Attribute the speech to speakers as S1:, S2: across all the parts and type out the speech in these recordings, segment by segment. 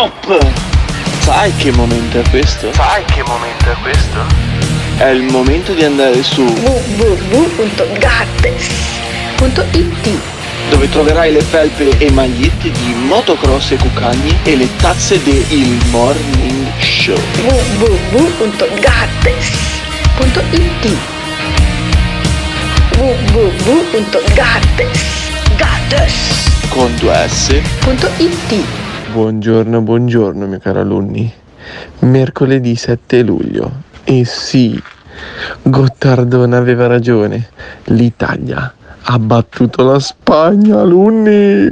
S1: Stop! Sai che momento è questo? È il momento di andare su
S2: www.gattes.it,
S1: dove troverai le felpe e magliette di motocross e cucagni e le tazze del Morning Show.
S2: www.gattes.it, www.gattes
S1: Con 2S.it.
S3: Buongiorno miei cari alunni. Mercoledì 7 luglio. E sì, Gottardone aveva ragione. L'Italia ha battuto la Spagna, alunni.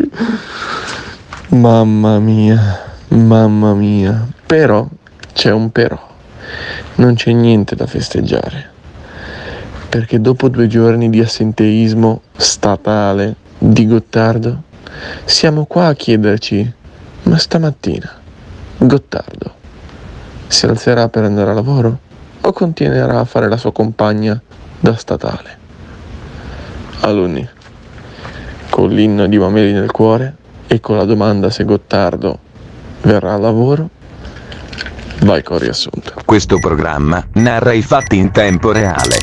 S3: Mamma mia. Però, c'è un però. Non c'è niente da festeggiare. Perché dopo 2 giorni di assenteismo statale di Gottardo, siamo qua a chiederci: ma stamattina Gottardo si alzerà per andare a lavoro o continuerà a fare la sua compagna da statale? Alunni, con l'inno di Mameli nel cuore e con la domanda se Gottardo verrà a lavoro, vai con riassunto.
S4: Questo programma narra i fatti in tempo reale.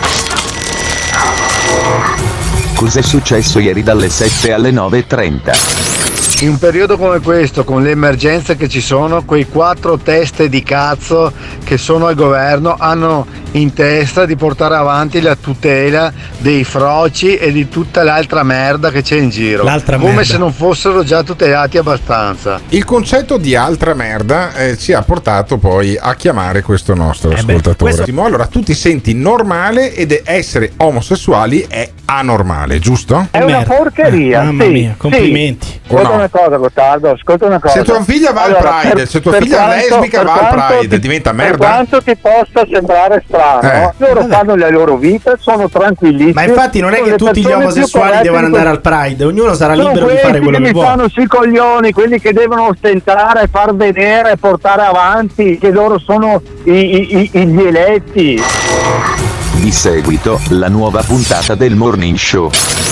S4: Cos'è successo ieri dalle 7 alle 9:30?
S5: In un periodo come questo, con le emergenze che ci sono, quei 4 teste di cazzo che sono al governo hanno in testa di portare avanti la tutela dei froci e di tutta l'altra merda che c'è in giro, come se non fossero già tutelati abbastanza.
S6: Il concetto di altra merda ci ha portato poi a chiamare questo nostro ascoltatore. Allora, tu ti senti normale ed essere omosessuali è anormale, giusto?
S7: È una porcheria.
S8: Mamma mia, complimenti.
S7: Sì. Ascolta una cosa, Gottardo, ascolta una cosa.
S6: Se tua figlia va al Pride, se tua figlia lesbica va al Pride, diventa merda.
S7: Per quanto ti possa sembrare strano, loro fanno la loro vita, sono tranquillissimi.
S8: Ma infatti non è che tutti gli omosessuali devono andare al Pride, ognuno sarà libero di fare quello che vuole.
S7: Sono quelli che mi fanno sui coglioni, quelli che devono ostentare, far vedere, portare avanti che loro sono gli eletti.
S4: Di seguito, la nuova puntata del Morning Show.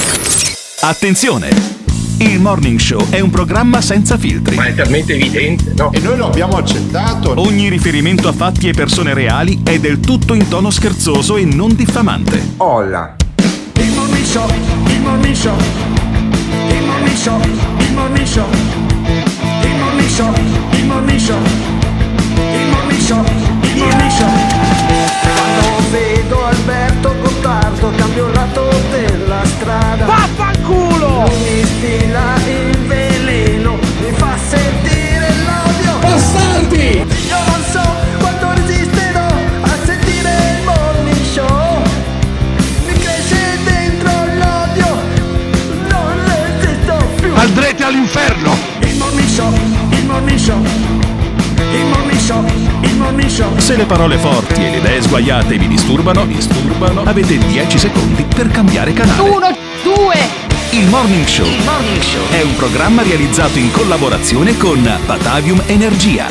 S9: Attenzione! Il Morning Show è un programma senza filtri.
S10: Ma è talmente evidente, no?
S6: E noi lo abbiamo accettato.
S9: Ogni riferimento a fatti e persone reali è del tutto in tono scherzoso e non diffamante.
S6: Olla.
S11: Il Morning Show, il Morning Show, il Morning Show, il Morning Show, il Morning Show, il Morning Show, il Morning Show, il Morning Show. Quando vedo Alberto Gottardo cambio lato della strada.
S12: Vaffanculo!
S11: Mi stila il veleno, mi fa sentire l'odio.
S12: Bastardi!
S11: Io non so quanto resisterò a sentire il Morning Show. Mi cresce dentro l'odio, non resisto più.
S12: Andrete all'inferno!
S11: Il Morning Show, il Morning Show, il Morning Show, il Morning Show.
S9: Se le parole forti e le idee sguaiate vi disturbano, avete 10 secondi per cambiare canale.
S2: 1, 2.
S9: Il Morning Show è un programma realizzato in collaborazione con Batavium Energia.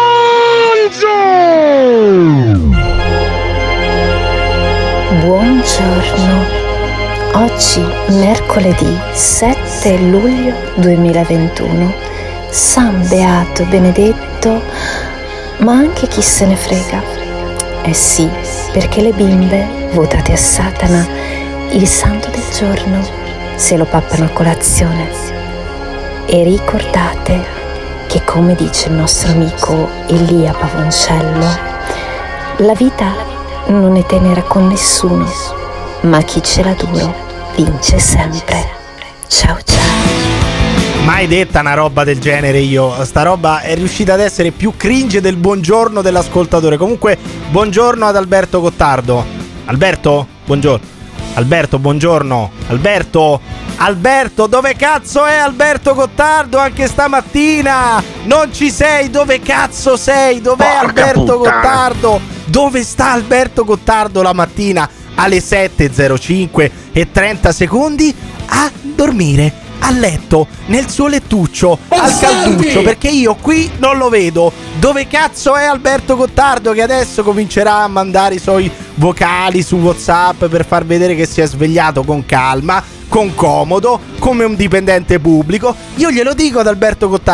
S13: Buongiorno. Oggi, mercoledì 7 luglio 2021, San Beato Benedetto, ma anche chi se ne frega. Eh sì, perché le bimbe, votate a Satana, il santo del giorno, se lo pappano a colazione. E ricordate che, come dice il nostro amico Elia Pavoncello, la vita non è tenera con nessuno, ma chi ce l'ha duro vince sempre. Ciao ciao.
S8: Mai detta una roba del genere io. Sta roba è riuscita ad essere più cringe del buongiorno dell'ascoltatore. Comunque, buongiorno ad Alberto Gottardo. Alberto? Buongiorno. Alberto, buongiorno. Alberto, dove cazzo è Alberto Gottardo anche stamattina? Non ci sei, dove cazzo sei? Dov'è Alberto Gottardo? Dove sta Alberto Gottardo la mattina alle 7:05 e 30 secondi? A dormire, a letto, nel suo lettuccio, al calduccio, perché io qui non lo vedo. Dove cazzo è Alberto Gottardo che adesso comincerà a mandare i suoi vocali su WhatsApp per far vedere che si è svegliato con calma, con comodo, come un dipendente pubblico? Io glielo dico ad Alberto Gottardo: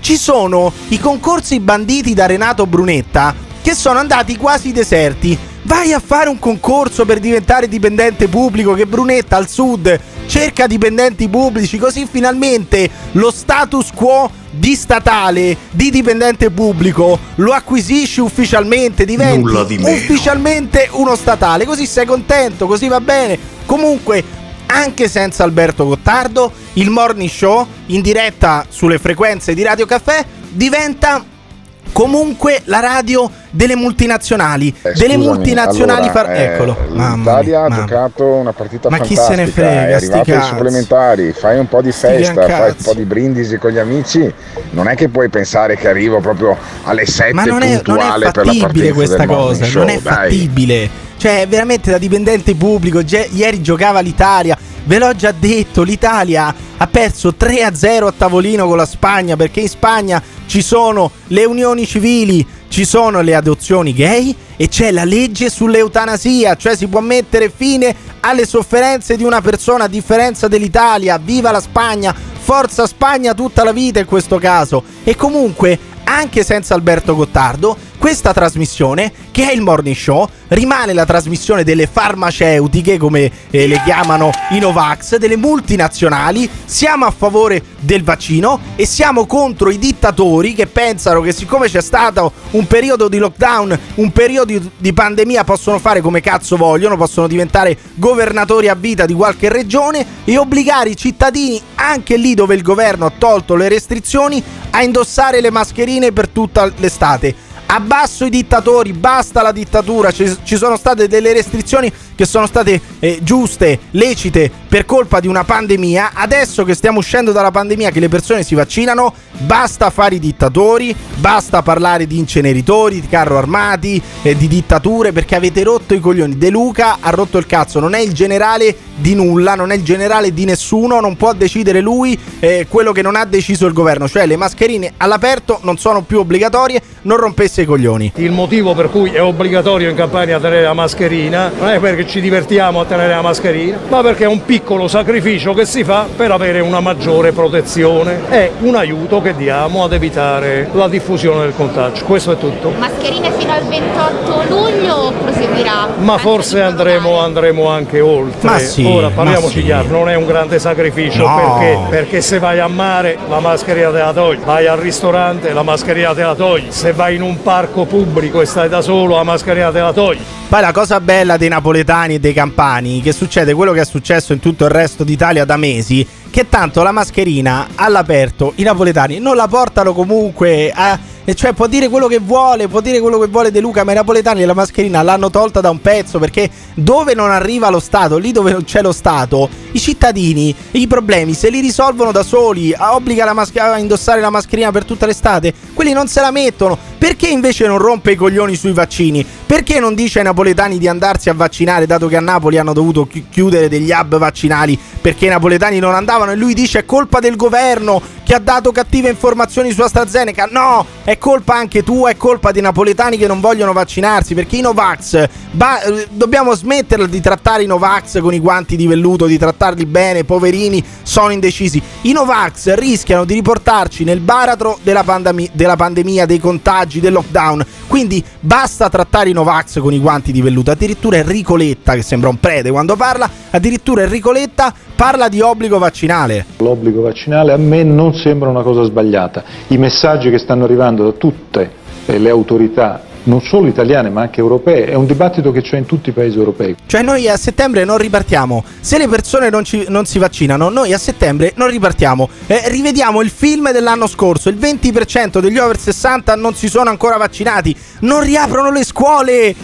S8: ci sono i concorsi banditi da Renato Brunetta che sono andati quasi deserti. Vai a fare un concorso per diventare dipendente pubblico, che Brunetta al sud cerca dipendenti pubblici, così finalmente lo status quo di statale, di dipendente pubblico, lo acquisisci ufficialmente, diventi ufficialmente uno statale, così sei contento, così va bene. Comunque, anche senza Alberto Gottardo, il Morning Show in diretta sulle frequenze di Radio Caffè diventa comunque la radio delle multinazionali, delle multinazionali.
S10: Eccolo, l'Italia ha giocato una partita fantastica,
S8: chi se ne frega,
S10: è arrivato ai supplementari, fai un po' di festa, fai un po' di brindisi con gli amici, non è che puoi pensare che arrivo proprio alle 7 puntuale per la partita
S8: questa
S10: del
S8: cosa,
S10: show,
S8: non è fattibile, cioè veramente da dipendente pubblico. Ieri giocava l'Italia, ve l'ho già detto, l'Italia ha perso 3-0 a tavolino con la Spagna, perché in Spagna ci sono le unioni civili, ci sono le adozioni gay e c'è la legge sull'eutanasia, cioè si può mettere fine alle sofferenze di una persona, a differenza dell'Italia. Viva la Spagna, forza Spagna tutta la vita in questo caso. E comunque, anche senza Alberto Gottardo, questa trasmissione, che è il Morning Show, rimane la trasmissione delle farmaceutiche, come le chiamano i Novax, delle multinazionali. Siamo a favore del vaccino e siamo contro i dittatori che pensano che siccome c'è stato un periodo di lockdown, un periodo di pandemia, possono fare come cazzo vogliono, possono diventare governatori a vita di qualche regione e obbligare i cittadini, anche lì dove il governo ha tolto le restrizioni, a indossare le mascherine per tutta l'estate. Abbasso i dittatori, basta la dittatura. Ci sono state delle restrizioni che sono state giuste, lecite, per colpa di una pandemia. Adesso che stiamo uscendo dalla pandemia, che le persone si vaccinano, basta fare i dittatori, basta parlare di inceneritori, di carro armati, di dittature, perché avete rotto i coglioni. De Luca ha rotto il cazzo, non è il generale di nulla, non è il generale di nessuno, non può decidere lui quello che non ha deciso il governo, cioè le mascherine all'aperto non sono più obbligatorie, non rompesse i coglioni.
S14: Il motivo per cui è obbligatorio in Campania tenere la mascherina non è perché ci divertiamo a tenere la mascherina, ma perché è un piccolo sacrificio che si fa per avere una maggiore protezione, è un aiuto che diamo ad evitare la diffusione del contagio. Questo è tutto.
S15: Mascherine fino al 28 luglio o proseguirà?
S14: Ma forse andremo anche oltre.
S8: Ma sì,
S14: ora parliamoci chiaro, non è un grande sacrificio,
S8: no.
S14: Perché se vai a mare la mascherina te la togli, vai al ristorante la mascherina te la togli, se vai in un parco pubblico e stai da solo la mascherina te la togli.
S8: Poi la cosa bella dei napoletani e dei campani, che succede quello che è successo in tutto il resto d'Italia da mesi, che tanto la mascherina all'aperto i napoletani non la portano comunque cioè può dire quello che vuole, De Luca, ma i napoletani la mascherina l'hanno tolta da un pezzo, perché dove non arriva lo Stato, lì dove non c'è lo Stato, i cittadini i problemi se li risolvono da soli. Obbliga a indossare la mascherina per tutta l'estate, quelli non se la mettono. Perché invece non rompe i coglioni sui vaccini? Perché non dice ai napoletani di andarsi a vaccinare, dato che a Napoli hanno dovuto chiudere degli hub vaccinali perché i napoletani non andavano, e lui dice è colpa del governo che ha dato cattive informazioni su AstraZeneca? No, è colpa anche tua, è colpa dei napoletani che non vogliono vaccinarsi, perché i Novax dobbiamo smetterla di trattare i Novax con i guanti di velluto, di trattarli bene, poverini, sono indecisi. I Novax rischiano di riportarci nel baratro della pandemia, dei contagi, del lockdown. Quindi basta trattare i Novax con i guanti di velluto. Addirittura Enrico Letta, che sembra un prete quando parla, addirittura Enrico Letta parla di obbligo vaccinale.
S16: L'obbligo vaccinale a me non sembra una cosa sbagliata. I messaggi che stanno arrivando da tutte le autorità, non solo italiane ma anche europee, è un dibattito che c'è in tutti i paesi europei.
S8: Cioè noi a settembre non ripartiamo, se le persone non si vaccinano, noi a settembre non ripartiamo. Rivediamo il film dell'anno scorso, il 20% degli over 60 non si sono ancora vaccinati, non riaprono le scuole,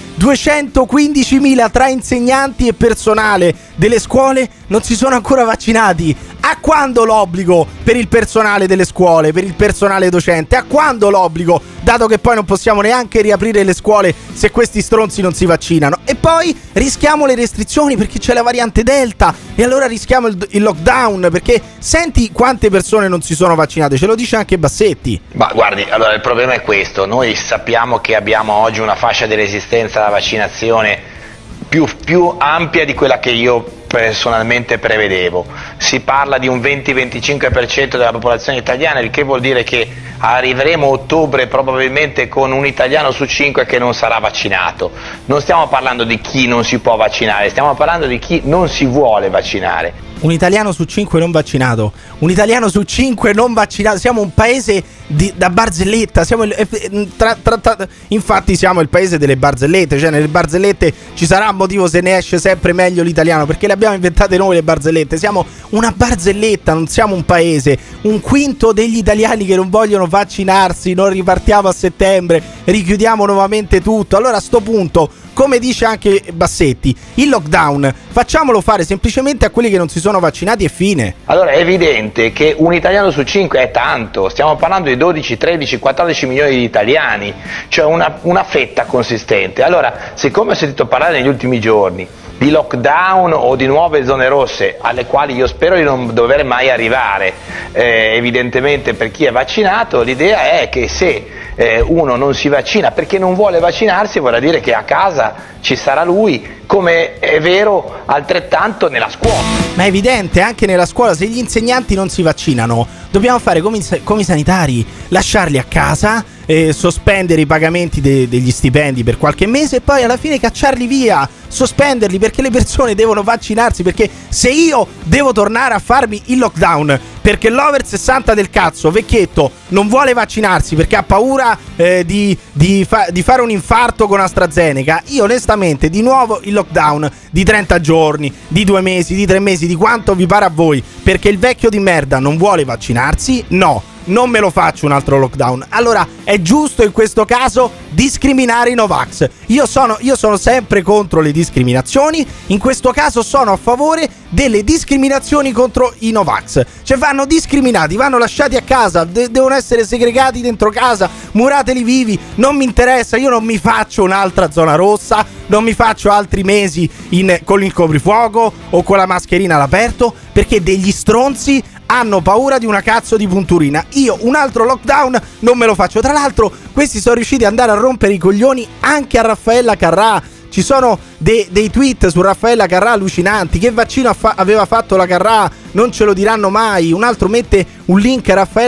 S8: 215.000 tra insegnanti e personale delle scuole non si sono ancora vaccinati. A quando l'obbligo per il personale delle scuole, per il personale docente? A quando l'obbligo, dato che poi non possiamo neanche riaprire le scuole se questi stronzi non si vaccinano? E poi rischiamo le restrizioni perché c'è la variante Delta, e allora rischiamo il lockdown, perché senti quante persone non si sono vaccinate, ce lo dice anche Bassetti.
S17: Ma guardi, allora il problema è questo: noi sappiamo che abbiamo oggi una fascia di resistenza alla vaccinazione più ampia di quella che io personalmente prevedevo. Si parla di un 20-25% della popolazione italiana, il che vuol dire che arriveremo a ottobre probabilmente con un italiano su 5 che non sarà vaccinato. Non stiamo parlando di chi non si può vaccinare, stiamo parlando di chi non si vuole vaccinare.
S8: Un italiano su 5 non vaccinato. Un italiano su 5 non vaccinato. Siamo un paese da barzelletta. Infatti siamo il paese delle barzellette. Cioè nelle barzellette ci sarà motivo se ne esce sempre meglio l'italiano, perché le abbiamo inventate noi le barzellette. Siamo una barzelletta, non siamo un paese. Un quinto degli italiani che non vogliono vaccinarsi. Non ripartiamo a settembre, richiudiamo nuovamente tutto. Allora a sto punto, come dice anche Bassetti, il lockdown facciamolo fare semplicemente a quelli che non si sono vaccinati e fine.
S17: Allora è evidente che un italiano su 5 è tanto, stiamo parlando di 12, 13, 14 milioni di italiani, cioè una fetta consistente. Allora, siccome ho sentito parlare negli ultimi giorni di lockdown o di nuove zone rosse, alle quali io spero di non dover mai arrivare, evidentemente per chi è vaccinato, l'idea è che se uno non si vaccina perché non vuole vaccinarsi, vorrà dire che a casa ci sarà lui, come è vero altrettanto nella scuola.
S8: Ma è evidente, anche nella scuola, se gli insegnanti non si vaccinano, dobbiamo fare come i sanitari, lasciarli a casa, sospendere i pagamenti degli stipendi per qualche mese e poi alla fine cacciarli via, sospenderli, perché le persone devono vaccinarsi. Perché se io devo tornare a farmi il lockdown perché l'over 60 del cazzo vecchietto non vuole vaccinarsi perché ha paura di fare un infarto con AstraZeneca, io onestamente di nuovo il lockdown di 30 giorni, di 2 mesi, di 3 mesi, di quanto vi pare a voi, perché il vecchio di merda non vuole vaccinarsi, no, non me lo faccio un altro lockdown. Allora è giusto in questo caso discriminare i Novax. Io sono sempre contro le discriminazioni, in questo caso sono a favore delle discriminazioni contro i Novax. Cioè vanno discriminati, vanno lasciati a casa, devono essere segregati dentro casa, murateli vivi, non mi interessa, io non mi faccio un'altra zona rossa, non mi faccio altri mesi con il coprifuoco o con la mascherina all'aperto, perché degli stronzi hanno paura di una cazzo di punturina. Io un altro lockdown non me lo faccio. Tra l'altro questi sono riusciti ad andare a rompere i coglioni anche a Raffaella Carrà. Ci sono dei tweet su Raffaella Carrà allucinanti. Che vaccino aveva fatto la Carrà? Non ce lo diranno mai. Un altro mette un link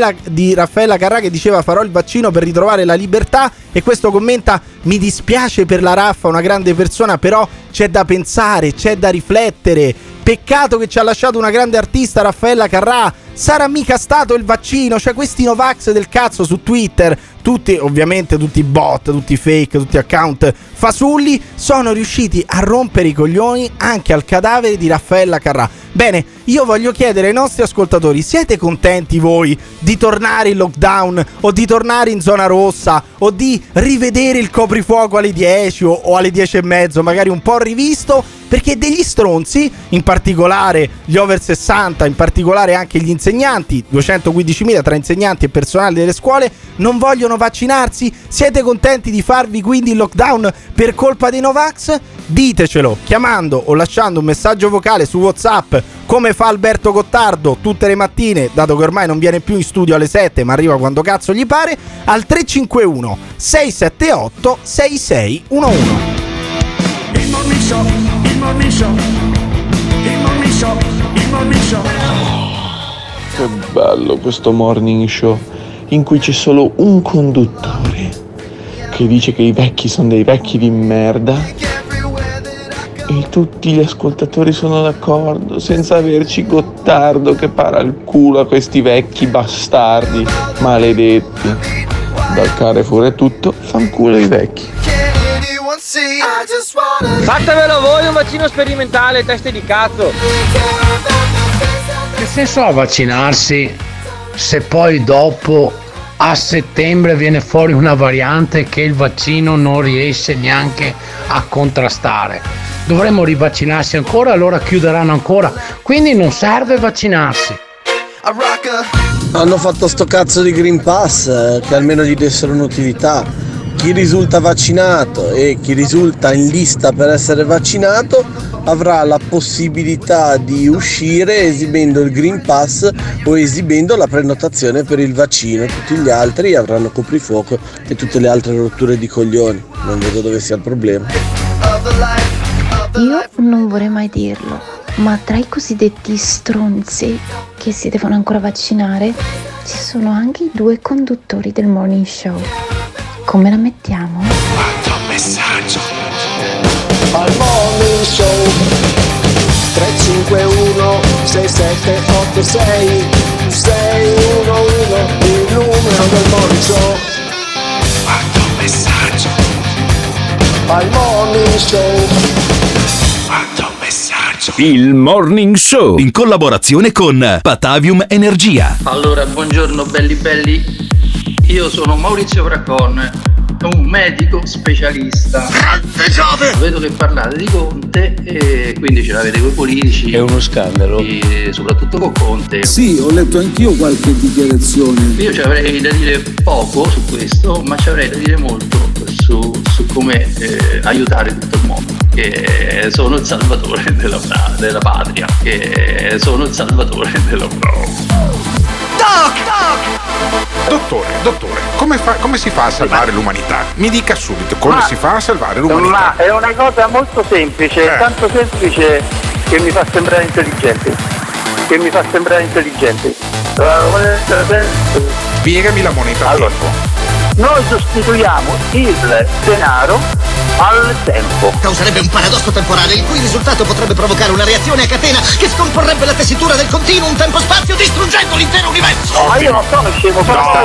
S8: di Raffaella Carrà che diceva farò il vaccino per ritrovare la libertà, e questo commenta: mi dispiace per la Raffa, una grande persona, però c'è da pensare, c'è da riflettere. Peccato che ci ha lasciato una grande artista, Raffaella Carrà. Sarà mica stato il vaccino. Cioè questi Novax del cazzo su Twitter, tutti ovviamente, tutti bot, tutti fake, tutti account fasulli, sono riusciti a rompere i coglioni anche al cadavere di Raffaella Carrà. Bene, io voglio chiedere ai nostri ascoltatori: siete contenti voi di tornare in lockdown o di tornare in zona rossa o di rivedere il coprifuoco alle 10 o alle 10:30, magari un po' rivisto? Perché degli stronzi, in particolare gli over 60, in particolare anche gli insegnanti, 215.000 tra insegnanti e personale delle scuole, non vogliono vaccinarsi. Siete contenti di farvi quindi il lockdown per colpa dei Novax? Ditecelo chiamando o lasciando un messaggio vocale su WhatsApp, come fa Alberto Gottardo tutte le mattine, dato che ormai non viene più in studio alle 7 ma arriva quando cazzo gli pare, al 351 678 6611.
S11: Il Morning Show, il Morning Show, il Morning Show, il Morning Show.
S3: Che bello questo morning show in cui c'è solo un conduttore che dice che i vecchi sono dei vecchi di merda e tutti gli ascoltatori sono d'accordo, senza averci Gottardo che para il culo a questi vecchi bastardi maledetti. Dal Carrefour è tutto, fanculo i vecchi.
S18: Fatevelo voi un vaccino sperimentale, teste di cazzo.
S19: Che senso ha vaccinarsi se poi dopo a settembre viene fuori una variante che il vaccino non riesce neanche a contrastare? Dovremmo rivaccinarsi ancora, allora chiuderanno ancora, quindi non serve vaccinarsi.
S20: Hanno fatto sto cazzo di Green Pass, che almeno gli dessero un'utilità. Chi risulta vaccinato e chi risulta in lista per essere vaccinato avrà la possibilità di uscire esibendo il Green Pass o esibendo la prenotazione per il vaccino. Tutti gli altri avranno coprifuoco e tutte le altre rotture di coglioni. Non vedo dove sia il problema.
S13: Io non vorrei mai dirlo, Ma tra i cosiddetti stronzi che si devono ancora vaccinare ci sono anche i 2 conduttori del morning show. Come la mettiamo?
S12: Quanto messaggio.
S20: Al morning show 351 6786 611, il numero del morning show.
S12: Quanto messaggio.
S20: Al morning show.
S12: Quanto messaggio.
S9: Il Morning Show in collaborazione con Patavium Energia.
S21: Allora, buongiorno belli. Io sono Maurizio Bracon, un medico specialista. Vedo che parlate di Conte e quindi ce l'avete coi politici. È uno scandalo. E soprattutto con Conte.
S22: Sì, ho letto anch'io qualche dichiarazione.
S21: Io ci avrei da dire poco su questo, ma ci avrei da dire molto su come aiutare tutto il mondo. Che sono il salvatore della patria. Che sono il salvatore della
S6: Dottore, come si fa a salvare l'umanità? Mi dica subito come si fa a salvare l'umanità.
S7: Ma è una cosa molto semplice, tanto semplice che mi fa sembrare intelligente.
S6: Spiegami la moneta a tempo.
S7: Noi sostituiamo il denaro al tempo.
S23: Causerebbe un paradosso temporale il cui risultato potrebbe provocare una reazione a catena che scomporrebbe la tessitura del continuum tempo-spazio distruggendo l'intero universo.
S7: Ma io non sono scemo,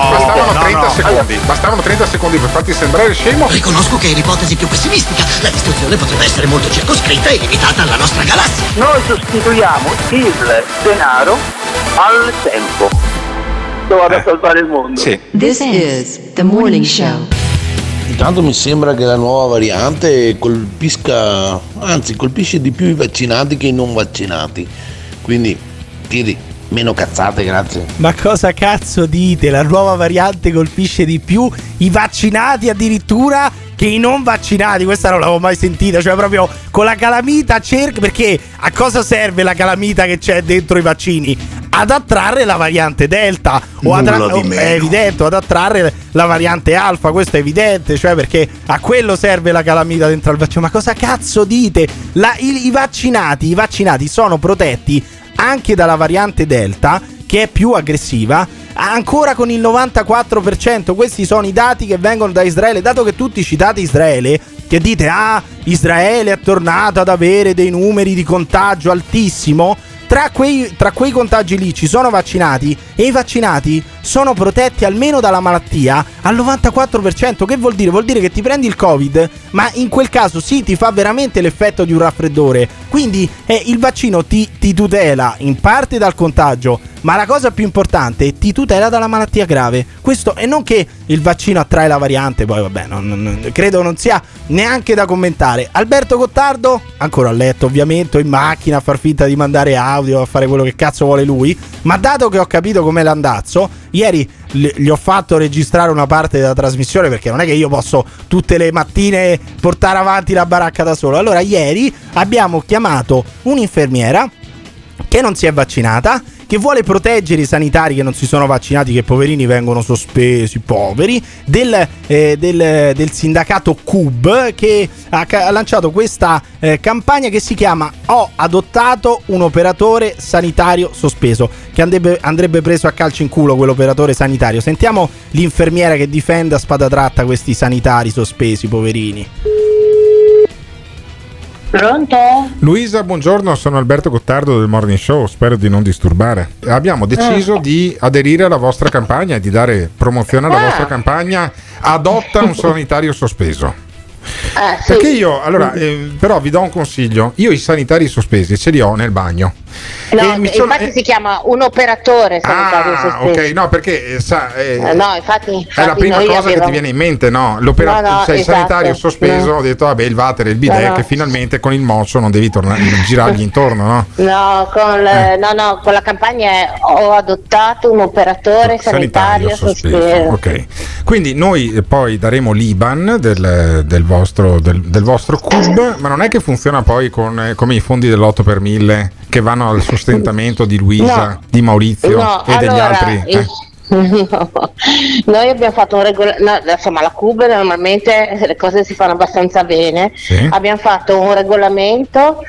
S6: Bastavano 30 secondi per farti sembrare scemo.
S23: Riconosco che è l'ipotesi più pessimistica. La distruzione potrebbe essere molto circoscritta e limitata alla nostra galassia.
S7: Noi sostituiamo il denaro al tempo. Dove salvare il mondo.
S6: Sì.
S24: This is the morning show.
S20: Intanto mi sembra che la nuova variante colpisce di più i vaccinati che i non vaccinati. Quindi tiri meno cazzate, grazie.
S8: Ma cosa cazzo dite? La nuova variante colpisce di più i vaccinati addirittura che i non vaccinati. Questa non l'avevo mai sentita. Cioè proprio con la calamita perché a cosa serve la calamita che c'è dentro i vaccini? Ad attrarre la variante Delta è evidente, ad attrarre la variante Alfa, questo è evidente, cioè perché a quello serve la calamita dentro al vaccino. Ma cosa cazzo dite? I vaccinati sono protetti anche dalla variante Delta, che è più aggressiva, ancora con il 94%. Questi sono i dati che vengono da Israele. Dato che tutti citate Israele, che dite Israele è tornato ad avere dei numeri di contagio altissimo, tra quei contagi lì ci sono vaccinati e i vaccinati sono protetti almeno dalla malattia al 94%. Che vuol dire? Vuol dire che ti prendi il Covid, ma in quel caso sì, ti fa veramente l'effetto di un raffreddore. Quindi il vaccino ti tutela in parte dal contagio, ma la cosa più importante, ti tutela dalla malattia grave. Questo, e non che il vaccino attrae la variante, poi vabbè, credo non sia neanche da commentare. Alberto Gottardo, ancora a letto ovviamente, o in macchina a far finta di mandare audio, a fare quello che cazzo vuole lui. Ma dato che ho capito com'è l'andazzo, ieri gli ho fatto registrare una parte della trasmissione, perché non è che io posso tutte le mattine portare avanti la baracca da solo. Allora ieri abbiamo chiamato un'infermiera che non si è vaccinata, che vuole proteggere i sanitari che non si sono vaccinati, che poverini vengono sospesi, poveri, del sindacato CUB, che ha lanciato questa campagna che si chiama "Ho adottato un operatore sanitario sospeso", che andrebbe preso a calci in culo quell'operatore sanitario. Sentiamo l'infermiera che difende a spada tratta questi sanitari sospesi, poverini.
S25: Pronto?
S6: Luisa, buongiorno, sono Alberto Gottardo del Morning Show, spero di non disturbare. Abbiamo deciso di aderire alla vostra campagna, di dare promozione alla vostra campagna Adotta un sanitario sospeso.
S25: Sì.
S6: Perché io, allora, però vi do un consiglio, io i sanitari sospesi ce li ho nel bagno.
S25: No, infatti si chiama un operatore sanitario sospeso.
S6: Ok, no, perché
S25: no, infatti
S6: è la prima cosa che ti viene in mente, no? Il
S25: esatto,
S6: sanitario sospeso, ho detto vabbè, il water e il bidet, che finalmente con il mocio non devi girargli intorno, no?
S25: No, con la campagna ho adottato un operatore sanitario sospeso.
S6: Ok, quindi noi poi daremo l'IBAN del vostro CUB, ma non è che funziona poi come i fondi dell'8 per 1000 che vanno al sostentamento di Luisa, di Maurizio e degli altri.
S25: No. Noi abbiamo fatto un regolamento, insomma la CUB normalmente le cose si fanno abbastanza bene, sì. Abbiamo fatto un regolamento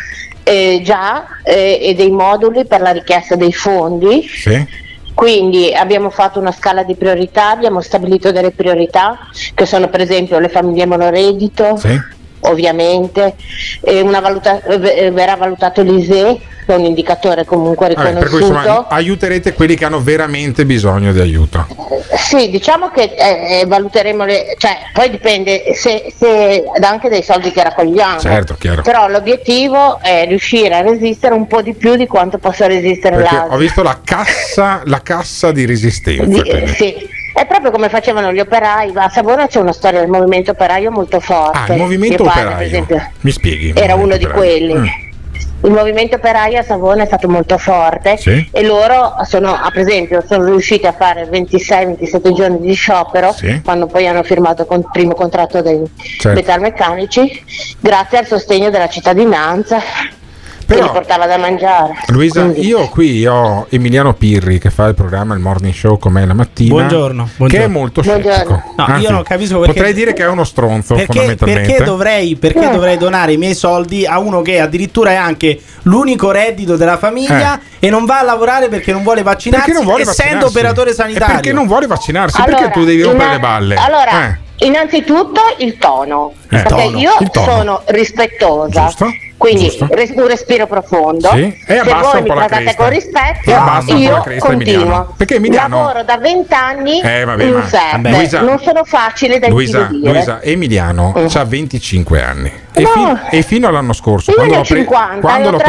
S25: e dei moduli per la richiesta dei fondi.
S6: Sì.
S25: Quindi abbiamo fatto una scala di priorità, abbiamo stabilito delle priorità che sono per esempio le famiglie monoreddito,
S6: sì.
S25: Ovviamente, verrà valutato l'ISEE, che è un indicatore comunque riconosciuto.
S6: Per cui insomma, aiuterete quelli che hanno veramente bisogno di aiuto.
S25: Sì, diciamo che valuteremo poi dipende se anche dei soldi che raccogliamo.
S6: Certo, chiaro.
S25: Però l'obiettivo è riuscire a resistere un po' di più di quanto possa resistere l'ASL.
S6: Ho visto la cassa di resistenza.
S25: Sì. È proprio come facevano gli operai. A Savona c'è una storia del movimento operaio molto forte.
S6: Il movimento operaio, per esempio, mi spieghi?
S25: Era uno di quelli. Il movimento operaio a Savona è stato molto forte, sì. E loro per esempio sono riusciti a fare 26-27 giorni di sciopero, sì. Quando poi hanno firmato il primo contratto dei metalmeccanici, grazie al sostegno della cittadinanza. Però, che mi portava da mangiare.
S6: Luisa, io qui ho Emiliano Pirri che fa il programma Il Morning Show con me la mattina.
S8: Buongiorno.
S6: Che è molto scettico.
S8: No, anzi, io non capisco perché.
S6: Potrei dire che è uno stronzo, fondamentalmente.
S8: Perché dovrei donare i miei soldi a uno che addirittura è anche l'unico reddito della famiglia e non va a lavorare perché non vuole vaccinarsi, essendo operatore sanitario?
S6: Perché non vuole vaccinarsi? Allora, perché tu devi rompere le balle?
S25: Allora, innanzitutto il tono. Perché io sono rispettosa.
S6: Giusto.
S25: Quindi un respiro profondo,
S6: sì. E
S25: se voi mi trattate con rispetto, io continuo.
S6: Perché Emiliano
S25: lavoro da 20 anni in serve,
S6: Luisa,
S25: non sono facile da intimidire.
S6: Luisa, Emiliano ha 25 anni e fino all'anno scorso, quando l'ho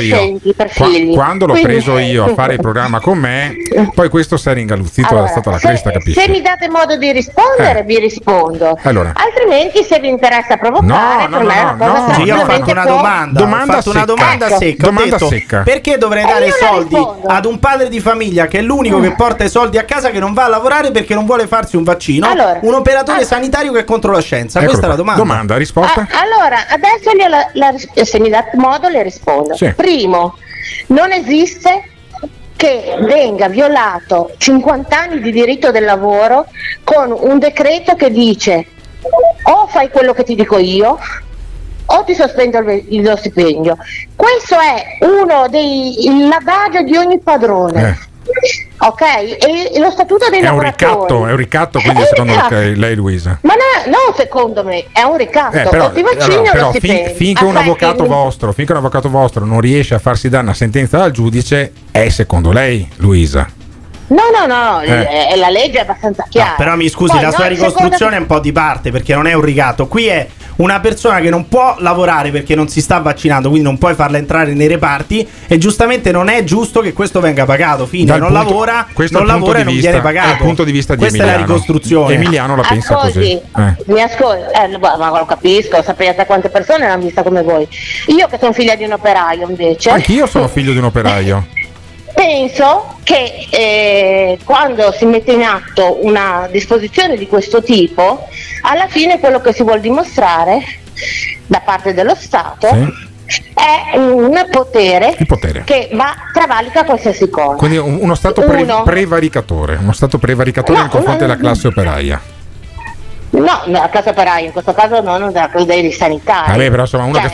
S6: preso io a fare il programma con me, poi questo si era ingaluzzito, è stata la cresta, capisci?
S25: Se mi date modo di rispondere, vi rispondo.
S6: Allora.
S25: Altrimenti, se vi interessa provocare, per me è una cosa tranquillamente
S8: io ho fatto una domanda secca. Perché dovrei dare soldi ad un padre di famiglia che è l'unico che porta i soldi a casa, che non va a lavorare perché non vuole farsi un vaccino, un operatore sanitario che è contro la scienza? Questa è la domanda.
S25: Risposta? Allora, adesso se mi date modo le rispondo.
S6: Sì.
S25: Primo, non esiste che venga violato 50 anni di diritto del lavoro con un decreto che dice o fai quello che ti dico io o ti sospendo lo stipendio. Questo è il lavaggio di ogni padrone. Ok? E lo statuto dei lavoratori
S6: è un ricatto, quindi secondo lei, Luisa?
S25: Ma non secondo me, è un ricatto.
S6: Però,
S25: o ti vaccini o lo stipendi.
S6: Finché un avvocato vostro non riesce a farsi dare una sentenza dal giudice, è secondo lei, Luisa?
S25: No, la legge è abbastanza chiara.
S8: No, però mi scusi, poi, la sua ricostruzione è un po' di parte, perché non è un ricatto. Qui è una persona che non può lavorare perché non si sta vaccinando, quindi non puoi farla entrare nei reparti, e giustamente non è giusto che questo venga pagato. Lavora e non viene pagato.
S6: Dal punto di vista di
S8: questa
S6: Emiliano.
S8: È la ricostruzione.
S6: Emiliano la pensa così.
S25: Mi ascolti, ma lo capisco, sapete quante persone l'hanno vista come voi. Io che sono figlia di un operaio, invece.
S6: Anch'io sono figlio di un operaio.
S25: Penso che quando si mette in atto una disposizione di questo tipo, alla fine quello che si vuol dimostrare da parte dello Stato è un potere che travalica qualsiasi cosa.
S6: Quindi uno Stato prevaricatore, nei confronti della classe operaia.
S25: No, la classe operaia, in questo caso non dei sanitari.
S6: Vabbè, però insomma uno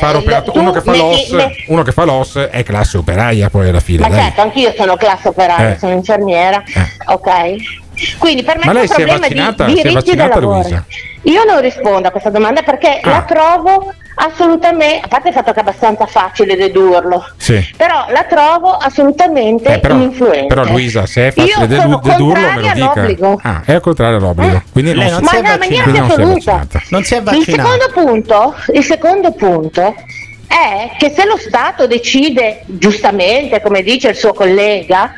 S6: che fa l'OS è classe operaia poi alla fine.
S25: Ma certo, anch'io sono classe operaia, sono infermiera, ok? Quindi per me è un problema di diritti del lavoro. Luisa? Io non rispondo a questa domanda perché la trovo assolutamente, a parte il fatto che è abbastanza facile dedurlo, però la trovo assolutamente ininfluente.
S6: Però Luisa, se è facile dedurlo, me lo dica. È al contrario all'obbligo. Quindi non si è vaccinata.
S8: Non si è vaccinata.
S25: Il secondo punto è che se lo Stato decide giustamente, come dice il suo collega,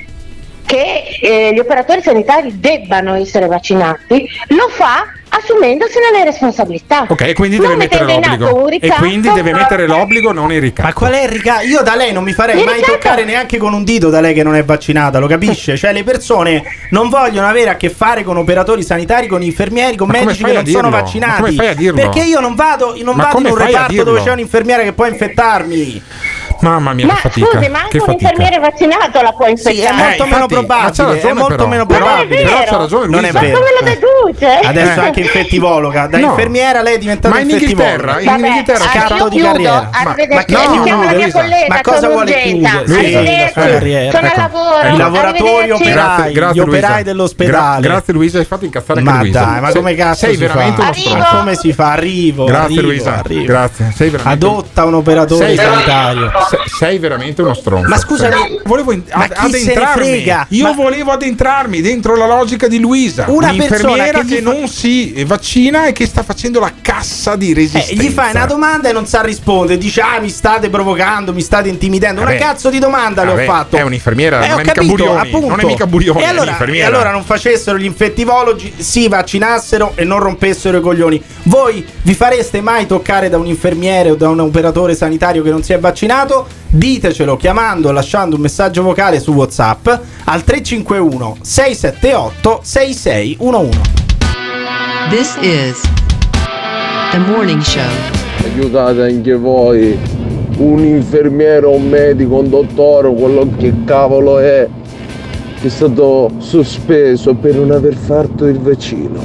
S25: che gli operatori sanitari debbano essere vaccinati, lo fa assumendosene le responsabilità.
S6: Ok, quindi deve mettere l'obbligo. E quindi deve mettere l'obbligo, non il ricatto.
S8: Ma qual è il ricatto? Io da lei non mi farei mai toccare neanche con un dito, da lei che non è vaccinata, lo capisce? Cioè le persone non vogliono avere a che fare con operatori sanitari, con infermieri, con medici che non sono vaccinati.
S6: Come fai a dirlo?
S8: Perché io non vado in un reparto dove c'è un'infermiera che può infettarmi.
S6: Mamma mia,
S25: Ma
S6: che fatica.
S25: scusi, ma anche
S6: che
S25: un
S6: fatica.
S25: infermiere vaccinato la può
S8: Sì, è
S25: infettare.
S8: molto meno probabile. È molto meno probabile.
S25: Però
S6: c'ha ragione
S8: Non è
S6: Luisa.
S25: Ma
S8: vero.
S25: come lo deduce?
S8: Adesso anche infettivologa. Da
S6: No.
S8: infermiera lei è diventata
S6: Ma in
S8: infettivologa.
S6: Inghilterra, in Inghilterra
S8: scatto
S25: io
S8: di
S25: chiudo.
S8: carriera.
S25: Arrivederci.
S8: Ma-
S25: Mi
S8: no,
S25: chiamo la mia
S6: Luisa.
S25: collega.
S8: Ma cosa
S25: sono
S8: vuole
S25: urgenza.
S8: chiudere? Luisa,
S25: Arrivederci.
S8: la sua carriera.
S25: Sono al
S6: Ecco.
S25: lavoro.
S8: I lavoratori
S25: Arrivederci.
S8: operai, gli
S6: Luisa.
S8: operai dell'ospedale.
S6: Grazie Luisa, hai fatto incazzare anche
S8: Ma
S6: Luisa.
S8: dai, ma come cazzo
S6: sei
S8: si
S6: veramente
S8: fa?
S6: uno
S25: Arrivo.
S6: stronzo.
S8: Ma come si fa? Arrivo.
S6: Grazie Luisa. Grazie. Sei veramente
S8: Adotta un operatore
S6: Sei-
S8: sanitario.
S6: sei veramente uno stronzo.
S8: Ma scusami,
S6: volevo
S8: ma chi se ne frega?
S6: Io
S8: Ma-
S6: volevo addentrarmi dentro la logica di Luisa,
S8: Una
S6: un'infermiera
S8: persona che
S6: che
S8: gli fa-
S6: non si vaccina e che sta facendo la cassa di resistenza.
S8: Gli fai una domanda e non sa rispondere. Dice: ah, mi state provocando, mi state intimidendo. Una
S6: Vabbè.
S8: cazzo di domanda le ho
S6: Vabbè,
S8: fatto.
S6: è un'infermiera, non
S8: ho
S6: è mica
S8: capito,
S6: Burioni,
S8: appunto.
S6: non è mica Burioni,
S8: E
S6: è
S8: allora,
S6: un'infermiera.
S8: non facessero gli infettivologi, si vaccinassero e non rompessero i coglioni. Voi vi fareste mai toccare da un infermiere o da un operatore sanitario che non si è vaccinato? Ditecelo chiamando o lasciando un messaggio vocale su WhatsApp al 351 678 6611.
S24: This is The Morning Show.
S3: Aiutate anche voi, un infermiere, un medico, un dottore, quello che cavolo è, che è stato sospeso per non aver fatto il vaccino.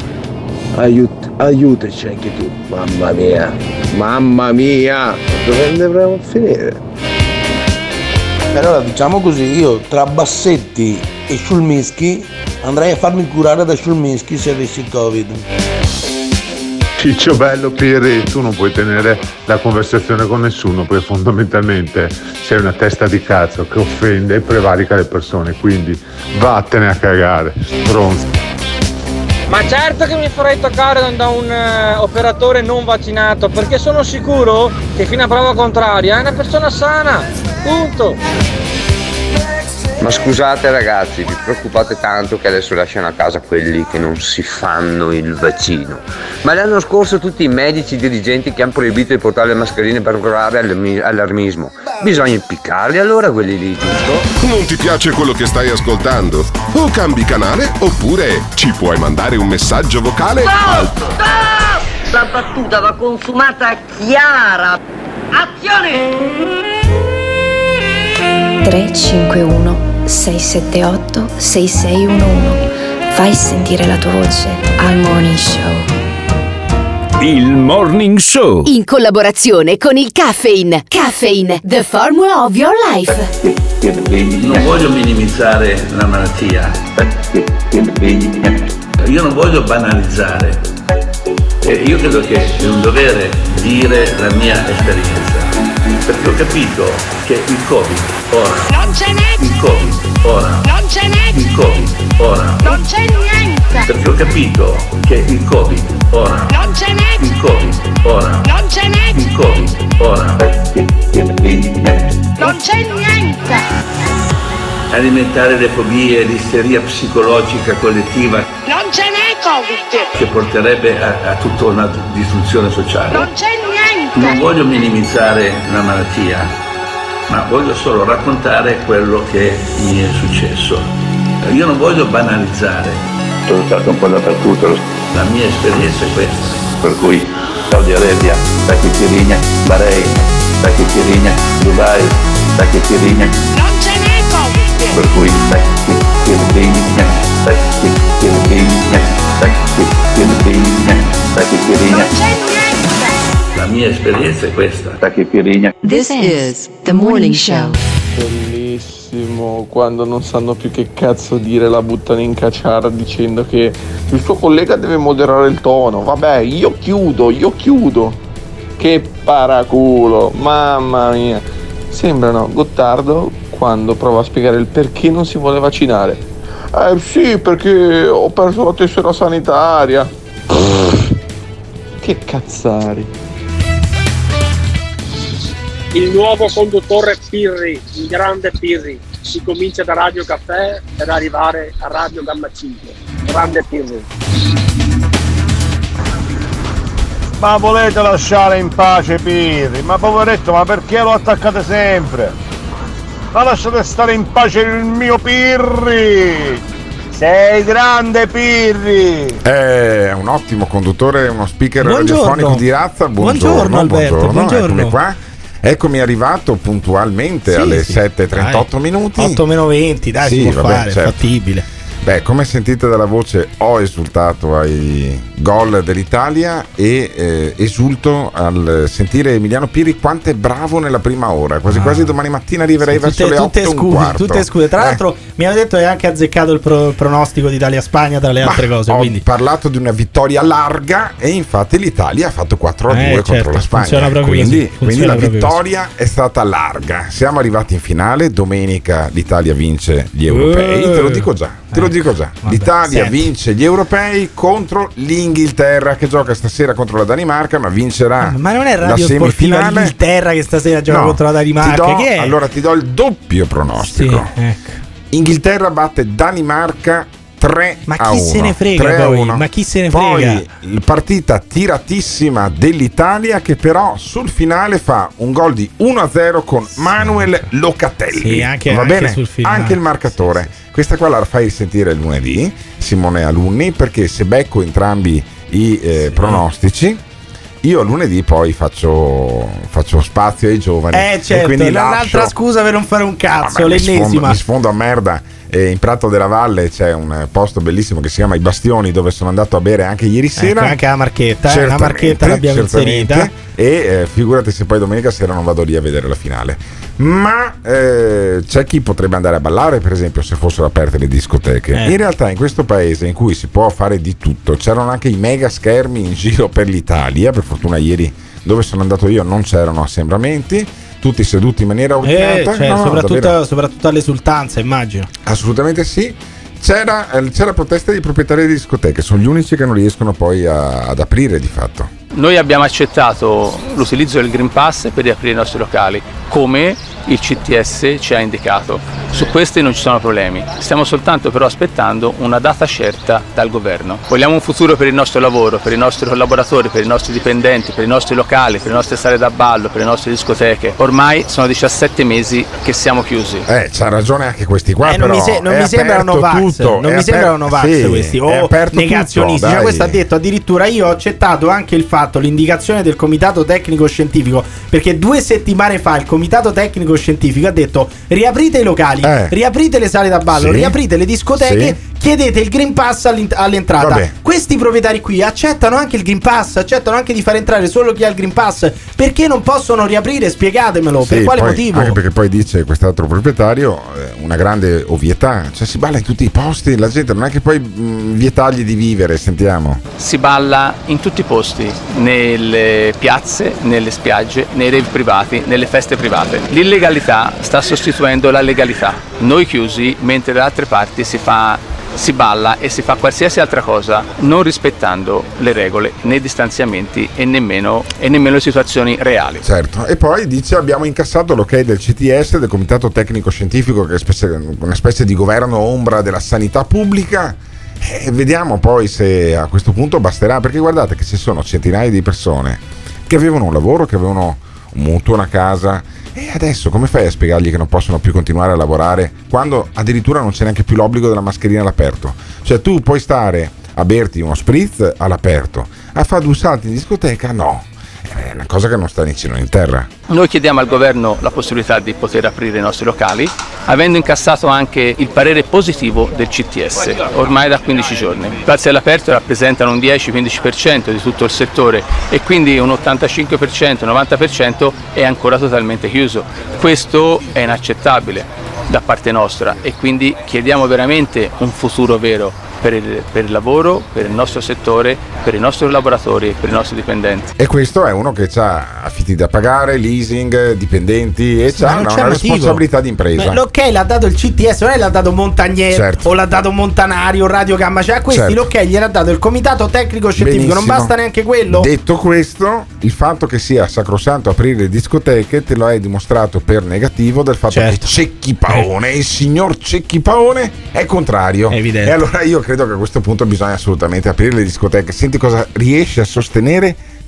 S3: Aiutaci anche tu, mamma mia, dove dovremmo finire?
S20: Allora diciamo così, io tra Bassetti e Sciulmischi andrei a farmi curare da Sciulmischi se avessi il Covid.
S1: Ciccio bello Pirri, tu non puoi tenere la conversazione con nessuno perché fondamentalmente sei una testa di cazzo che offende e prevarica le persone, quindi vattene a cagare, stronzo.
S18: Ma certo che mi farei toccare da un operatore non vaccinato, perché sono sicuro che fino a prova contraria è una persona sana, punto.
S2: Ma scusate ragazzi, vi preoccupate tanto che adesso lasciano a casa quelli che non si fanno il vaccino. Ma l'anno scorso tutti i medici, i dirigenti che hanno proibito di portare le mascherine per provare allarmismo. Bisogna impiccarli allora quelli lì, giusto?
S4: Non ti piace quello che stai ascoltando? O cambi canale oppure ci puoi mandare un messaggio vocale al...
S23: La battuta va consumata chiara. Azione!
S13: 351 678 6611. Fai sentire la tua voce al Morning Show.
S9: Il Morning Show.
S5: In collaborazione con il Caffeine. Caffeine, the formula of your life.
S21: Non voglio minimizzare la malattia. Io non voglio banalizzare. Io credo che è un dovere dire la mia esperienza. Perché ho capito che il Covid ora.
S15: Non ce n'è!
S21: Il Covid ora.
S15: Non ce n'è!
S21: Il Covid ora.
S15: Non c'è niente!
S21: Perché ho capito che il Covid ora.
S15: Non ce n'è!
S21: Il Covid ora.
S15: Non ce n'è!
S21: Il Covid ora.
S15: Non c'è niente!
S21: Alimentare le fobie, l'isteria psicologica collettiva
S15: Non ce n'è Covid!
S21: che porterebbe a tutta una distruzione sociale.
S15: Non c'è niente!
S21: Non voglio minimizzare la malattia, ma voglio solo raccontare quello che mi è successo. Io non voglio banalizzare. Sono stato un po' dappertutto. La mia esperienza è questa. Per cui Saudi Arabia, Tachipirigna, Bahrain, Tachipirigna, Dubai, Tachipirigna.
S15: Non ce n'è Covid!
S21: Per cui Tachipirigna, Tachipirigna, Tachipirigna, Tachipirigna.
S15: Non c'è niente!
S21: La mia esperienza è questa. Tachipirigna.
S24: This is The Morning Show.
S3: Bellissimo, quando non sanno più che cazzo dire la buttano in cacciara dicendo che il suo collega deve moderare il tono. Vabbè, io chiudo. Che paraculo, mamma mia. Sembrano Gottardo quando prova a spiegare il perché non si vuole vaccinare. Sì, perché ho perso la tessera sanitaria. Che cazzari.
S10: Il nuovo conduttore Pirri, il grande Pirri, si comincia da Radio Caffè per arrivare a Radio Gamma 5. Grande Pirri.
S7: Ma volete lasciare in pace Pirri? Ma poveretto, ma perché lo attaccate sempre? Ma lasciate stare in pace il mio Pirri! Sei grande Pirri!
S6: È un ottimo conduttore, uno speaker
S8: Buongiorno.
S6: radiofonico di razza.
S8: Buongiorno, Alberto, buongiorno.
S6: Eccomi qua. Eccomi arrivato puntualmente alle 7:38 minuti.
S8: 8:20, dai,
S6: sì,
S8: si può fare,
S6: certo.
S8: è fattibile.
S6: Beh, come sentite dalla voce, ho esultato ai gol dell'Italia e esulto al sentire Emiliano Pirri quanto è bravo nella prima ora. Quasi domani mattina arriverei verso le 8:15.
S8: Tutte scuse. Tra l'altro mi hanno detto che hai anche azzeccato il pronostico di Italia-Spagna tra le altre cose.
S6: Ho parlato di una vittoria larga e infatti l'Italia ha fatto 4-2 contro la Spagna. Quindi la vittoria è stata larga. Siamo arrivati in finale. Domenica l'Italia vince gli europei. Te lo dico già. L'Italia vince gli europei contro l'Inghilterra che gioca stasera contro la Danimarca, ma vincerà
S8: ma non è
S6: la
S8: Radio Sportiva
S6: semifinale.
S8: l'Inghilterra che stasera gioca contro la Danimarca.
S6: Allora ti do il doppio pronostico.
S8: Sì, ecco.
S6: Inghilterra batte Danimarca 3-1.
S8: Ma chi se ne frega poi? Ma chi se ne frega?
S6: Poi partita tiratissima dell'Italia che però sul finale fa un gol di 1-0 con Manuel Locatelli.
S8: Sì, anche,
S6: va
S8: anche
S6: bene?
S8: sul finale.
S6: Anche il marcatore. Questa qua la fai sentire lunedì, Simone Alunni, perché se becco entrambi i pronostici, io lunedì poi faccio spazio ai giovani.
S8: Certo,
S6: e quindi
S8: un'altra scusa per non fare un cazzo, l'ennesima.
S6: Mi sfondo a merda. In Prato della Valle c'è un posto bellissimo che si chiama I Bastioni, dove sono andato a bere anche ieri sera.
S8: Anche la marchetta, la marchetta l'abbiamo inserita.
S6: E figurati se poi domenica sera non vado lì a vedere la finale. Ma c'è chi potrebbe andare a ballare, per esempio, se fossero aperte le discoteche. In realtà in questo paese in cui si può fare di tutto, c'erano anche i mega schermi in giro per l'Italia. Per fortuna ieri dove sono andato io non c'erano assembramenti, tutti seduti in maniera ordinata.
S8: Soprattutto all'esultanza, immagino.
S6: Assolutamente sì. C'era protesta dei proprietari di discoteche, sono gli unici che non riescono poi ad aprire di fatto.
S11: Noi abbiamo accettato l'utilizzo del Green Pass per riaprire i nostri locali, come il CTS ci ha indicato. Su questi non ci sono problemi, stiamo soltanto però aspettando una data certa dal governo. Vogliamo un futuro per il nostro lavoro, per i nostri collaboratori, per i nostri dipendenti, per i nostri locali, per le nostre sale da ballo, per le nostre discoteche. Ormai sono 17 mesi che siamo chiusi.
S6: C'ha ragione anche questi qua,
S8: non
S6: però
S8: mi sembrano Novax questi o negazionisti.
S6: Tutto,
S8: questo ha detto addirittura io ho accettato anche il fatto, l'indicazione del comitato tecnico scientifico, perché 2 settimane fa il comitato tecnico scientifico ha detto riaprite i locali, riaprite le sale da ballo, riaprite le discoteche, chiedete il Green Pass all'entrata.
S6: Vabbè.
S8: Questi proprietari qui accettano anche il Green Pass, accettano anche di fare entrare solo chi ha il Green Pass. Perché non possono riaprire? Spiegatemelo, per quale motivo?
S6: Anche perché poi dice quest'altro proprietario una grande ovvietà, cioè si balla in tutti i posti, la gente non è che poi vietargli di vivere, sentiamo.
S11: Si balla in tutti i posti, nelle piazze, nelle spiagge, nei rave privati, nelle feste private. L'illegalità sta sostituendo la legalità. Noi chiusi, mentre da altre parti si balla e si fa qualsiasi altra cosa non rispettando le regole né i distanziamenti e nemmeno le situazioni reali.
S6: Certo, e poi dice abbiamo incassato l'ok del CTS, del Comitato Tecnico Scientifico, che è una specie di governo ombra della sanità pubblica, e vediamo poi se a questo punto basterà, perché guardate che ci sono centinaia di persone che avevano un lavoro, che avevano un mutuo, una casa, e adesso come fai a spiegargli che non possono più continuare a lavorare quando addirittura non c'è neanche più l'obbligo della mascherina all'aperto? Cioè tu puoi stare a berti uno spritz all'aperto, a fare 2 salti in discoteca no, è una cosa che non sta né in cielo né in terra.
S11: Noi chiediamo al governo la possibilità di poter aprire i nostri locali, avendo incassato anche il parere positivo del CTS ormai da 15 giorni. I palazzi all'aperto rappresentano un 10-15% di tutto il settore e quindi un 85%, 90% è ancora totalmente chiuso. Questo è inaccettabile da parte nostra e quindi chiediamo veramente un futuro vero per il lavoro, per il nostro settore, per i nostri collaboratori, per i nostri dipendenti.
S6: E questo è uno che ha affitti da pagare, leasing, dipendenti e ha una responsabilità di impresa.
S8: L'ok l'ha dato il CTS, non è l'ha dato Montagnier o l'ha dato Montanari o Radio Gamma, cioè a questi l'ok gliel'ha dato il Comitato Tecnico Scientifico. Benissimo. Non basta neanche quello.
S6: Detto questo, il fatto che sia sacrosanto aprire le discoteche te lo hai dimostrato per negativo del fatto che Cecchi Paone, il signor Cecchi Paone è contrario.
S8: È evidente.
S6: E allora io credo che a questo punto bisogna assolutamente aprire le discoteche. Senti cosa riesce a sostenere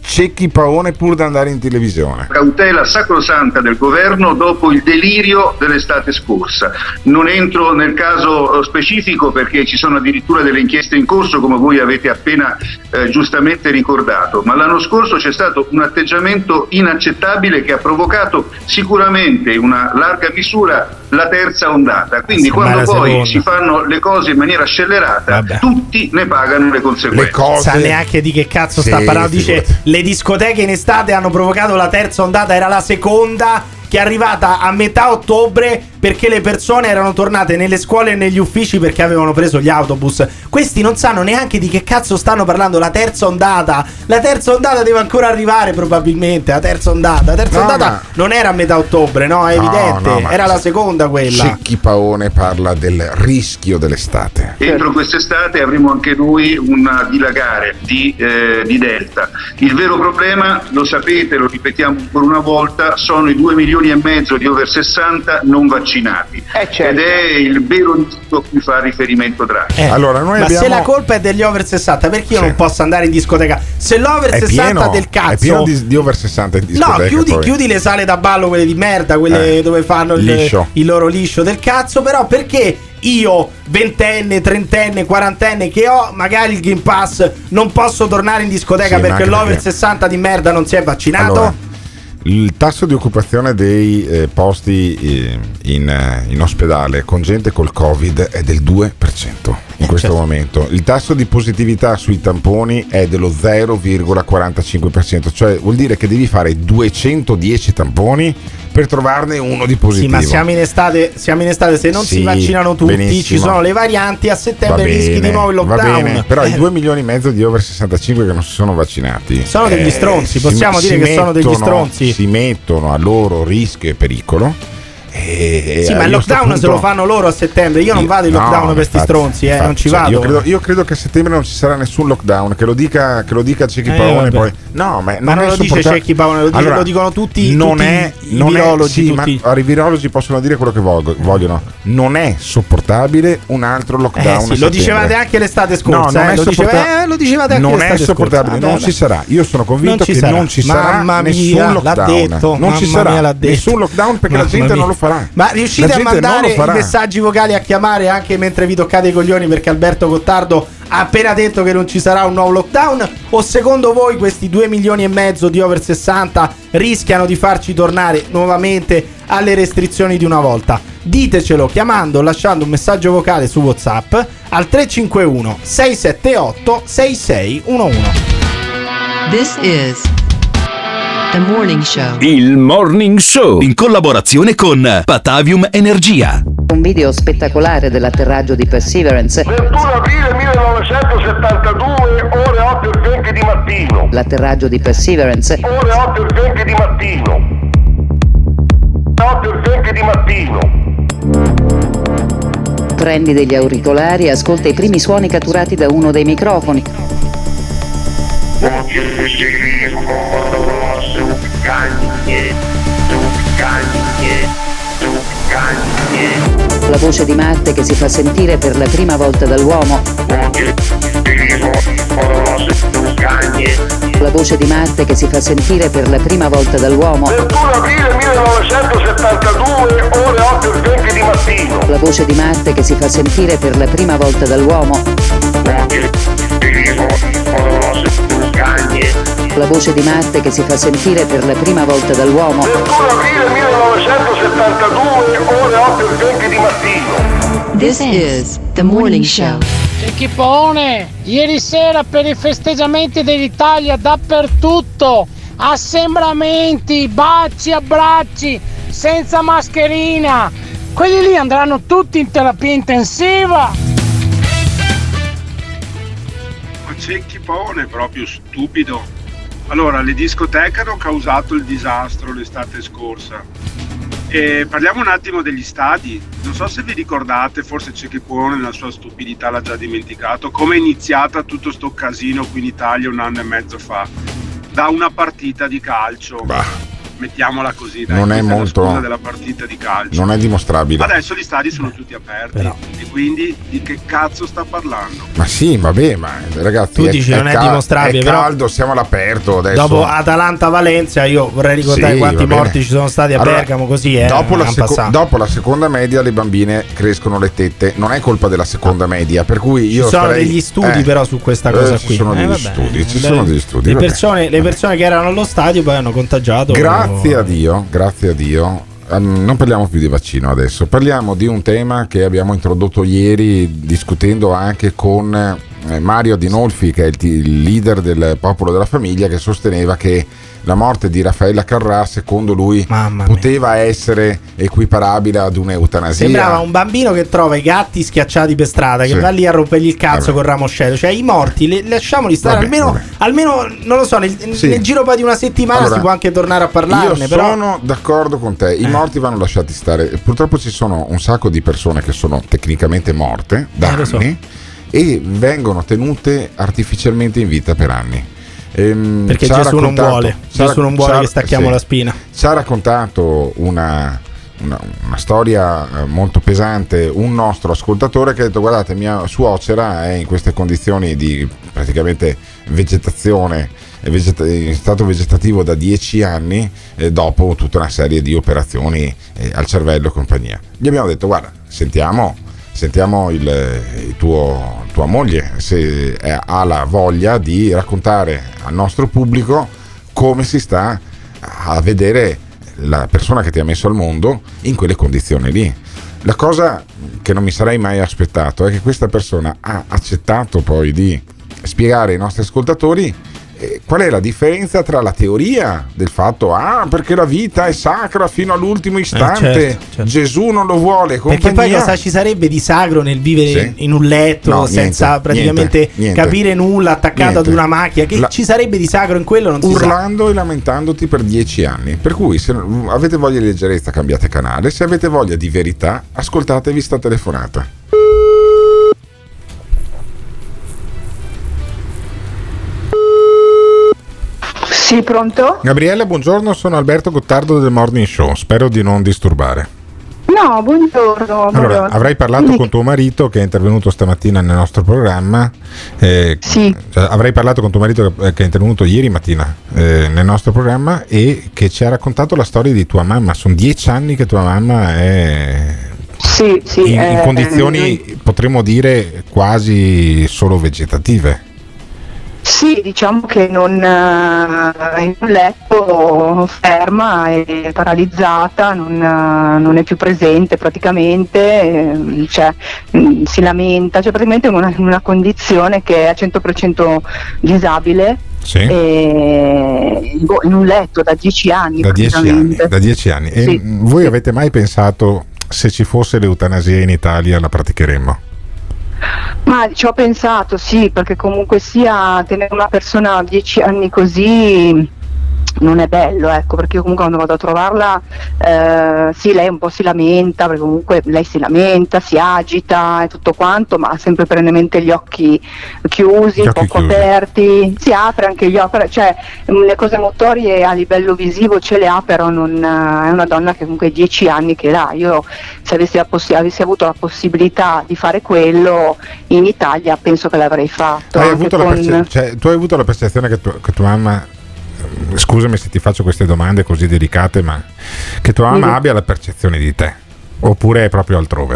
S6: Cecchi Paone pur da andare in televisione.
S12: Cautela sacrosanta del governo dopo il delirio dell'estate scorsa. Non entro nel caso specifico perché ci sono addirittura delle inchieste in corso, come voi avete appena giustamente ricordato, ma l'anno scorso c'è stato un atteggiamento inaccettabile che ha provocato sicuramente in una larga misura la terza ondata. Quindi quando poi si fanno le cose in maniera scellerata, tutti ne pagano le conseguenze.
S8: Sa neanche di che cazzo sta parlando. Dice le discoteche in estate hanno provocato la terza ondata, era la seconda che è arrivata a metà ottobre perché le persone erano tornate nelle scuole e negli uffici perché avevano preso gli autobus. Questi non sanno neanche di che cazzo stanno parlando. La terza ondata deve ancora arrivare probabilmente. La terza ondata non era a metà ottobre, no? È evidente, era la seconda quella.
S6: Cecchi Paone parla del rischio dell'estate.
S12: Entro quest'estate avremo anche noi un dilagare di Delta. Il vero problema, lo sapete, lo ripetiamo ancora una volta, sono i 2,5 milioni di over 60 non vaccinati. Ed è il vero rischio a cui fa riferimento Draghi.
S6: Allora, noi
S8: ma se la colpa è degli over 60, perché io non posso andare in discoteca? Se l'over
S6: è
S8: 60
S6: pieno,
S8: del cazzo
S6: è pieno di over 60 in discoteca.
S8: No, chiudi le sale da ballo, quelle di merda, quelle dove fanno il loro liscio del cazzo. Però perché io, ventenne, trentenne, quarantenne, che ho magari il Green Pass, non posso tornare in discoteca perché l'over 60 di merda non si è vaccinato?
S6: Allora, il tasso di occupazione dei posti in ospedale con gente col Covid è del 2% in questo momento. Il tasso di positività sui tamponi è dello 0,45%, cioè vuol dire che devi fare 210 tamponi per trovarne uno di positivo.
S8: Sì, ma siamo in estate, se non si vaccinano tutti, benissimo. Ci sono le varianti, a settembre rischi di nuovo il lockdown.
S6: Va bene, però i 2,5 milioni di over 65 che non si sono vaccinati
S8: sono degli stronzi, possiamo dire che sono degli stronzi.
S6: Si mettono a loro rischio e pericolo.
S8: Sì, ma il lockdown se lo fanno loro a settembre. Io non vado in lockdown per questi stronzi, non ci vado.
S6: Io credo che a settembre non ci sarà nessun lockdown. Che lo dica Cecchi Paone. Poi no, ma
S8: non lo dice Cecchi Paone, lo dicono tutti i virologi.
S6: Ma i virologi possono dire quello che vogliono. Non è sopportabile un altro lockdown.
S8: Lo dicevate anche l'estate scorsa. Lo dicevate anche
S6: non
S8: l'estate
S6: è sopportabile,
S8: scorsa.
S6: Non ci sarà. Io sono convinto che non ci sarà nessun lockdown. Non ci sarà nessun lockdown perché la gente non lo fa.
S8: Ma riuscite a mandare i messaggi vocali, a chiamare anche mentre vi toccate i coglioni perché Alberto Gottardo ha appena detto che non ci sarà un nuovo lockdown? O secondo voi questi 2,5 milioni di over 60 rischiano di farci tornare nuovamente alle restrizioni di una volta? Ditecelo chiamando o lasciando un messaggio vocale su WhatsApp al 351 678 6611.
S24: This is The Morning Show.
S9: Il Morning Show in collaborazione con Patavium Energia.
S14: Un video spettacolare dell'atterraggio di Perseverance.
S7: 21 aprile 1972, ore 8:20 di mattino.
S14: L'atterraggio di Perseverance.
S7: Ore 8:20 di mattino. 8:20 di mattino.
S14: Prendi degli auricolari e ascolta i primi suoni catturati da uno dei microfoni. La voce di Marte che si fa sentire per la prima volta dall'uomo. La voce di Marte che si fa sentire per la prima volta dall'uomo.
S7: 21 aprile 1972, ore 8:20 di mattino.
S14: La voce di Marte che si fa sentire per la prima volta dall'uomo. La voce di Marte che si fa sentire per la prima volta dall'uomo.
S7: 21 aprile 1972, ore 8:20 di mattino.
S24: This is The Morning Show.
S10: Cecchi Paone, ieri sera per i festeggiamenti dell'Italia dappertutto, assembramenti, baci, abbracci, senza mascherina. Quelli lì andranno tutti in terapia intensiva.
S16: Ma Cecchi Paone è proprio stupido. Allora, le discoteche hanno causato il disastro l'estate scorsa. E parliamo un attimo degli stadi. Non so se vi ricordate, forse Cecchi Paone nella sua stupidità l'ha già dimenticato, come è iniziata tutto sto casino qui in Italia 1 anno e mezzo fa. Da una partita di calcio. mettiamola così, dai,
S6: non è
S16: questa
S6: molto,
S16: la scusa della partita di calcio.
S6: non è dimostrabile.
S16: Adesso gli stadi sono tutti aperti, e quindi di che cazzo sta parlando?
S6: Ma sì, vabbè, ma ragazzi,
S8: tu dici non è dimostrabile,
S6: è
S8: però
S6: caldo, siamo all'aperto adesso.
S8: Dopo Atalanta-Valencia, io vorrei ricordare quanti morti ci sono stati a Bergamo, così
S6: dopo la seconda media le bambine crescono le tette, non è colpa della seconda media, per cui io
S8: ci sono degli studi però su questa cosa qui.
S6: Ci sono degli studi.
S8: Le persone che erano allo stadio poi hanno contagiato.
S6: Grazie a Dio. Non parliamo più di vaccino adesso, parliamo di un tema che abbiamo introdotto ieri discutendo anche con Mario Adinolfi, che è il leader del Popolo della Famiglia, che sosteneva che la morte di Raffaella Carrà, secondo lui, poteva essere equiparabile ad un'eutanasia.
S8: Sembrava un bambino che trova i gatti schiacciati per strada, che va lì a rompergli il cazzo col ramoscello. Cioè, i morti lasciamoli stare, almeno non lo so, nel giro poi di una settimana si può anche tornare a parlarne.
S6: Io sono d'accordo con te, i morti vanno lasciati stare. Purtroppo ci sono un sacco di persone che sono tecnicamente morte da anni e vengono tenute artificialmente in vita per anni.
S8: Perché Gesù non vuole che stacchiamo la spina.
S6: Ci ha raccontato una storia molto pesante un nostro ascoltatore che ha detto: guardate, mia suocera è in queste condizioni di praticamente vegetazione, in stato vegetativo da 10 anni, dopo tutta una serie di operazioni al cervello e compagnia. Gli abbiamo detto: guarda, sentiamo tua moglie se ha la voglia di raccontare al nostro pubblico come si sta a vedere la persona che ti ha messo al mondo in quelle condizioni lì. La cosa che non mi sarei mai aspettato è che questa persona ha accettato poi di spiegare ai nostri ascoltatori qual è la differenza tra la teoria del fatto perché la vita è sacra fino all'ultimo istante, certo. Gesù non lo vuole, compagnia.
S8: Perché poi cosa ci sarebbe di sacro nel vivere in un letto senza praticamente capire nulla, attaccato ad una macchina? Che ci sarebbe di sacro in quello? Non si sa.
S6: Urlando e lamentandoti per 10 anni. Per cui se avete voglia di leggerezza, cambiate canale. Se avete voglia di verità, ascoltatevi sta telefonata.
S17: Sì, pronto?
S6: Gabriele, buongiorno, sono Alberto Gottardo del Morning Show, spero di non disturbare.
S17: No, buongiorno.
S6: Allora, avrai parlato con tuo marito che è intervenuto stamattina nel nostro programma.
S17: Sì.
S6: Avrai parlato con tuo marito che è intervenuto ieri mattina nel nostro programma e che ci ha raccontato la storia di tua mamma. Sono 10 anni che tua mamma è in condizioni, potremmo dire, quasi solo vegetative.
S17: Sì, diciamo che in un letto, ferma e paralizzata, non è più presente praticamente, si lamenta, praticamente in una condizione che è a 100% disabile. Sì. In un letto da 10 anni.
S6: Da 10 anni. E voi avete mai pensato, se ci fosse l'eutanasia in Italia, la praticheremmo?
S17: Ma ci ho pensato, sì, perché comunque sia tenere una persona a 10 anni così non è bello, ecco, perché io comunque quando vado a trovarla lei un po' si lamenta, perché comunque lei si lamenta, si agita e tutto quanto, ma ha sempre perennemente gli occhi chiusi, poco aperti, si apre anche gli occhi, cioè le cose motorie a livello visivo ce le ha, però non è una donna che comunque 10 anni che l'ha. Io se avessi avuto la possibilità di fare quello in Italia penso che l'avrei fatto.
S6: Tu hai avuto la percezione che tua mamma, scusami se ti faccio queste domande così delicate, ma che tua mamma abbia la percezione di te, oppure è proprio altrove?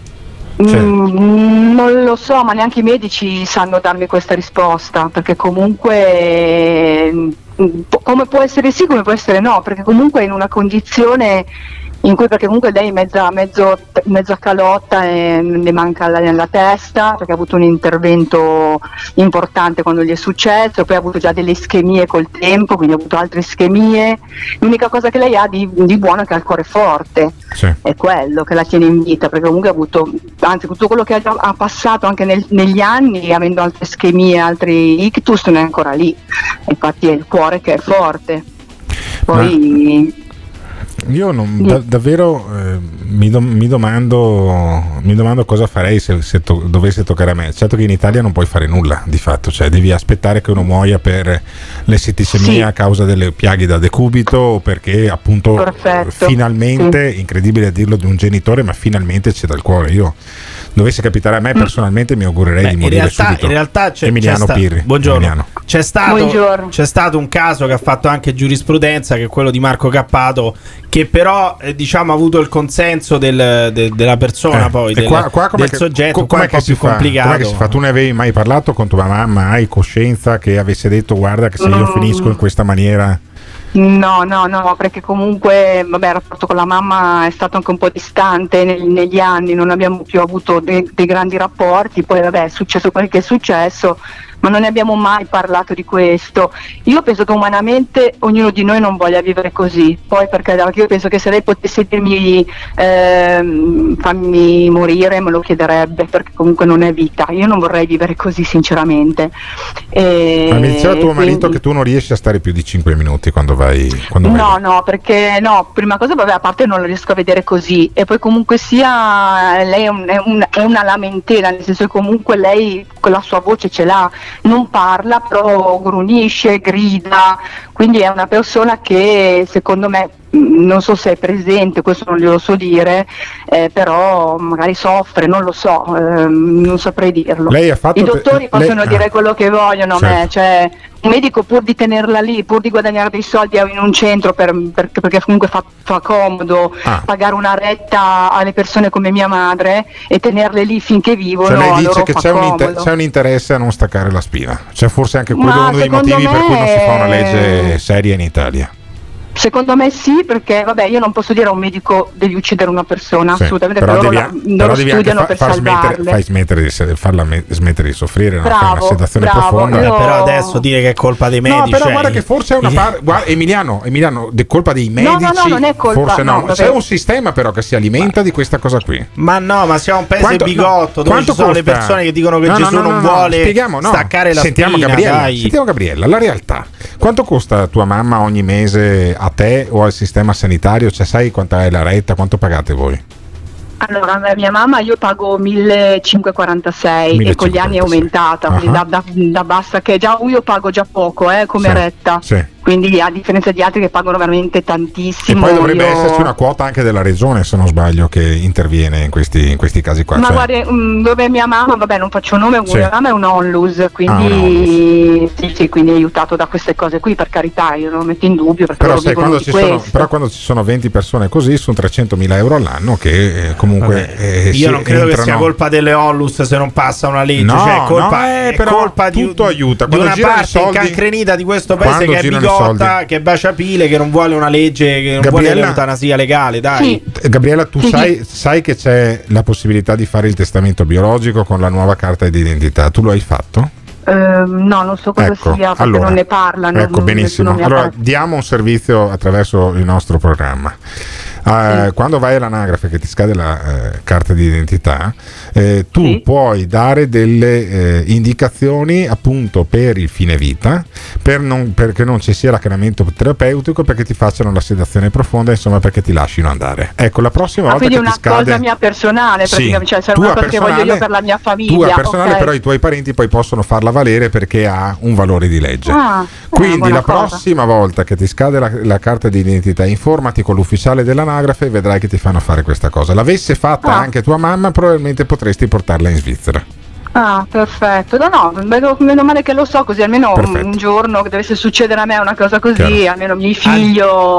S17: Non lo so, ma neanche i medici sanno darmi questa risposta, perché comunque come può essere sì, come può essere no, perché comunque è in una condizione in cui, perché comunque lei mezza calotta e le manca la testa, perché ha avuto un intervento importante quando gli è successo, poi ha avuto già delle ischemie col tempo, quindi ha avuto altre ischemie. L'unica cosa che lei ha di buono è che ha il cuore forte, è quello che la tiene in vita, perché comunque ha avuto, anzi tutto quello che ha passato anche negli anni, avendo altre ischemie, altri ictus, non è ancora lì, infatti è il cuore che è forte. Poi
S6: Io davvero mi domando cosa farei se dovesse toccare a me. Certo che in Italia non puoi fare nulla di fatto, cioè devi aspettare che uno muoia per le setticemie a causa delle piaghe da decubito, o perché appunto finalmente, incredibile a dirlo di un genitore, ma finalmente c'è dal cuore. Io dovesse capitare a me personalmente mi augurerei di morire subito.
S8: In realtà
S6: Emiliano Pirri.
S8: Buongiorno.
S6: Emiliano.
S8: C'è stato un caso che ha fatto anche giurisprudenza, che è quello di Marco Cappato, che però diciamo ha avuto il consenso della persona, poi del soggetto.
S6: Com'è che si fa?
S8: Complicato.
S6: Com'è che si fa? Tu ne avevi mai parlato con tua mamma? Hai coscienza che avesse detto guarda che se io finisco in questa maniera?
S17: No, perché comunque il rapporto con la mamma è stato anche un po' distante negli anni, non abbiamo più avuto dei grandi rapporti, poi è successo quel che è successo, ma non ne abbiamo mai parlato di questo. Io penso che umanamente ognuno di noi non voglia vivere così, poi perché io penso che se lei potesse dirmi fammi morire, me lo chiederebbe, perché comunque non è vita, io non vorrei vivere così sinceramente.
S6: Ma mi diceva tuo marito che tu non riesci a stare più di 5 minuti quando vai?
S17: No, perché prima cosa a parte non la riesco a vedere così, e poi comunque sia lei è una lamentela, nel senso che comunque lei con la sua voce ce l'ha, non parla però grunisce, grida, quindi è una persona che secondo me, non so se è presente, questo non glielo so dire, però magari soffre, non lo so, non saprei dirlo. I dottori possono dire quello che vogliono, cioè un medico pur di tenerla lì, pur di guadagnare dei soldi in un centro perché comunque fa comodo pagare una retta alle persone come mia madre e tenerle lì finché vivono.
S6: Cioè lei dice che c'è un interesse a non staccare la spina, cioè forse anche quello è uno dei motivi per cui non si fa una legge seria in Italia.
S17: Secondo me sì, perché io non posso dire a un medico devi uccidere una persona, assolutamente, però loro studiano per salvarle.
S6: Farla smettere di soffrire, fai una sedazione profonda.
S8: Però adesso dire che è colpa dei medici.
S6: No, però guarda che forse è una parte. Emiliano, è colpa dei medici.
S17: No, non è colpa.
S6: Forse no. C'è un sistema però che si alimenta di questa cosa qui.
S8: Ma siamo un paese bigotto dove ci sono le persone che dicono che Gesù non vuole staccare la spina.
S6: Sentiamo Gabriella, la realtà. Quanto costa tua mamma ogni mese a te o al sistema sanitario? Cioè sai quanta è la retta? Quanto pagate voi?
S17: Allora, mia mamma io pago 1.546 e con gli anni è aumentata, quindi da bassa, che già io pago già poco come retta. Sì. Quindi a differenza di altri che pagano veramente tantissimo.
S6: E poi dovrebbe esserci una quota anche della regione, se non sbaglio, che interviene in questi casi qua.
S17: Ma guardi, dove mia mamma, non faccio nome, mia mamma è un onlus, quindi quindi è aiutato da queste cose qui, per carità, io non lo metto in dubbio, perché
S6: però quando ci sono 20 persone così, sono 300.000 euro all'anno che comunque
S8: io non credo che sia colpa delle onlus se non passa una legge, è colpa
S6: tutto aiuta.
S8: Di una parte incancrenita di questo paese che è bigotta, che è baciapile, che non vuole una legge, che non vuole l'eutanasia legale, dai.
S17: Sì.
S6: Gabriella, tu sai che c'è la possibilità di fare il testamento biologico con la nuova carta di identità, tu lo hai fatto?
S17: No, non so cosa sia, perché non ne parlano.
S6: Ecco, benissimo. Allora diamo un servizio attraverso il nostro programma. Quando vai all'anagrafe che ti scade la carta di identità, tu puoi dare delle indicazioni appunto per il fine vita, perché non ci sia l'accanimento terapeutico, perché ti facciano la sedazione profonda, insomma, perché ti lasciano andare. Ecco, la prossima volta che ti scade,
S17: quindi una cosa mia personale, praticamente, cioè una cosa che voglio io per la mia famiglia.
S6: Tua personale, però i tuoi parenti poi possono farla valere perché ha un valore di legge. Quindi la prossima volta che ti scade la carta di identità, informati con l'ufficiale dell'anagrafe, vedrai che ti fanno fare questa cosa. L'avesse fatta anche tua mamma, probabilmente potresti portarla in Svizzera.
S17: Perfetto. Meno male che lo so, così almeno un giorno che dovesse succedere a me una cosa così, almeno miei figli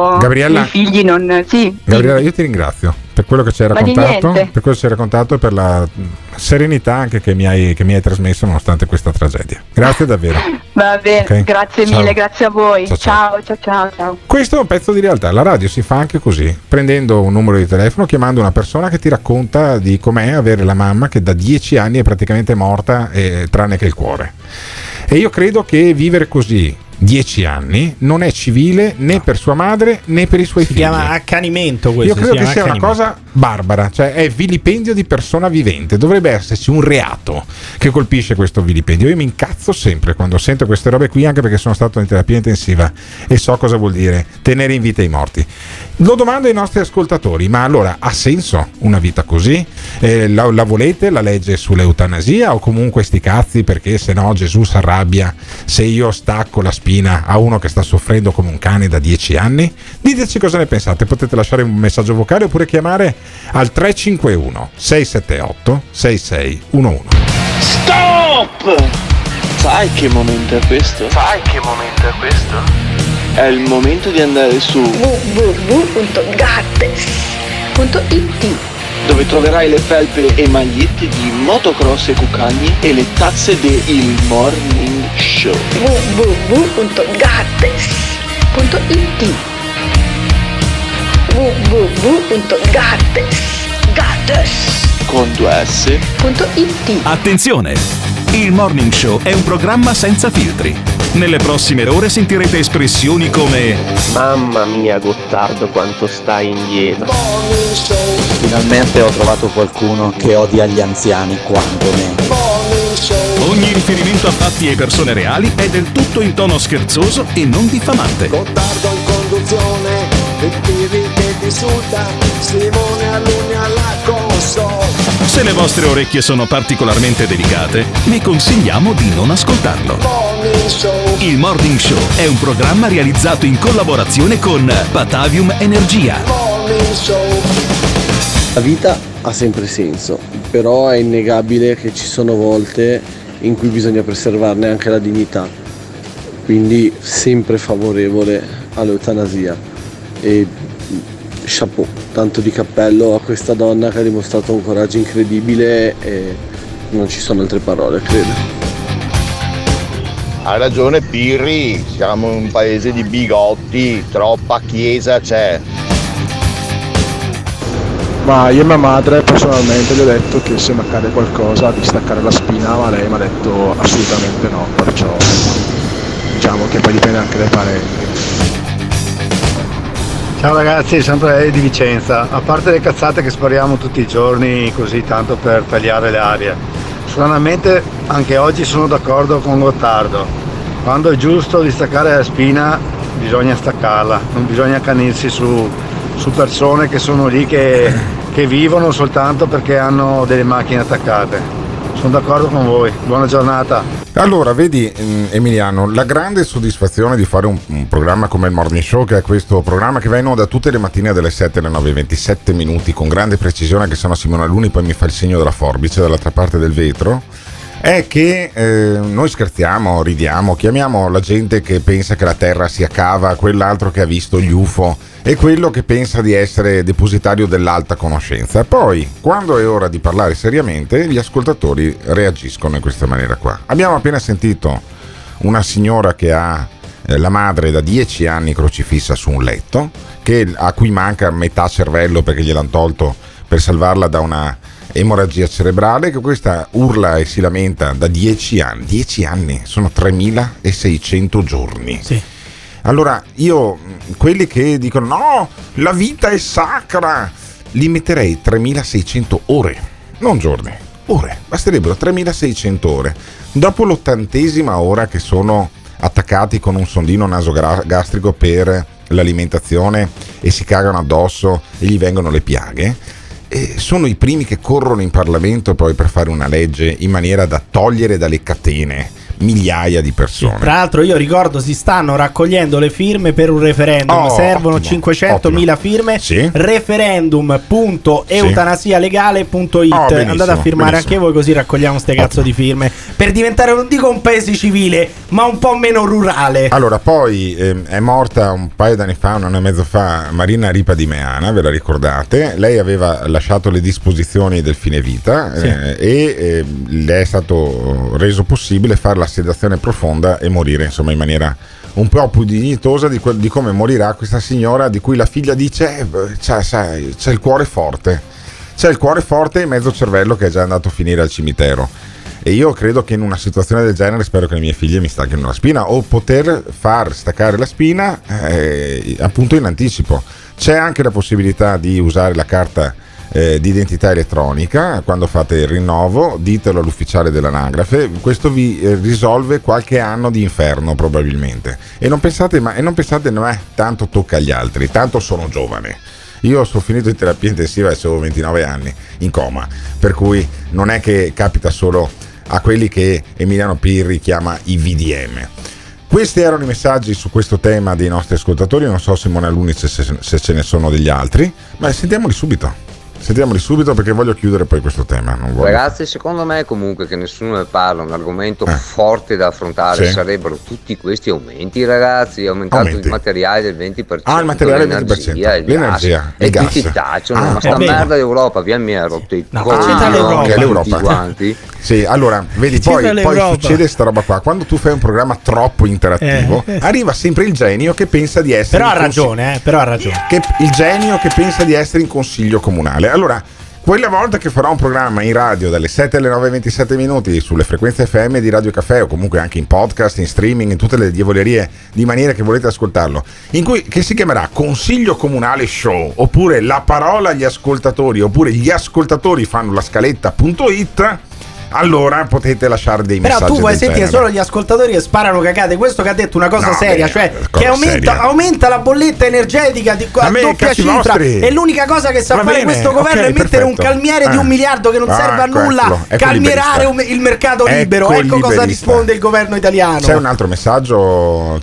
S17: non.
S6: Gabriella, io ti ringrazio per quello che ci hai raccontato, e per la serenità anche che mi hai trasmesso nonostante questa tragedia. Grazie davvero.
S17: Va bene, grazie mille, grazie a voi. Ciao.
S6: Questo è un pezzo di realtà. La radio si fa anche così, prendendo un numero di telefono, chiamando una persona che ti racconta di com'è avere la mamma che da 10 anni è praticamente morta, tranne che il cuore. E io credo che vivere così 10 anni, non è civile né per sua madre né per i suoi figli.
S8: Si chiama accanimento questo.
S6: Io credo che sia una cosa barbara, cioè è vilipendio di persona vivente. Dovrebbe esserci un reato che colpisce questo vilipendio. Io mi incazzo sempre quando sento queste robe qui, anche perché sono stato in terapia intensiva e so cosa vuol dire tenere in vita i morti. Lo domando ai nostri ascoltatori: ma allora ha senso una vita così? La volete la legge sull'eutanasia, o comunque sti cazzi perché se no Gesù si arrabbia se io stacco la spina a uno che sta soffrendo come un cane da 10 anni? Diteci cosa ne pensate, potete lasciare un messaggio vocale oppure chiamare al 351 678 6611.
S3: Stop! Sai che momento è questo? È il momento di andare su
S13: www.gattes.it,
S3: dove troverai le felpe e magliette di motocross e cucagni e le tazze del Morning Show.
S13: www.gattes.it, www.gattes
S3: con 2s.it.
S9: Attenzione! Il Morning Show è un programma senza filtri. Nelle prossime ore sentirete espressioni come:
S1: mamma mia Gottardo quanto stai indietro.
S19: Finalmente ho trovato qualcuno che odia gli anziani quanto me.
S9: Ogni riferimento a fatti e persone reali è del tutto in tono scherzoso e non diffamante.
S20: Gottardo in conduzione, il Pirri che ti insulta, Simone Alunni alla console.
S9: Se le vostre orecchie sono particolarmente delicate, vi consigliamo di non ascoltarlo. Il Morning Show è un programma realizzato in collaborazione con Batavium Energia.
S22: La vita ha sempre senso, però è innegabile che ci sono volte in cui bisogna preservarne anche la dignità, quindi sempre favorevole all'eutanasia. E chapeau, tanto di cappello a questa donna che ha dimostrato un coraggio incredibile e non ci sono altre parole, credo.
S25: Hai ragione Pirri, siamo un paese di bigotti, troppa chiesa c'è.
S26: Ma io e mia madre personalmente le ho detto che se mi accade qualcosa di staccare la spina, ma lei mi ha detto assolutamente no, perciò diciamo che poi dipende anche dai parenti.
S27: Ciao ragazzi, sempre lei di Vicenza. A parte le cazzate che spariamo tutti i giorni così tanto per tagliare le arie, stranamente anche oggi sono d'accordo con Gottardo. Quando è giusto di staccare la spina bisogna staccarla, non bisogna accanirsi su persone che sono lì che vivono soltanto perché hanno delle macchine attaccate. Sono d'accordo con voi, buona giornata.
S6: Allora, vedi Emiliano, la grande soddisfazione di fare un programma come il Morning Show, che è questo programma che va in onda tutte le mattine dalle 7 alle 9, 27 minuti con grande precisione, che sennò Simone Alunni poi mi fa il segno della forbice dall'altra parte del vetro, è che noi scherziamo, ridiamo, chiamiamo la gente che pensa che la Terra sia cava, quell'altro che ha visto gli UFO e quello che pensa di essere depositario dell'alta conoscenza. Poi, quando è ora di parlare seriamente, gli ascoltatori reagiscono in questa maniera qua. Abbiamo appena sentito una signora che ha la madre da 10 anni crocifissa su un letto, a cui manca metà cervello perché gliel'hanno tolto per salvarla da una emorragia cerebrale, che questa urla e si lamenta da 10 anni. 10 anni, sono 3600 giorni.
S8: Sì.
S6: Allora, io, quelli che dicono no, la vita è sacra, li metterei 3600 ore, non giorni, ore, basterebbero 3600 ore. Dopo l'80ª ora che sono attaccati con un sondino nasogastrico per l'alimentazione e si cagano addosso e gli vengono le piaghe, e sono i primi che corrono in Parlamento poi per fare una legge in maniera da togliere dalle catene migliaia di persone.
S8: Tra l'altro io ricordo si stanno raccogliendo le firme per un referendum, servono 500.000 firme,
S6: sì.
S8: referendum.eutanasialegale.it, andate a firmare anche voi, così raccogliamo ste cazzo di firme per diventare, non dico un paese civile, ma un po' meno rurale.
S6: Allora, poi è morta un paio d'anni fa, un anno e mezzo fa, Marina Ripa di Meana, ve la ricordate? Lei aveva lasciato le disposizioni del fine vita, sì. E le è stato reso possibile fare la sedazione profonda e morire, insomma, in maniera un po' più dignitosa di come morirà questa signora, di cui la figlia dice c'è il cuore forte, e mezzo cervello che è già andato a finire al cimitero. E io credo che in una situazione del genere spero che le mie figlie mi stacchino la spina, o poter far staccare la spina appunto in anticipo. C'è anche la possibilità di usare la carta di identità elettronica quando fate il rinnovo, ditelo all'ufficiale dell'anagrafe, questo vi risolve qualche anno di inferno probabilmente. E non pensate, tanto tocca agli altri, tanto sono giovane. Io sono finito in terapia intensiva e avevo 29 anni in coma, per cui non è che capita solo a quelli che Emiliano Pirri chiama i VDM. Questi erano i messaggi su questo tema dei nostri ascoltatori. Non so, Simone Alunni, se ce ne sono degli altri, ma sentiamoli subito perché voglio chiudere poi questo tema.
S2: Ragazzi, secondo me comunque che nessuno ne parla, un argomento forte da affrontare sarebbero tutti questi aumenti, ragazzi, aumentato il materiale del 20%,
S6: il materiale del 20%, l'energia,
S2: e tutti tacciono, ma sta merda d'Europa, via mi ha rotto i
S6: coglioni che è l'Europa. Sì, allora, vedi, poi succede sta roba qua, quando tu fai un programma troppo interattivo, arriva sempre il genio che pensa di essere
S8: però ha ragione.
S6: Il genio che pensa di essere in consiglio comunale. Allora, quella volta che farò un programma in radio dalle 7 alle 9:27 minuti sulle frequenze FM di Radio Caffè, o comunque anche in podcast, in streaming, in tutte le diavolerie di maniera che volete ascoltarlo, che si chiamerà Consiglio Comunale Show, oppure La Parola agli Ascoltatori, oppure Gli Ascoltatori fanno la scaletta.it, allora potete lasciare dei messaggi.
S8: Però tu vuoi sentire solo gli ascoltatori che sparano cagate. Questo che ha detto una cosa seria, cioè che aumenta la bolletta energetica a doppia cifra. E l'unica cosa che sa fare questo governo è mettere un calmiere di 1 miliardo che non serve a nulla, calmierare il mercato libero. Ecco cosa risponde il governo italiano.
S6: C'è un altro messaggio,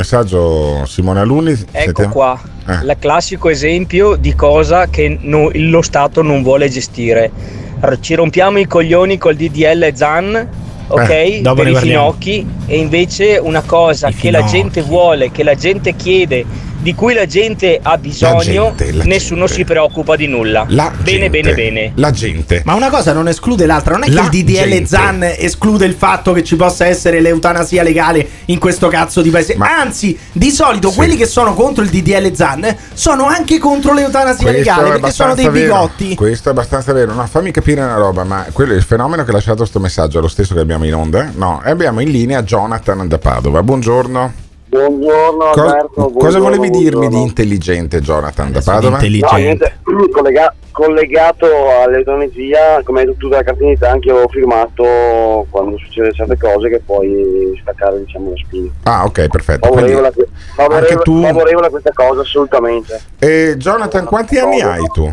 S6: Simone Alunni.
S4: Ecco qua, il classico esempio di cosa che lo Stato non vuole gestire. Ci rompiamo i coglioni col DDL Zan, ok? Per i finocchi, e invece una cosa che la gente vuole, che la gente chiede, di cui la gente ha bisogno, nessuno si preoccupa di nulla. Bene.
S6: La gente.
S8: Ma una cosa non esclude l'altra. Non è che il DDL Zan esclude il fatto che ci possa essere l'eutanasia legale in questo cazzo di paese. Anzi, di solito quelli che sono contro il DDL Zan sono anche contro l'eutanasia legale, perché sono dei bigotti.
S6: Questo è abbastanza vero. No, fammi capire una roba, ma il fenomeno che ha lasciato sto messaggio è lo stesso che abbiamo in onda? No, abbiamo in linea Jonathan da Padova. Buongiorno.
S5: Buongiorno Alberto.
S6: Cosa volevi dirmi di intelligente, Jonathan da Padova?
S5: No, niente, collegato all'eutanasia, come hai detto tu dalla cartinita, anche io avevo firmato quando succede certe cose che puoi staccare, diciamo, la spina.
S6: Ah, ok, perfetto.
S5: Favorevole a questa cosa, assolutamente.
S6: Jonathan, quanti anni hai tu?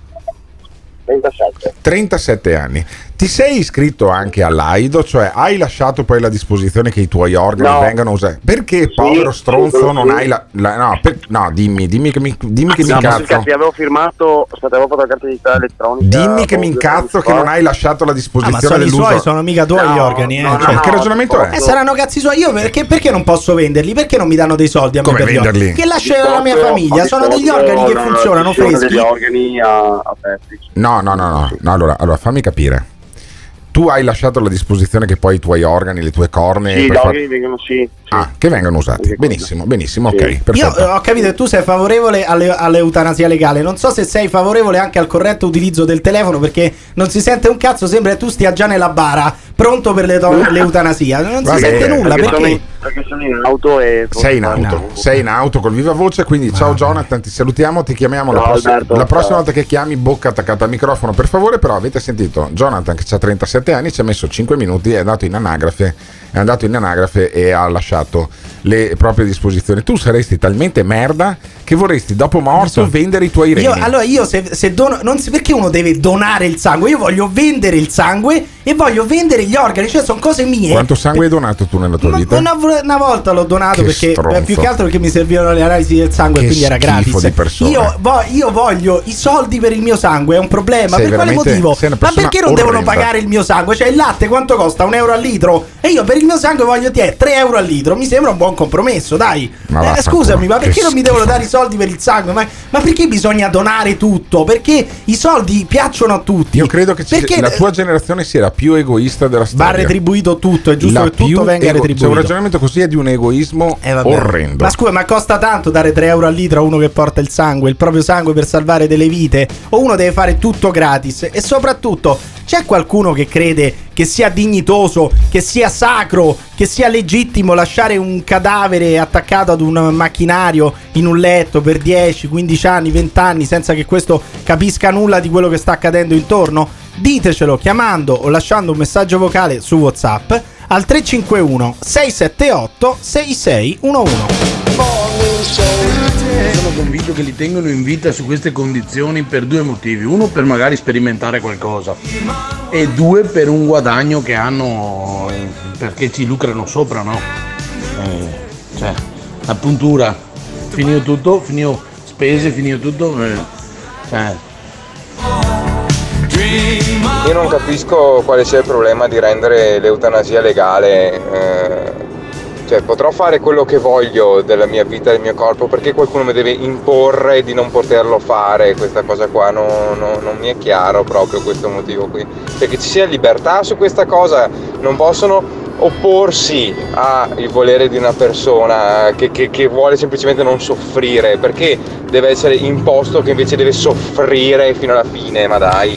S6: 37 anni. Ti sei iscritto anche all'AIDO, cioè hai lasciato poi la disposizione che i tuoi organi vengano usati? Perché povero stronzo non hai dimmi che mi incazzo.
S5: Perché avevo firmato, avevo fatto la carta d'identità elettronica.
S6: Dimmi che mi incazzo che non hai lasciato la disposizione dell'uso.
S8: Ma sono i suoi, sono mica tuoi gli organi,
S6: che ragionamento è?
S8: Saranno cazzi suoi. Io perché non posso venderli? Perché non mi danno dei soldi a me?
S6: Come venderli?
S8: Che lascio la mia famiglia, sono degli organi che funzionano freschi.
S5: Degli organi aperti.
S6: No, allora fammi capire. Tu hai lasciato la disposizione che poi i tuoi organi, le tue cornee...
S5: Sì, gli organi vengono
S6: che vengono usati. Benissimo, ok, perfetto.
S8: Io ho capito che tu sei favorevole all'eutanasia legale. Non so se sei favorevole anche al corretto utilizzo del telefono, perché non si sente un cazzo, sembra che tu stia già nella bara, pronto per l'eutanasia. Non si sente nulla, perché
S5: sono in auto e...
S6: Sei in auto col viva voce, quindi ciao Jonathan, ti salutiamo, ti chiamiamo la prossima volta che chiami, bocca attaccata al microfono, per favore. Però avete sentito Jonathan che ha 37 anni, ci ha messo 5 minuti, è andato in anagrafe e ha lasciato le proprie disposizioni. Tu saresti talmente merda che vorresti dopo morto vendere i tuoi reni.
S8: Io se dono, perché uno deve donare il sangue? Io voglio vendere il sangue e voglio vendere gli organi, cioè sono cose mie.
S6: Quanto sangue hai donato tu nella tua vita?
S8: Una volta l'ho donato,
S6: che
S8: perché più che altro perché mi servivano le analisi del sangue, quindi era gratis. Io voglio i soldi per il mio sangue, è un problema. Per quale motivo? Ma perché non devono pagare il mio sangue? Cioè il latte quanto costa? €1 al litro? E io per il mio sangue voglio 3 euro al litro. Mi sembra un buon compromesso, dai. Scusami, ma perché non mi devono dare i soldi per il sangue? Ma perché bisogna donare tutto? Perché i soldi piacciono a tutti.
S6: Io credo che la tua generazione si era la più egoista della storia.
S8: Va retribuito tutto, è giusto che tutto venga retribuito.
S6: C'è un ragionamento così, è di un egoismo orrendo.
S8: Ma scusa, ma costa tanto dare 3 euro al litro a uno che porta il sangue, il proprio sangue, per salvare delle vite? O uno deve fare tutto gratis? E soprattutto, c'è qualcuno che crede che sia dignitoso, che sia sacro, che sia legittimo lasciare un cadavere attaccato ad un macchinario in un letto per 10, 15 anni, 20 anni senza che questo capisca nulla di quello che sta accadendo intorno? Ditecelo chiamando o lasciando un messaggio vocale su WhatsApp al 351 678 6611.
S11: Sono convinto che li tengono in vita su queste condizioni per 2 motivi: uno, per magari sperimentare qualcosa, e 2, per un guadagno che hanno, perché ci lucrano sopra, no? Cioè, la puntura, finito tutto, finito spese, finito tutto, cioè.
S12: Io non capisco quale sia il problema di rendere l'eutanasia legale. Cioè, potrò fare quello che voglio della mia vita, del mio corpo, perché qualcuno mi deve imporre di non poterlo fare. Questa cosa qua non mi è chiaro, proprio questo motivo qui. Cioè, che ci sia libertà su questa cosa, non possono opporsi al volere di una persona che vuole semplicemente non soffrire, perché deve essere imposto che invece deve soffrire fino alla fine, ma dai.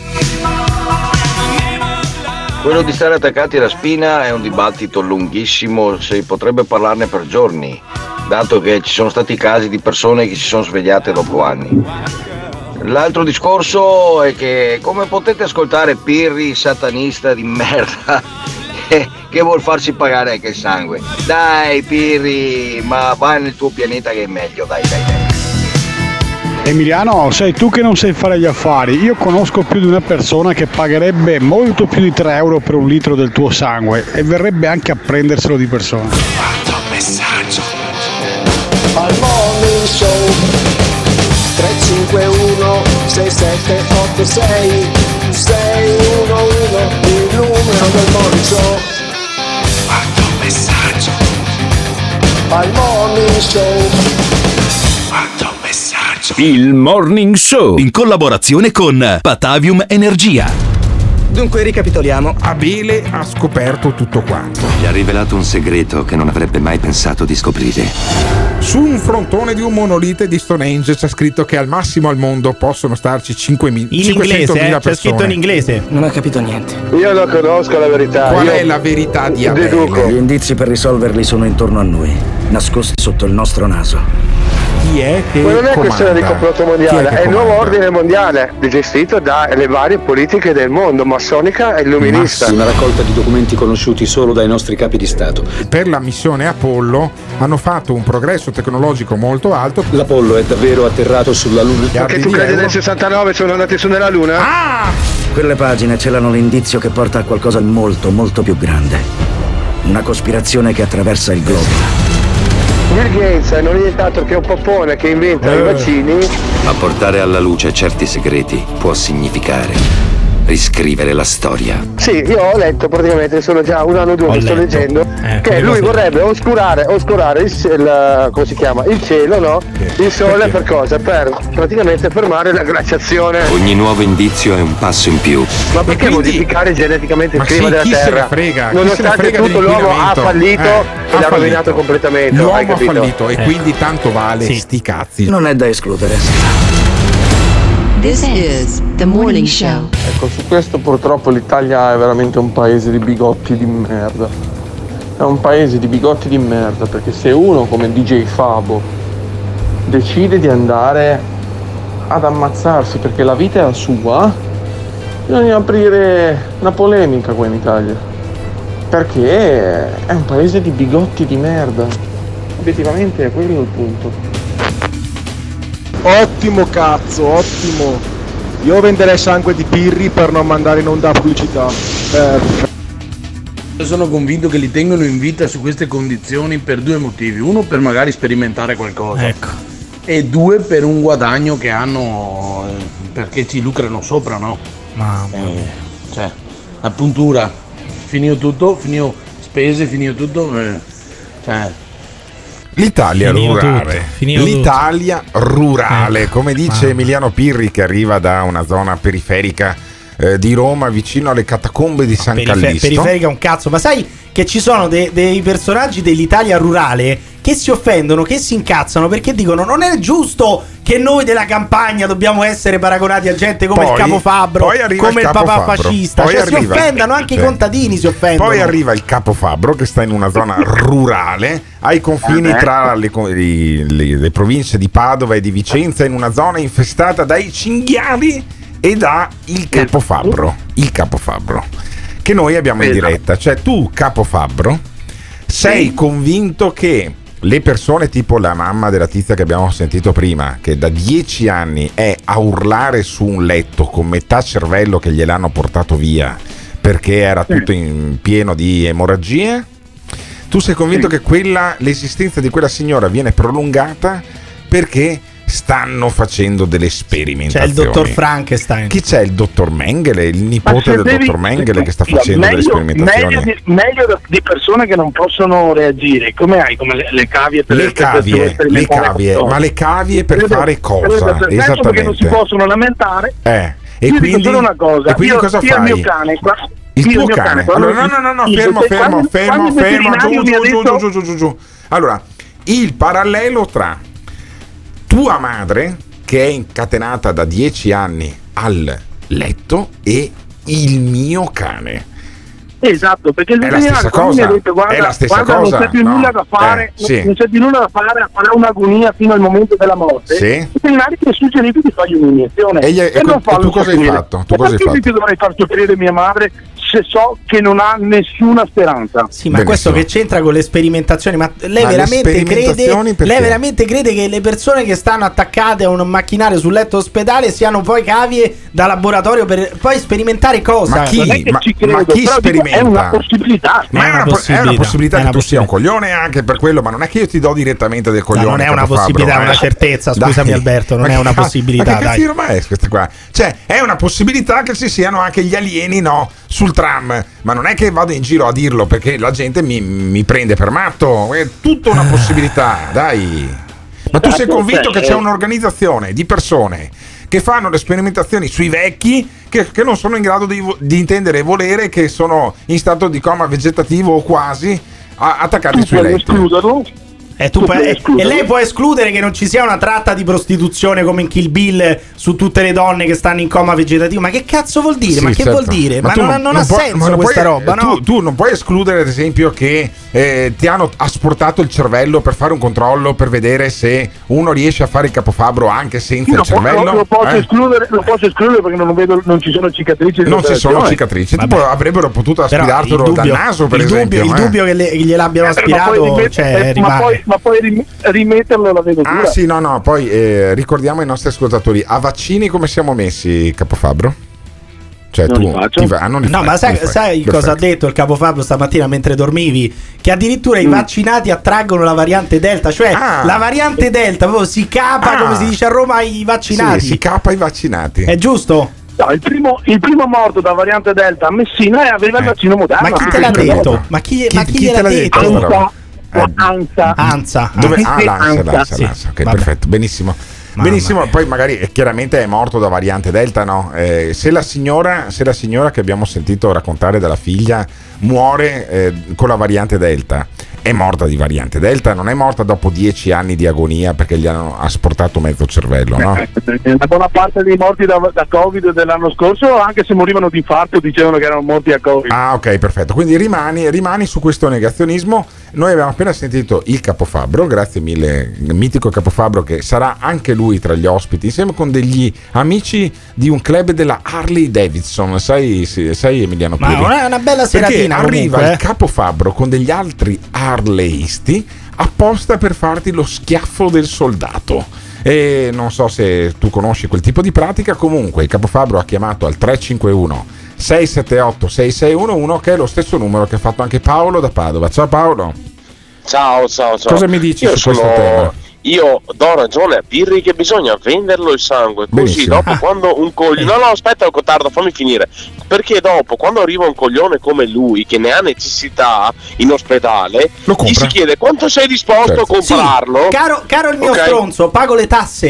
S25: Quello di stare attaccati alla spina è un dibattito lunghissimo, si potrebbe parlarne per giorni, dato che ci sono stati casi di persone che si sono svegliate dopo anni. L'altro discorso è che come potete ascoltare Pirri, satanista di merda, che vuol farsi pagare anche il sangue? Dai Pirri, ma vai nel tuo pianeta che è meglio, dai.
S7: Emiliano, sei tu che non sai fare gli affari. Io conosco più di una persona che pagherebbe molto più di 3 euro per un litro del tuo sangue e verrebbe anche a prenderselo di persona.
S20: Guarda un messaggio al Morning Show 351 6786 611, il numero del Morning Show. Guarda un messaggio al Morning Show. Guarda un messaggio.
S9: Il Morning Show in collaborazione con Patavium Energia.
S14: Dunque ricapitoliamo.
S6: Abele ha scoperto tutto quanto.
S15: Gli ha rivelato un segreto che non avrebbe mai pensato di scoprire.
S6: Su un frontone di un monolite di Stonehenge c'è scritto che al massimo al mondo possono starci 500.000 persone.
S8: C'è scritto in inglese.
S14: Non ho capito niente.
S22: Io lo conosco la verità.
S6: Qual è la verità di Abele?
S14: Gli indizi per risolverli sono intorno a noi, nascosti sotto il nostro naso.
S6: Chi è che
S22: ma non è
S6: comanda?
S22: questione di complotto mondiale, è il nuovo ordine mondiale gestito dalle varie politiche del mondo, massonica e illuminista.
S15: Una raccolta di documenti conosciuti solo dai nostri capi di Stato.
S6: Per la missione Apollo hanno fatto un progresso tecnologico molto alto.
S15: L'Apollo è davvero atterrato sulla Luna.
S22: Perché tu credi nel 69 sono andati su nella Luna?
S6: Ah!
S14: Quelle pagine celano l'indizio che porta a qualcosa di molto, molto più grande. Una cospirazione che attraversa il globo.
S22: Bill Gates non è nient'altro che un popone che inventa i vaccini.
S15: Ma portare alla luce certi segreti può significare riscrivere la storia.
S22: Sì, io ho letto praticamente, sono già un anno o due che sto leggendo, che lui vorrebbe oscurare il come si chiama? Il cielo, no? Il sole per cosa? Per praticamente fermare la glaciazione.
S15: Ogni nuovo indizio è un passo in più.
S22: Ma perché modificare geneticamente il clima della
S6: chi
S22: Terra?
S6: Se ne frega,
S22: nonostante tutto l'uomo ha fallito e l'ha rovinato completamente.
S6: L'uomo ha fallito e quindi tanto vale sti cazzi.
S14: Non è da escludere.
S24: This is the Morning Show.
S3: Ecco, su questo purtroppo l'Italia è veramente un paese di bigotti di merda. È un paese di bigotti di merda, perché se uno come DJ Fabo decide di andare ad ammazzarsi perché la vita è la sua, bisogna aprire una polemica qua in Italia, perché è un paese di bigotti di merda. Obiettivamente è quello il punto.
S26: Ottimo cazzo, ottimo. Io venderei sangue di Pirri per non mandare in onda pubblicità.
S11: Io sono convinto che li tengono in vita su queste condizioni per 2 motivi: uno, per magari sperimentare qualcosa,
S8: ecco,
S11: e 2, per un guadagno che hanno, perché ci lucrano sopra, no? Cioè, la puntura, finito tutto, finito spese, finito tutto, cioè.
S6: L'Italia rurale, l'Italia rurale, come dice Emiliano Pirri, che arriva da una zona periferica di Roma, vicino alle catacombe di San Callisto.
S8: Periferica un cazzo, ma sai che ci sono dei personaggi dell'Italia rurale che si offendono, che si incazzano perché dicono non è giusto che noi della campagna dobbiamo essere paragonati a gente come il Capo Fabbro, come il papà fascista. Cioè si offendono anche i contadini, si offendono.
S6: Poi arriva il Capo Fabbro che sta in una zona rurale ai confini tra le province di Padova e di Vicenza, in una zona infestata dai cinghiali e da il Capo Fabbro, che noi abbiamo in diretta. Cioè tu, Capo Fabbro, sei convinto che le persone tipo la mamma della tizia che abbiamo sentito prima, che da 10 anni è a urlare su un letto con metà cervello che gliel'hanno portato via perché era tutto in pieno di emorragie, tu sei convinto che l'esistenza di quella signora viene prolungata perché stanno facendo delle sperimentazioni?
S8: C'è il dottor Frankenstein.
S6: Chi c'è? Il dottor Mengele, il nipote del dottor Mengele che sta facendo delle sperimentazioni.
S11: Meglio di persone che non possono reagire. Come le cavie per
S6: le cavie, ma le cavie per fare cosa? Esattamente.
S11: Perché non si possono lamentare.
S6: E
S11: io
S6: quindi,
S11: dico solo una cosa.
S6: E quindi cosa fai?
S11: Il mio cane
S6: il tuo cane. Allora, no, fermo, giù. Allora, il parallelo tra tua madre, che è incatenata da 10 anni al letto, e il mio cane.
S11: Esatto, perché il
S6: veterinario mi ha detto guarda,
S11: non c'è più nulla da fare, non c'è più nulla da fare, farà un'agonia fino al momento della morte.
S6: Sì.
S11: Il veterinario mi ha suggerito di fargli un'iniezione.
S6: E tu cosa hai fatto?
S11: Perché dovrei far soffrire mia madre se so che non ha nessuna speranza?
S8: Sì, ma questo che c'entra con le sperimentazioni? Ma lei veramente crede che le persone che stanno attaccate a un macchinario sul letto ospedale siano poi cavie da laboratorio per poi sperimentare cosa?
S6: Ma chi? Ma chi sperimenta?
S11: È una possibilità.
S6: Ma è una possibilità che tu sia un coglione anche per quello, ma non è che io ti do direttamente del coglione.
S8: Non è una possibilità, è una certezza. Scusami Alberto, non è una possibilità.
S6: Ma che cazzo è questa qua? Cioè, è una possibilità che ci siano anche gli alieni, no? Sul tram, ma non è che vado in giro a dirlo perché la gente mi prende per matto. È tutta una possibilità, dai. Ma tu sei convinto che c'è un'organizzazione di persone che fanno le sperimentazioni sui vecchi che non sono in grado di intendere e volere, che sono in stato di coma vegetativo o quasi, attaccati sui letti?
S8: E lei può escludere che non ci sia una tratta di prostituzione come in Kill Bill su tutte le donne che stanno in coma vegetativo? Ma che cazzo vuol dire?
S6: Sì,
S8: ma che vuol dire? Ma non ha senso questa roba, no?
S6: Tu non puoi escludere, ad esempio, che ti hanno asportato il cervello per fare un controllo per vedere se uno riesce a fare il capofabbro anche senza il cervello.
S11: Lo posso escludere perché non ci sono cicatrici.
S6: Non ci sono cicatrici. Avrebbero potuto aspirartelo dal naso, per esempio.
S8: Il dubbio che gliel'abbiano aspirato rimane.
S11: Ma poi rimetterlo la vedo dura.
S6: Ah sì, no, poi ricordiamo ai nostri ascoltatori, a vaccini come siamo messi, Capofabbro? Cioè
S11: non
S8: ma sai cosa ha detto il Capofabbro stamattina mentre dormivi? Che addirittura i vaccinati attraggono la variante Delta, cioè la variante Delta proprio si capa, come si dice a Roma, i vaccinati.
S6: Sì, si capa i vaccinati.
S8: È giusto?
S11: No, il primo morto da variante Delta a Messina aveva il vaccino Moderno.
S8: Ma chi te l'ha detto? Ma chi gliel'ha detto?
S11: Anza.
S6: Dove? L'Ansa. Ok, perfetto, benissimo. Benissimo, poi magari chiaramente è morto da variante Delta, no? Se la signora che abbiamo sentito raccontare dalla figlia muore con la variante Delta, è morta di variante Delta, non è morta dopo 10 anni di agonia perché gli hanno asportato mezzo cervello, no?
S11: Una buona parte dei morti da Covid dell'anno scorso, anche se morivano di infarto, dicevano che erano morti a Covid.
S6: Ah, ok, perfetto. Quindi rimani su questo negazionismo. Noi abbiamo appena sentito il Capofabbro, grazie mille, il mitico Capofabbro, che sarà anche lui tra gli ospiti, insieme con degli amici di un club della Harley Davidson, sai Emiliano Pirri?
S8: Ma è una bella seratina.
S6: Perché arriva il Capofabbro con degli altri harleisti apposta per farti lo schiaffo del soldato. E non so se tu conosci quel tipo di pratica. Comunque il Capofabbro ha chiamato al 351 678 6611, che è lo stesso numero che ha fatto anche Paolo da Padova. Ciao Paolo.
S10: Ciao.
S6: Cosa mi dici su questo tema?
S10: Io do ragione a Pirri che bisogna venderlo il sangue, così benissimo. Dopo quando un coglione... No, aspetta Gottardo, fammi finire. Perché dopo, quando arriva un coglione come lui, che ne ha necessità in ospedale, gli si chiede quanto sei disposto a comprarlo.
S8: Sì. Caro il mio stronzo, pago le tasse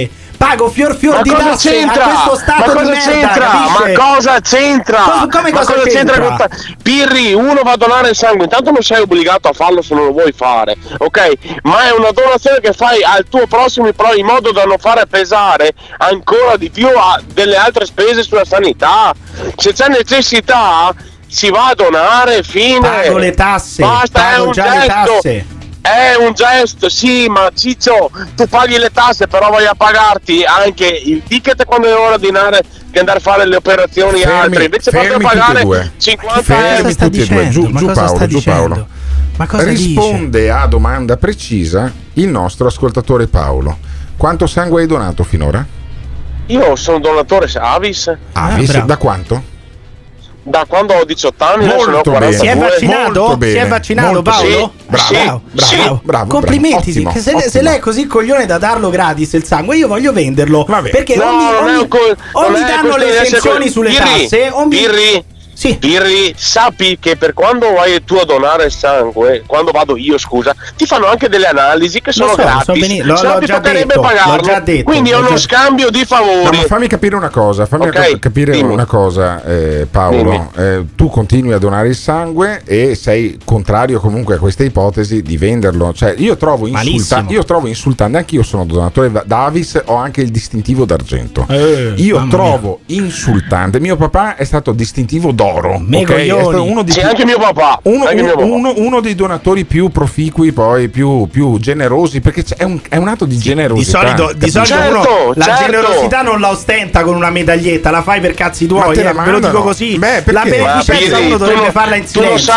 S8: pago fior di tasse a questo stato di merda,
S10: Ma cosa c'entra?
S8: Come cosa c'entra?
S10: Pirri, uno va a donare il sangue, intanto non sei obbligato a farlo se non lo vuoi fare, ok? Ma è una donazione che fai al tuo prossimo in modo da non fare pesare ancora di più delle altre spese sulla sanità. Se c'è necessità si va a donare, fine.
S8: Pago le tasse,
S10: basta,
S8: pago già le tasse.
S10: È un gesto, sì, ma Ciccio, tu paghi le tasse, però vai a pagarti anche il ticket quando è ora di andare a fare le operazioni altre. Invece proprio pagare 50 euro.
S6: Tutti e due. Giù Paolo.
S8: Ma cosa
S6: risponde
S8: dice?
S6: a domanda precisa il nostro ascoltatore Paolo. Quanto sangue hai donato finora?
S10: Io sono donatore Avis.
S6: Da quanto?
S10: Da quando ho 18 anni,
S6: molto
S10: adesso ne ho 42.
S8: Si è vaccinato?
S6: Bene,
S8: si è vaccinato Paolo?
S6: Sì, bravo.
S8: Complimenti,
S6: Ottimo,
S8: che se lei è così coglione da darlo gratis il sangue, io voglio venderlo. Perché
S10: no,
S8: o mi danno le esenzioni sulle tasse o mi...
S10: Pirri, sappi che per quando vai tu a donare il sangue, quando vado io, scusa, ti fanno anche delle analisi che sono gratis.
S8: L'ho già detto,
S10: quindi è uno scambio di favori.
S6: No, ma fammi capire una cosa, una cosa, Paolo. Tu continui a donare il sangue e sei contrario comunque a questa ipotesi di venderlo. Cioè, io trovo insultante, anche io sono donatore Davis, ho anche il distintivo d'argento. Io trovo insultante. Mio papà è stato distintivo d'oro. Okay?
S10: Anche mio papà.
S6: Uno dei donatori più proficui, poi più generosi, perché è un atto di generosità.
S8: Di solito la generosità non la ostenta con una medaglietta, la fai per cazzi tuoi. Ve lo dico così. La beneficenza uno dovrebbe farla in silenzio.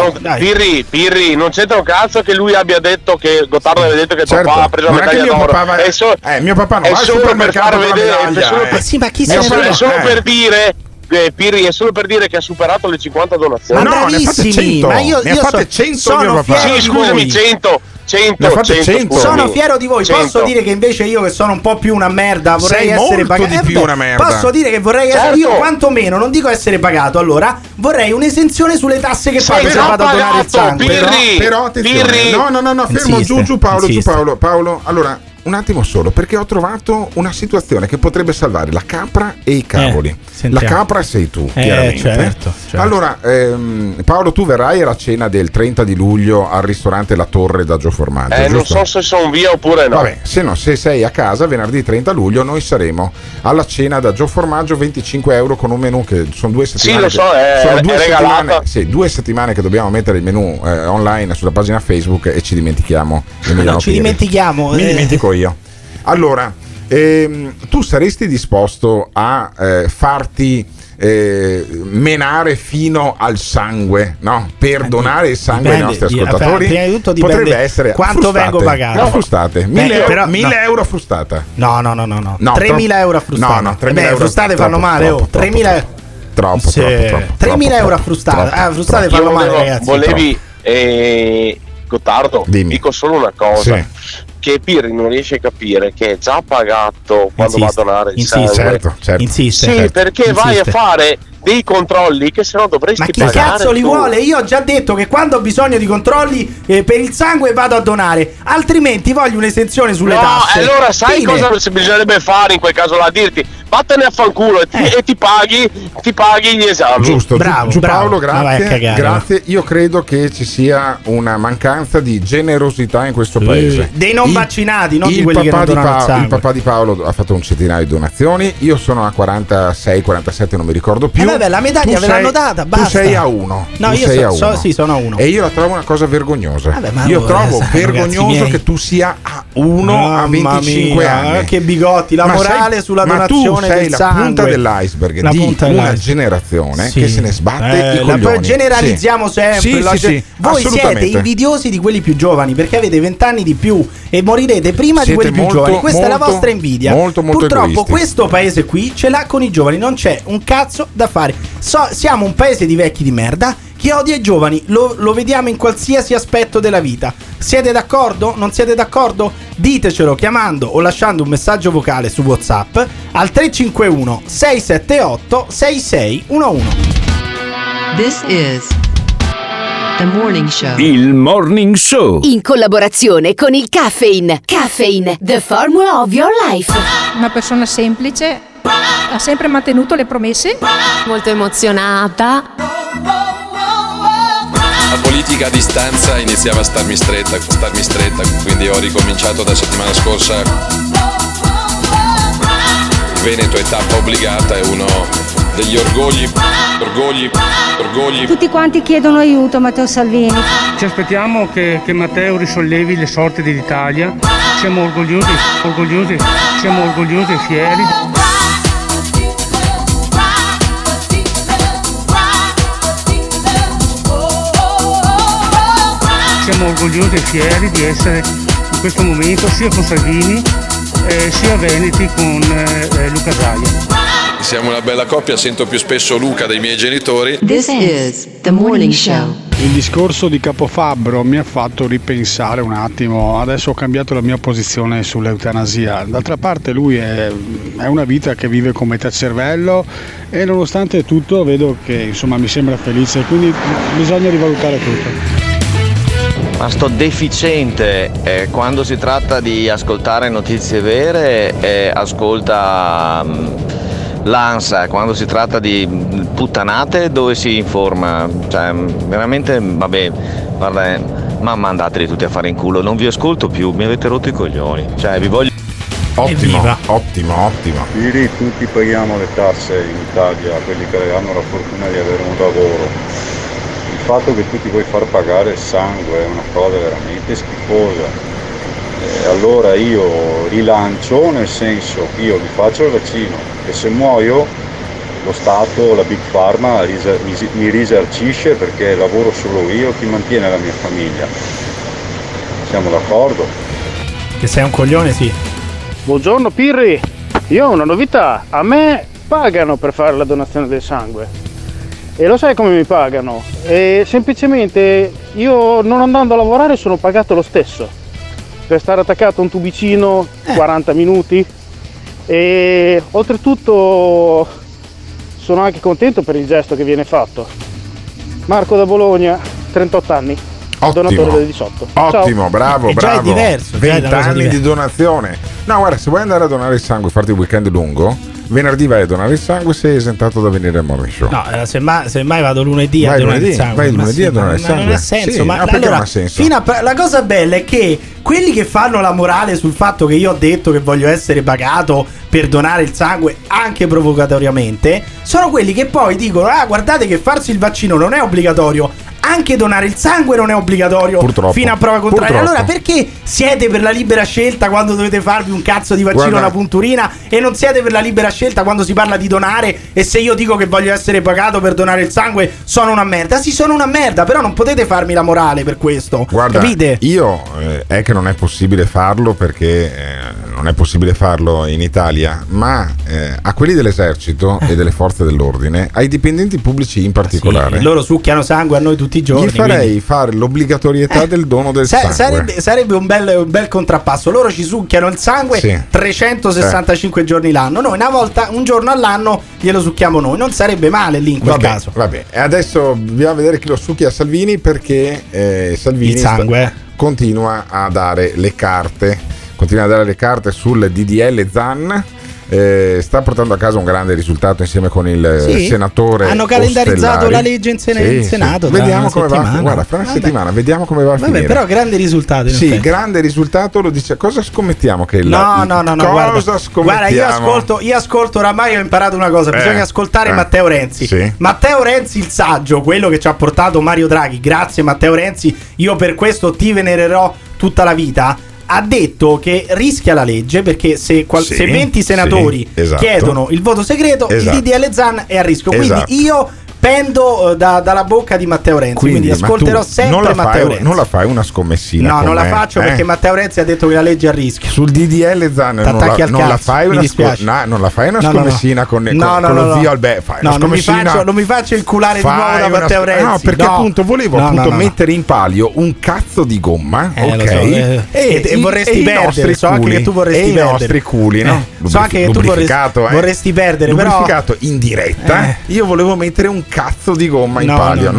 S10: Pirri, non c'entra un cazzo che lui abbia detto che Gottardo aveva detto che papà ha preso la medaglia d'oro.
S6: Mio papà non va al supermercato per vedere.
S8: Ma chi se ne
S10: è solo per dire. Pirri, è solo per dire che ha superato le 50 donazioni.
S8: Ma ne ha fatte 100. Ma io
S6: fate 100 mio papà.
S10: Sì, scusami, 100.
S8: Sono fiero di voi. 100. Posso dire che invece io, che sono un po' più una merda, vorrei essere pagato.
S6: Una merda.
S8: Posso dire che vorrei essere io, quantomeno, non dico essere pagato. Allora vorrei un'esenzione sulle tasse che pago se vado a donare il sangue.
S6: Però attenzione. No, fermo. Giù Paolo. Allora, un attimo solo, perché ho trovato una situazione che potrebbe salvare la capra e i cavoli. La capra sei tu, chiaramente.
S8: Certo.
S6: Allora, Paolo, tu verrai alla cena del 30 di luglio al ristorante La Torre da Gio Formaggio, giusto?
S10: Non so se sono via oppure no.
S6: Vabbè, se sei a casa venerdì 30 luglio, noi saremo alla cena da Gio Formaggio, 25 euro con un menù che sono 2 settimane.
S10: Sì, lo so, è
S6: 2 settimane che dobbiamo mettere il menù online sulla pagina Facebook e ci dimentichiamo.
S8: Mi
S6: dimentico io. Allora, tu saresti disposto a farti menare fino al sangue, no? Per donare il sangue ai nostri ascoltatori?
S8: Prima di tutto
S6: potrebbe essere
S8: quanto vengo pagato.
S6: No, frustate. 1.000 euro a frustata.
S8: No. 3.000 euro a frustata.
S6: No, 3.000 euro.
S8: Frustate fanno male. 3.000
S6: troppo.
S8: 3.000 euro a frustate. Frustate fanno male, ragazzi.
S10: Volevi Gottardo, dico solo una cosa.
S6: Sì.
S10: Che Pirri non riesce a capire che è già pagato quando va a donare il sangue.
S6: Certo.
S8: Insiste.
S10: Perché vai a fare dei controlli che se no dovresti pagare.
S8: Ma chi cazzo li vuole? Io ho già detto che quando ho bisogno di controlli per il sangue vado a donare, altrimenti voglio un'esenzione sulle tasse.
S10: Allora sai cosa bisognerebbe fare in quel caso là? Dirti vattene a fanculo e ti paghi gli esami.
S6: Giusto, bravo. Paolo, grazie. Io credo che ci sia una mancanza di generosità in questo paese.
S8: Dei non vaccinati, non di quelli che non donano il sangue.
S6: Il papà di Paolo ha fatto un centinaio di donazioni, io sono a 46, 47, non mi ricordo più.
S8: Vabbè, la medaglia ve l'hanno data, basta.
S6: Tu sei a 1.
S8: No, sono a 1.
S6: E io la trovo una cosa vergognosa. Io trovo vergognoso che tu sia a 1 a 25 anni.
S8: Che bigotti, la morale sulla donazione
S6: sei la punta dell'iceberg di una generazione che se ne sbatte i coglioni.
S8: Generalizziamo sempre.
S6: Sì,
S8: voi siete invidiosi di quelli più giovani perché avete 20 anni di più e morirete prima di quelli più giovani. Questa è la vostra invidia. Purtroppo
S6: egoisti.
S8: Questo paese qui ce l'ha con i giovani, non c'è un cazzo da fare. Siamo un paese di vecchi di merda che odia i giovani, lo vediamo in qualsiasi aspetto della vita. Siete d'accordo? Non siete d'accordo? Ditecelo chiamando o lasciando un messaggio vocale su WhatsApp al 351 678 6611.
S24: This is The Morning Show.
S9: Il Morning Show.
S1: In collaborazione con il Caffeine. Caffeine, the formula of your life.
S13: Una persona semplice, ha sempre mantenuto le promesse.
S1: Molto emozionata.
S16: La politica a distanza iniziava a starmi stretta, quindi ho ricominciato da settimana scorsa. Il Veneto è tappa obbligata, è uno degli orgogli.
S17: Tutti quanti chiedono aiuto a Matteo Salvini.
S18: Ci aspettiamo che Matteo risollevi le sorti dell'Italia. Siamo orgogliosi e fieri. Siamo orgogliosi e fieri di essere in questo momento sia con Salvini sia veneti con Luca Zaia.
S16: Siamo una bella coppia, sento più spesso Luca dei miei genitori.
S24: This is The Morning Show.
S26: Il discorso di Capofabbro mi ha fatto ripensare un attimo, adesso ho cambiato la mia posizione sull'eutanasia. D'altra parte lui è una vita che vive con metà cervello e nonostante tutto vedo che insomma mi sembra felice, quindi bisogna rivalutare tutto.
S21: Ma sto deficiente, quando si tratta di ascoltare notizie vere ascolta l'ANSA, quando si tratta di puttanate dove si informa, cioè veramente vabbè, guarda, mamma andateli tutti a fare in culo, non vi ascolto più, mi avete rotto i coglioni, cioè vi voglio.
S6: Ottimo.
S23: Ieri tutti paghiamo le tasse in Italia, quelli che hanno la fortuna di avere un lavoro. Il fatto che tu ti vuoi far pagare il sangue è una cosa veramente schifosa. Allora io rilancio, nel senso che io mi faccio il vaccino e se muoio lo Stato, la Big Pharma mi risarcisce perché lavoro solo io, chi mantiene la mia famiglia. Siamo d'accordo?
S8: Che sei un coglione, sì.
S18: Buongiorno Pirri, io ho una novità, a me pagano per fare la donazione del sangue. E lo sai come mi pagano? Semplicemente io non andando a lavorare sono pagato lo stesso per stare attaccato a un tubicino 40 minuti e oltretutto sono anche contento per il gesto che viene fatto. Marco da Bologna, 38 anni, donatore del 18.
S6: Ottimo,
S18: ciao.
S6: bravo.
S8: Già è diverso,
S6: 20 anni di donazione. No, guarda, se vuoi andare a donare il sangue e farti il weekend lungo, venerdì vai a donare il sangue, sei esentato da venire al Morning Show.
S8: No, semmai vado lunedì a donare il sangue.
S6: Vai lunedì a donare il sangue.
S8: Non ha senso,
S6: sì,
S8: ma
S6: perché
S8: allora,
S6: non ha senso?
S8: la cosa bella è che quelli che fanno la morale sul fatto che io ho detto che voglio essere pagato per donare il sangue anche provocatoriamente sono quelli che poi dicono: ah, guardate che farsi il vaccino non è obbligatorio, anche donare il sangue non è obbligatorio, purtroppo, fino a prova contraria. Allora perché siete per la libera scelta quando dovete farvi un cazzo di vaccino, una punturina, e non siete per la libera scelta quando si parla di donare? E se io dico che voglio essere pagato per donare il sangue sono una merda? Sì, sono una merda, però non potete farmi la morale per questo.
S6: Guarda,
S8: capite?
S6: Io è che non è possibile farlo perché non è possibile farlo in Italia, ma a quelli dell'esercito e delle forze dell'ordine, ai dipendenti pubblici in particolare,
S8: sì, loro succhiano sangue a noi tutti i giorni.
S6: Gli farei fare l'obbligatorietà del dono del sangue.
S8: Sarebbe un bel contrappasso. Loro ci succhiano il sangue 365 giorni l'anno. Noi un giorno all'anno glielo succhiamo noi. Non sarebbe male lì in quel caso.
S6: Vabbè, e adesso bisogna vedere chi lo succhia a Salvini, perché Salvini
S8: il sangue
S6: continua a dare le carte. Continua a dare le carte sul DDL Zan. Sta portando a casa un grande risultato insieme con il senatore.
S8: Hanno calendarizzato la legge in Senato.
S6: Vediamo come va. Guarda, fra una settimana vediamo come va a finire.
S8: Però grande risultato.
S6: Sì, grande risultato. Lo dice. Cosa scommettiamo? Che
S8: no.
S6: Cosa scommettiamo?
S8: Guarda, io ascolto. Oramai ho imparato una cosa. Bisogna ascoltare Matteo Renzi.
S6: Sì.
S8: Matteo Renzi, il saggio, quello che ci ha portato Mario Draghi. Grazie Matteo Renzi. Io per questo ti venererò tutta la vita. Ha detto che rischia la legge perché se 20 senatori chiedono il voto segreto, il DDL Zan è a rischio. Quindi io pendo dalla bocca di Matteo Renzi, quindi ascolterò sempre Matteo Renzi.
S6: Non la fai una scommessina?
S8: No, non la faccio perché Matteo Renzi ha detto che la legge è a rischio.
S6: Sul DDL Zan non la fai una scommessina con lo zio Alberto.
S8: Non mi faccio il culare di nuovo da Matteo Renzi.
S6: No, perché appunto volevo mettere in palio un cazzo di gomma, ok?
S8: E vorresti perdere, so anche che tu vorresti perdere.
S6: I nostri culi, no?
S8: So anche che tu vorresti perdere, però
S6: lubrificato in diretta. Io volevo mettere un cazzo di gomma in palio, no?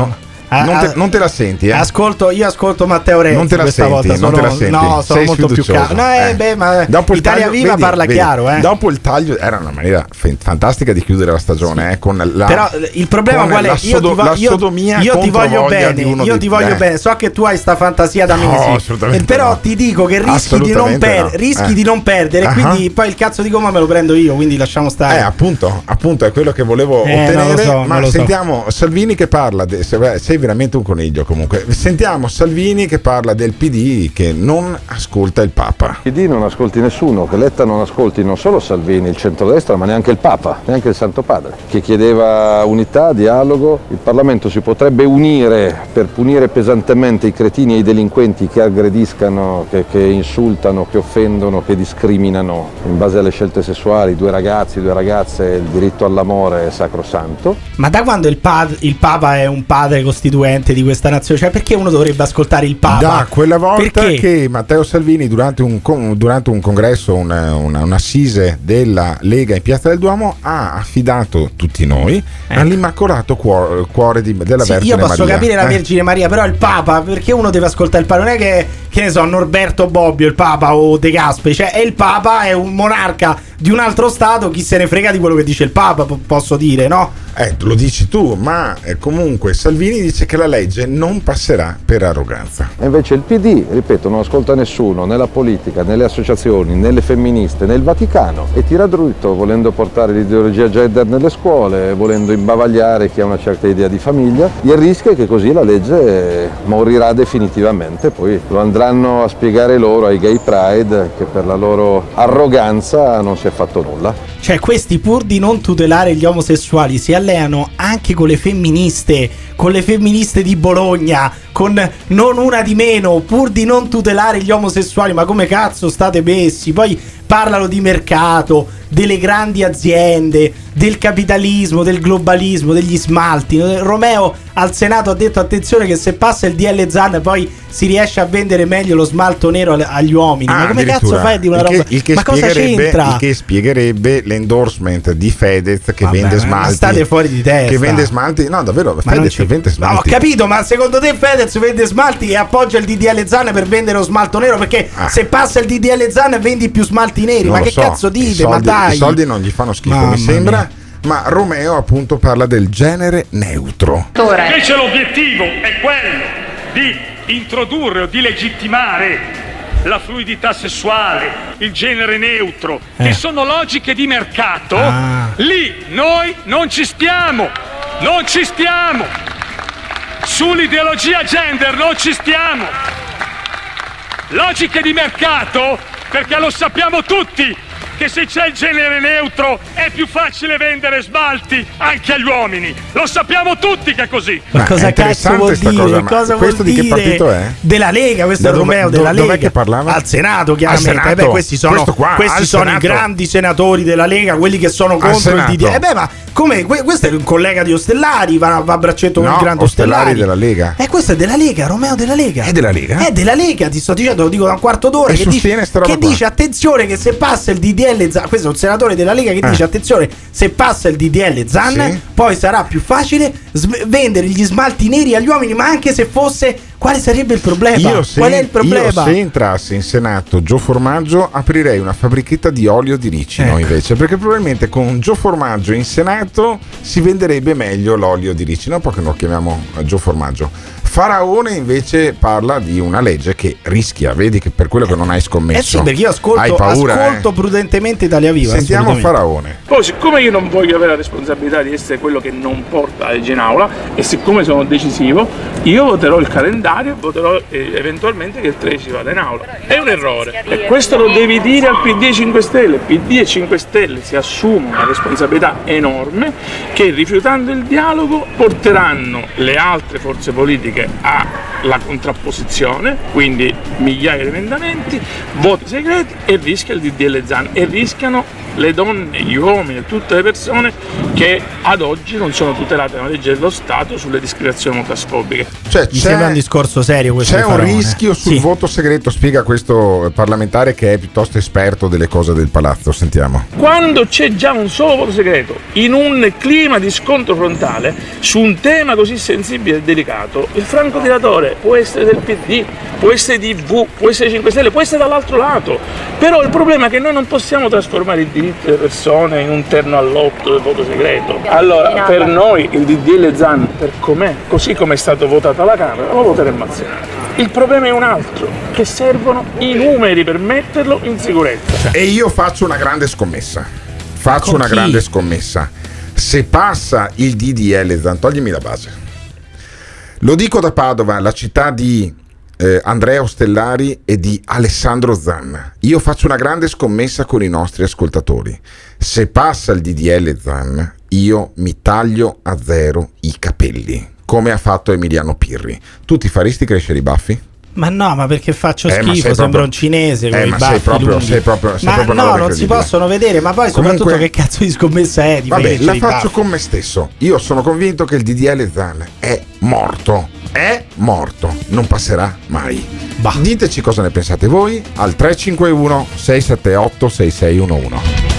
S6: Non te la senti,
S8: io ascolto Matteo Renzi.
S6: Non te la
S8: questa
S6: senti,
S8: volta.
S6: non te la senti.
S8: No, sono
S6: sei
S8: molto più calmo. Ma dopo Italia Viva parla chiaro.
S6: Dopo il taglio era una maniera fantastica di chiudere la stagione, con la.
S8: Però il problema qual è?
S6: La sodomia
S8: io ti voglio bene.
S6: Io
S8: ti voglio bene. So che tu hai sta fantasia da mesi. Però ti dico che rischi di non perdere. Quindi poi il cazzo di gomma me lo prendo io. Quindi lasciamo stare.
S6: Appunto, è quello che volevo ottenere. Ma sentiamo Salvini che parla. Sei veramente un coniglio comunque. Sentiamo Salvini che parla del PD che non ascolta il Papa.
S23: Il PD non ascolti nessuno, che Letta non ascolti non solo Salvini, il centrodestra, ma neanche il Papa, neanche il Santo Padre, che chiedeva unità, dialogo. Il Parlamento si potrebbe unire per punire pesantemente i cretini e i delinquenti che aggrediscano, che insultano, che offendono, che discriminano in base alle scelte sessuali. 2 ragazzi, 2 ragazze, il diritto all'amore è sacrosanto.
S8: Ma da quando il Papa è un padre costituente di questa nazione? Cioè, perché uno dovrebbe ascoltare il Papa?
S6: Da quella volta che Matteo Salvini durante un congresso, un'assise della Lega in Piazza del Duomo, ha affidato tutti noi all'Immacolato Cuore della Vergine Maria.
S8: Io posso capire la Vergine Maria, però il Papa, perché uno deve ascoltare il Papa? Non è che ne so, Norberto Bobbio il Papa o De Gasperi, cioè è il Papa, è un monarca di un altro stato, chi se ne frega di quello che dice il Papa, posso dire, no?
S6: Lo dici tu, ma comunque Salvini dice che la legge non passerà per arroganza.
S23: E invece il PD, ripeto, non ascolta nessuno, né la politica, né le associazioni, né le femministe, né il Vaticano, e tira dritto volendo portare l'ideologia gender nelle scuole, volendo imbavagliare chi ha una certa idea di famiglia. Il rischio è che così la legge morirà definitivamente, poi lo andranno a spiegare loro ai gay pride che per la loro arroganza non si è fatto nulla.
S8: Cioè, questi, pur di non tutelare gli omosessuali, si alleano anche con le femministe di Bologna, con non una di meno, pur di non tutelare gli omosessuali. Ma come cazzo state messi? Poi parlano di mercato, delle grandi aziende, del capitalismo, del globalismo, degli smalti. Romeo al Senato ha detto: attenzione che se passa il DL Zan poi si riesce a vendere meglio lo smalto nero agli uomini. Ma come cazzo fai di una roba? Ma cosa c'entra?
S6: Il che spiegherebbe l'endorsement di Fedez che vende smalti.
S8: State fuori di testa.
S6: Che vende smalti. No, davvero, Fedez vende smalti.
S8: No, ho capito, ma secondo te Fedez vende smalti e appoggia il DDL Zan per vendere lo smalto nero? Perché se passa il DDL Zan vendi più smalti neri. Ma che cazzo dite? Ma dai,
S6: i soldi non gli fanno schifo, mi sembra. Ma Romeo appunto parla del genere neutro.
S2: Invece l'obiettivo è quello di introdurre o di legittimare la fluidità sessuale, il genere neutro, che sono logiche di mercato. Lì noi non ci stiamo. Sull'ideologia gender non ci stiamo. Logiche di mercato, perché lo sappiamo tutti che se c'è il genere neutro è più facile vendere smalti anche agli uomini. Lo sappiamo tutti che è così.
S8: Ma cosa cazzo vuol dire?
S6: Cosa questo vuol dire? Di che partito è?
S8: Della Lega, questo è Romeo della Lega.
S6: Dov'è che parlava?
S8: Al Senato, chiaramente.
S6: Al Senato.
S8: Questi sono i grandi senatori della Lega, quelli che sono contro il DDL. Ma come? Questo è un collega di Ostellari, va a braccetto con il grande Ostellari
S6: della Lega.
S8: Questo è della Lega, Romeo della Lega.
S6: È della Lega?
S8: È della Lega, ti sto dicendo, lo dico da un quarto d'ora. Che dice attenzione che se passa il DDL Zan, questo è un senatore della Lega che dice attenzione, se passa il DDL Zan poi sarà più facile vendere gli smalti neri agli uomini. Ma anche se fosse, quale sarebbe il problema? Qual è il problema?
S6: Io, se entrasse in Senato Gio Formaggio, aprirei una fabbrichetta di olio di ricino invece, perché probabilmente con Gio Formaggio in Senato si venderebbe meglio l'olio di ricino. Poi che lo chiamiamo Gio Formaggio. Faraone invece parla di una legge che rischia, vedi che per quello che non hai scommesso.
S8: Sì, perché io ascolto prudentemente Italia Viva.
S6: Sentiamo Faraone.
S4: Poi, siccome io non voglio avere la responsabilità di essere quello che non porta la legge in aula, e siccome sono decisivo, io voterò il calendario, voterò eventualmente che il 13 vada in aula. È un errore, e questo lo devi dire al PD e 5 Stelle. PD e 5 Stelle si assumono una responsabilità enorme, che rifiutando il dialogo porteranno le altre forze politiche alla contrapposizione, quindi migliaia di emendamenti, voti segreti, e rischia il DDL Zan, e rischiano le donne, gli uomini e tutte le persone che ad oggi non sono tutelate dalla legge dello Stato sulle discriminazioni omofobie.
S6: Cioè,
S8: Mi sembra un discorso serio questo.
S6: C'è un rischio sul voto segreto, spiega questo parlamentare che è piuttosto esperto delle cose del palazzo, sentiamo.
S4: Quando c'è già un solo voto segreto in un clima di scontro frontale su un tema così sensibile e delicato, il francotiratore può essere del PD, può essere di V, può essere 5 Stelle, può essere dall'altro lato, però il problema è che noi non possiamo trasformare i diritti delle persone in un terno all'otto del voto segreto. Allora, per noi il DDL Zan, per com'è, così come è stato votato alla Camera, lo voteremmo assieme. Il problema è un altro, che servono i numeri per metterlo in sicurezza.
S6: E io faccio una grande scommessa. Se passa il DDL Zan, toglimi la base. Lo dico da Padova, la città di Andrea Ostellari e di Alessandro Zan. Io faccio una grande scommessa con i nostri ascoltatori. Se passa il DDL Zan, io mi taglio a zero i capelli, come ha fatto Emiliano Pirri. Tu ti faresti crescere i baffi?
S8: Ma no, ma perché faccio schifo, sembra un cinese con i
S6: ma
S8: baffi
S6: sei proprio
S8: no, non si possono vedere, ma poi soprattutto che cazzo di scommessa è?
S6: Vabbè, la faccio con me stesso. Io sono convinto che il DDL Zan è morto, non passerà mai. Diteci cosa ne pensate voi al 351 678 6611.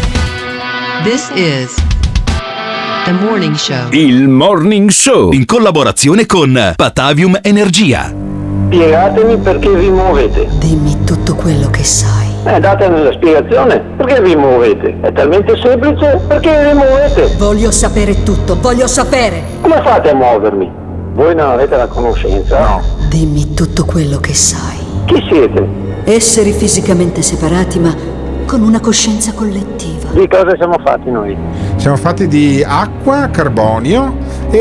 S24: This is The Morning Show.
S9: Il Morning Show in collaborazione con Patavium Energia.
S5: Spiegatemi perché vi muovete.
S7: Dimmi tutto quello che sai.
S5: Datemi la spiegazione. Perché vi muovete? È talmente semplice. Perché vi muovete?
S7: Voglio sapere tutto, voglio sapere.
S5: Come fate a muovermi? Voi non avete la conoscenza?
S7: No. Dimmi tutto quello che sai.
S5: Chi siete?
S7: Esseri fisicamente separati ma con una coscienza collettiva.
S5: Di cosa siamo fatti noi?
S6: Siamo fatti di acqua, carbonio e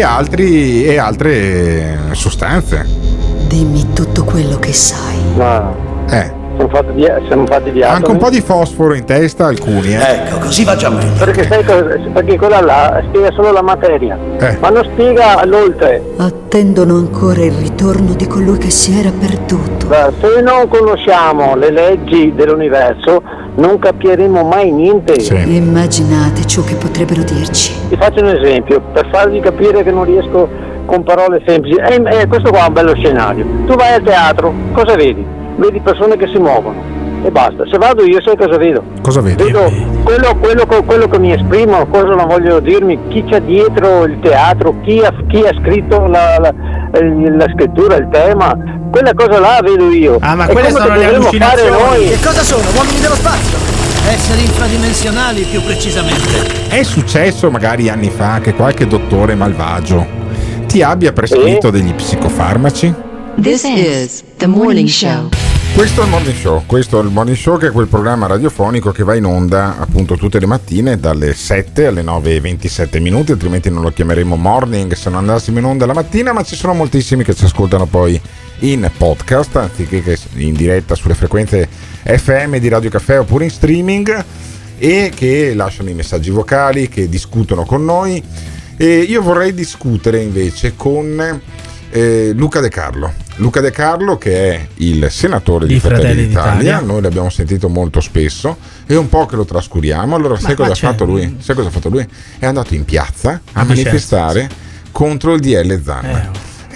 S6: altre sostanze.
S7: Dimmi tutto quello che sai.
S5: No. Siamo fatti di atomi.
S6: Anche un po' di fosforo in testa alcuni.
S5: Ecco, così va già meglio. Perché quella là spiega solo la materia, ma non spiega l'oltre.
S7: Attendono ancora il ritorno di colui che si era perduto.
S5: Se non conosciamo le leggi dell'universo, non capiremo mai niente.
S7: Sì. Immaginate ciò che potrebbero dirci.
S5: Ti faccio un esempio, per farvi capire che non riesco con parole semplici. Questo qua è un bello scenario. Tu vai al teatro, cosa vedi? Vedi persone che si muovono e basta. Se vado io, sai cosa vedo?
S6: Cosa vedi?
S5: Vedo quello che mi esprimo, cosa non voglio dirmi, chi c'è dietro il teatro, chi ha scritto la scrittura, il tema. Quella cosa là vedo io.
S8: Ma quelle sono le allucinazioni.
S5: Noi.
S12: Che cosa sono? Uomini dello spazio? Esseri infradimensionali, più precisamente.
S6: È successo magari anni fa che qualche dottore malvagio ti abbia prescritto degli psicofarmaci?
S24: This is The Morning Show.
S6: Questo è il Morning Show, che è quel programma radiofonico che va in onda appunto tutte le mattine dalle 7 alle 9:27 minuti, altrimenti non lo chiameremo morning se non andassimo in onda la mattina, ma ci sono moltissimi che ci ascoltano poi in podcast, anziché che in diretta sulle frequenze FM di Radio Caffè oppure in streaming, e che lasciano i messaggi vocali, che discutono con noi. E io vorrei discutere invece con Luca De Carlo, che è il senatore di Fratelli d'Italia. Noi l'abbiamo sentito molto spesso e un po' che lo trascuriamo. Allora sai cosa ha fatto lui? È andato in piazza a manifestare contro il DL Zan.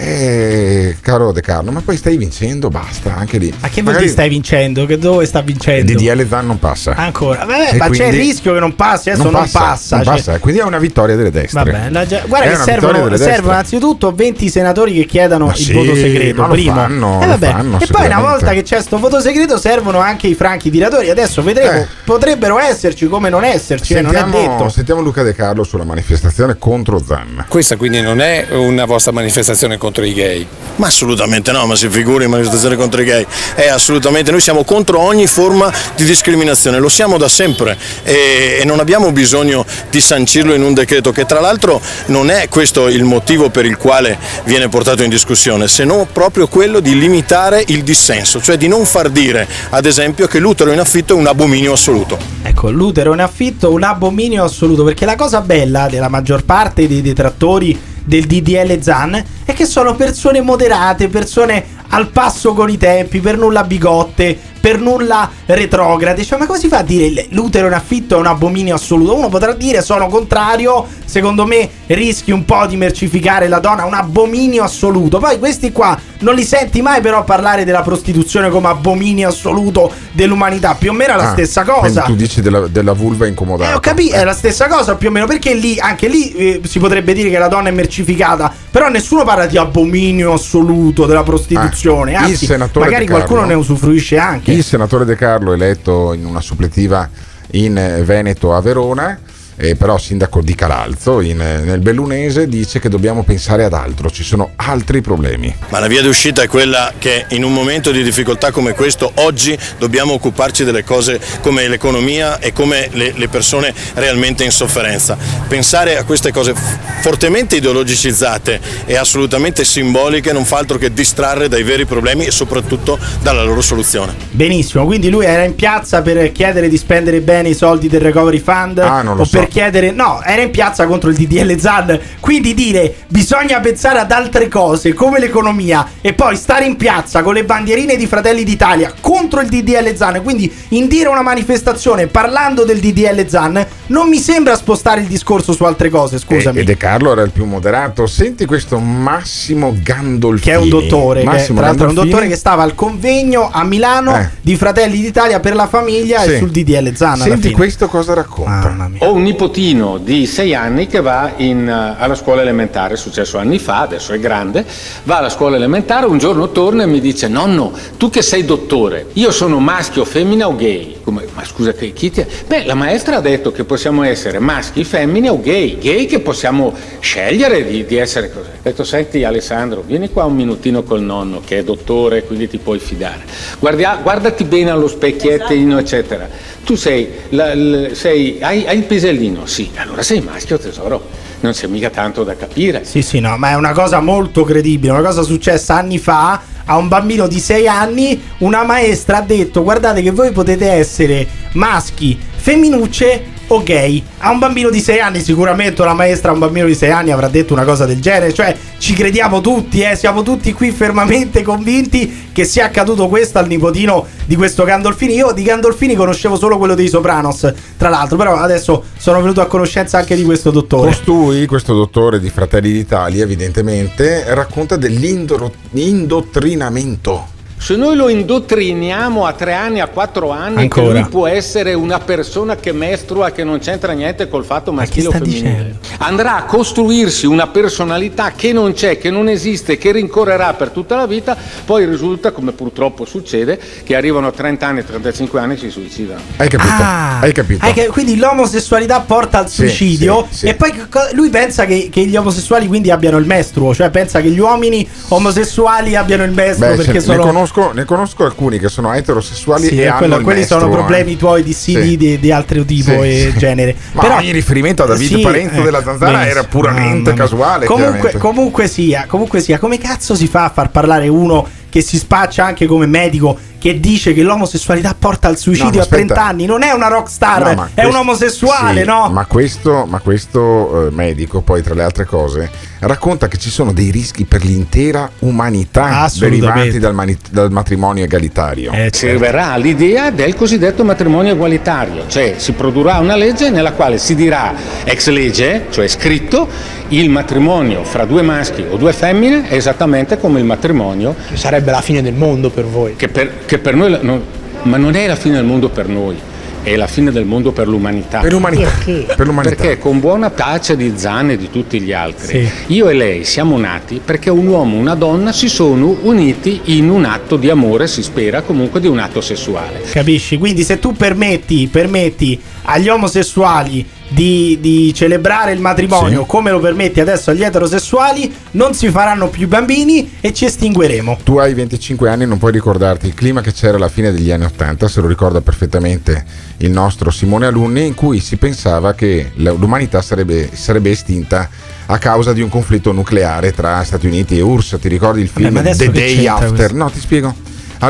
S6: Caro De Carlo, ma poi stai vincendo, basta, anche lì.
S8: Ma che vuol dire stai vincendo? Che dove sta vincendo?
S6: Il DDL Zan non passa.
S8: Ancora. Ma c'è il rischio che non passi, adesso non passa.
S6: Quindi è una vittoria delle destre.
S8: Guarda che servono innanzitutto 20 senatori che chiedano il voto segreto. Primo. E poi una volta che c'è sto voto segreto servono anche i franchi tiratori. Adesso vedremo, potrebbero esserci come non esserci, non è detto.
S6: Sentiamo Luca De Carlo sulla manifestazione contro Zan.
S19: Questa quindi non è una vostra manifestazione contro i gay?
S20: Ma assolutamente no, ma si figuri in manifestazione contro i gay. Assolutamente, noi siamo contro ogni forma di discriminazione, lo siamo da sempre e non abbiamo bisogno di sancirlo in un decreto, che tra l'altro non è questo il motivo per il quale viene portato in discussione, se non proprio quello di limitare il dissenso, cioè di non far dire ad esempio che l'utero in affitto è un abominio assoluto.
S8: Ecco, l'utero in affitto è un abominio assoluto, perché la cosa bella della maggior parte dei detrattori del DDL Zan è che sono persone moderate, persone al passo con i tempi, per nulla bigotte, per nulla retrograde. Cioè, ma come si fa a dire l'utero in affitto è un abominio assoluto? Uno potrà dire sono contrario, secondo me rischi un po' di mercificare la donna, un abominio assoluto. Poi questi qua non li senti mai però parlare della prostituzione come abominio assoluto dell'umanità. Più o meno è la stessa cosa.
S6: Quindi tu dici della vulva incomodata.
S8: Ho capito, è la stessa cosa più o meno, perché lì, anche lì si potrebbe dire che la donna è mercificata, però nessuno parla di abominio assoluto della prostituzione. Anzi, magari qualcuno ne usufruisce anche.
S6: Il senatore De Carlo, eletto in una suppletiva in Veneto a Verona, però sindaco di Calalzo nel Bellunese, dice che dobbiamo pensare ad altro, ci sono altri problemi.
S20: Ma la via d'uscita è quella che in un momento di difficoltà come questo oggi dobbiamo occuparci delle cose come l'economia e come le persone realmente in sofferenza. Pensare a queste cose fortemente ideologicizzate e assolutamente simboliche non fa altro che distrarre dai veri problemi e soprattutto dalla loro soluzione.
S8: Benissimo, quindi lui era in piazza per chiedere di spendere bene i soldi del Recovery Fund?
S6: Non lo so.
S8: Chiedere, no, era in piazza contro il DDL Zan. Quindi dire bisogna pensare ad altre cose come l'economia e poi stare in piazza con le bandierine di Fratelli d'Italia contro il DDL Zan, quindi indire una manifestazione parlando del DDL Zan, non mi sembra spostare il discorso su altre cose, scusami.
S6: E De Carlo era il più moderato. Senti questo Massimo Gandolfini,
S8: che è un dottore, tra l'altro è un dottore che stava al convegno a Milano di Fratelli d'Italia per la famiglia e sul DDL Zan.
S6: Senti questo cosa racconta.
S3: Ho un nipotino di 6 anni che va alla scuola elementare, è successo anni fa, adesso è grande, va alla scuola elementare, un giorno torna e mi dice: nonno, tu che sei dottore, io sono maschio, femmina o gay? Come, ma scusa, chi ti... Beh, la maestra ha detto che possiamo essere maschi, femmine o gay che possiamo scegliere di essere così. Ho detto: senti Alessandro, vieni qua un minutino col nonno che è dottore, quindi ti puoi fidare. Guardati bene allo specchiettino, eccetera. Tu hai il pisellino? Sì, allora sei maschio, tesoro. Non c'è mica tanto da capire.
S8: Sì, no, ma è una cosa molto credibile, una cosa successa anni fa a un bambino di 6 anni. Una maestra ha detto: guardate che voi potete essere maschi, femminucce o gay. A un bambino di 6 anni, sicuramente una maestra a un bambino di 6 anni avrà detto una cosa del genere. Cioè, ci crediamo tutti, siamo tutti qui fermamente convinti che sia accaduto questo al nipotino di questo Gandolfini. Io di Gandolfini conoscevo solo quello dei Sopranos, tra l'altro, però adesso sono venuto a conoscenza anche di questo dottore.
S6: Costui, questo dottore di Fratelli d'Italia, evidentemente racconta dell'indottrinamento.
S3: Se noi lo indottriniamo a 3 anni, a 4 anni,
S8: ancora,
S3: che lui può essere una persona che mestrua, che non c'entra niente col fatto maschile o femminile, andrà a costruirsi una personalità che non c'è, che non esiste, che rincorrerà per tutta la vita, poi risulta, come purtroppo succede, che arrivano a 30 anni, 35 anni e si suicidano.
S6: Hai capito?
S8: Quindi l'omosessualità porta al suicidio,
S6: sì.
S8: E poi lui pensa che gli omosessuali quindi abbiano il mestruo, cioè pensa che gli uomini omosessuali abbiano il mestruo, perché sono...
S6: Ne conosco alcuni che sono eterosessuali e hanno il
S8: quelli
S6: mestruo,
S8: sono problemi tuoi di CD di altro tipo e genere.
S6: Ma però ogni riferimento a David Parenzo della Zanzara era puramente casuale.
S8: Comunque sia, come cazzo si fa a far parlare uno che si spaccia anche come medico, che dice che l'omosessualità porta al suicidio a 30 anni? Non è una rockstar, è un omosessuale, no?
S6: Ma questo medico, poi tra le altre cose, racconta che ci sono dei rischi per l'intera umanità derivanti dal matrimonio egalitario.
S3: Servirà l'idea del cosiddetto matrimonio egualitario, cioè si produrrà una legge nella quale si dirà ex legge, cioè scritto, il matrimonio fra 2 maschi o 2 femmine è esattamente come il matrimonio.
S11: Che sarebbe la fine del mondo per voi.
S3: Che per noi, ma non è la fine del mondo per noi, è la fine del mondo per l'umanità.
S6: Per l'umanità.
S3: Perché con buona pace di Zan e di tutti gli altri, io e lei siamo nati perché un uomo e una donna si sono uniti in un atto di amore, si spera comunque di un atto sessuale.
S8: Capisci? Quindi se tu permetti agli omosessuali di celebrare il matrimonio come lo permetti adesso agli eterosessuali, non si faranno più bambini e ci estingueremo.
S6: Tu hai 25 anni, non puoi ricordarti il clima che c'era alla fine degli anni 80, se lo ricorda perfettamente il nostro Simone Alunni, in cui si pensava che l'umanità sarebbe estinta a causa di un conflitto nucleare tra Stati Uniti e URSS. Ti ricordi il film The Day After? No, ti spiego. Allora,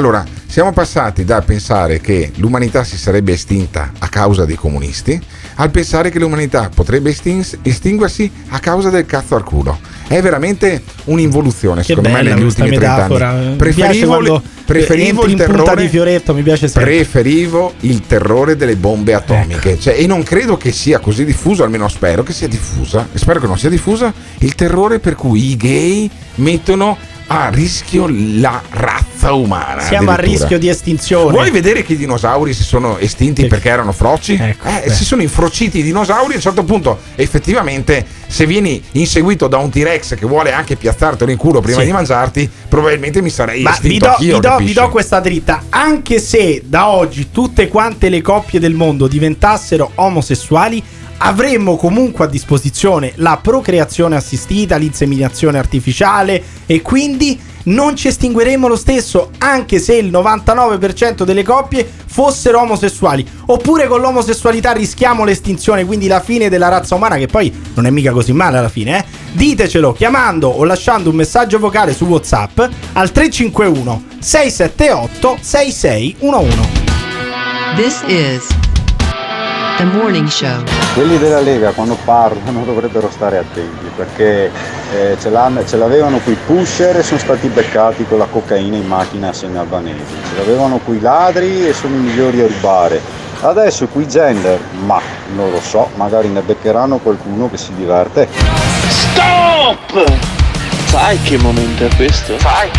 S6: Siamo passati da pensare che l'umanità si sarebbe estinta a causa dei comunisti al pensare che l'umanità potrebbe estinguersi a causa del cazzo al culo. È veramente un'involuzione, secondo me, negli ultimi 30 anni. Preferivo il terrore
S8: di Fioretto, mi piace sempre.
S6: Preferivo il terrore delle bombe atomiche, ecco. Cioè, e non credo che sia così diffuso, almeno spero che sia diffusa, e spero che non sia diffusa il terrore per cui i gay mettono a rischio la razza umana.
S8: Siamo a rischio di estinzione.
S6: Vuoi vedere che i dinosauri si sono estinti perché erano froci? Ecco, si sono infrociti i dinosauri. A un certo punto, effettivamente, se vieni inseguito da un T-Rex che vuole anche piazzartelo in culo prima di mangiarti, probabilmente mi sarei estinto anch'io.
S8: Vi do questa dritta. Anche se da oggi tutte quante le coppie del mondo diventassero omosessuali, avremmo comunque a disposizione la procreazione assistita, l'inseminazione artificiale, e quindi non ci estingueremo lo stesso, anche se il 99% delle coppie fossero omosessuali. Oppure con l'omosessualità rischiamo l'estinzione, quindi la fine della razza umana, che poi non è mica così male alla fine, Ditecelo chiamando o lasciando un messaggio vocale su WhatsApp al 351 678 6611.
S24: This is The Morning Show.
S23: Quelli della Lega quando parlano dovrebbero stare attenti, perché ce l'avevano quei pusher e sono stati beccati con la cocaina in macchina assieme albanesi, ce l'avevano quei ladri e sono i migliori a rubare. Adesso quei gender, ma non lo so, magari ne beccheranno qualcuno che si diverte.
S10: Stop! Sai che momento è questo?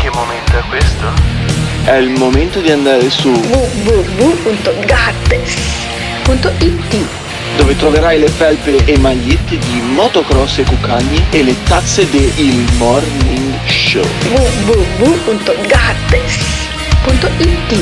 S10: È il momento di andare su www.gattes.it, dove troverai le felpe e magliette di motocross e cucagni e le tazze del Morning Show.
S13: www.gattes.it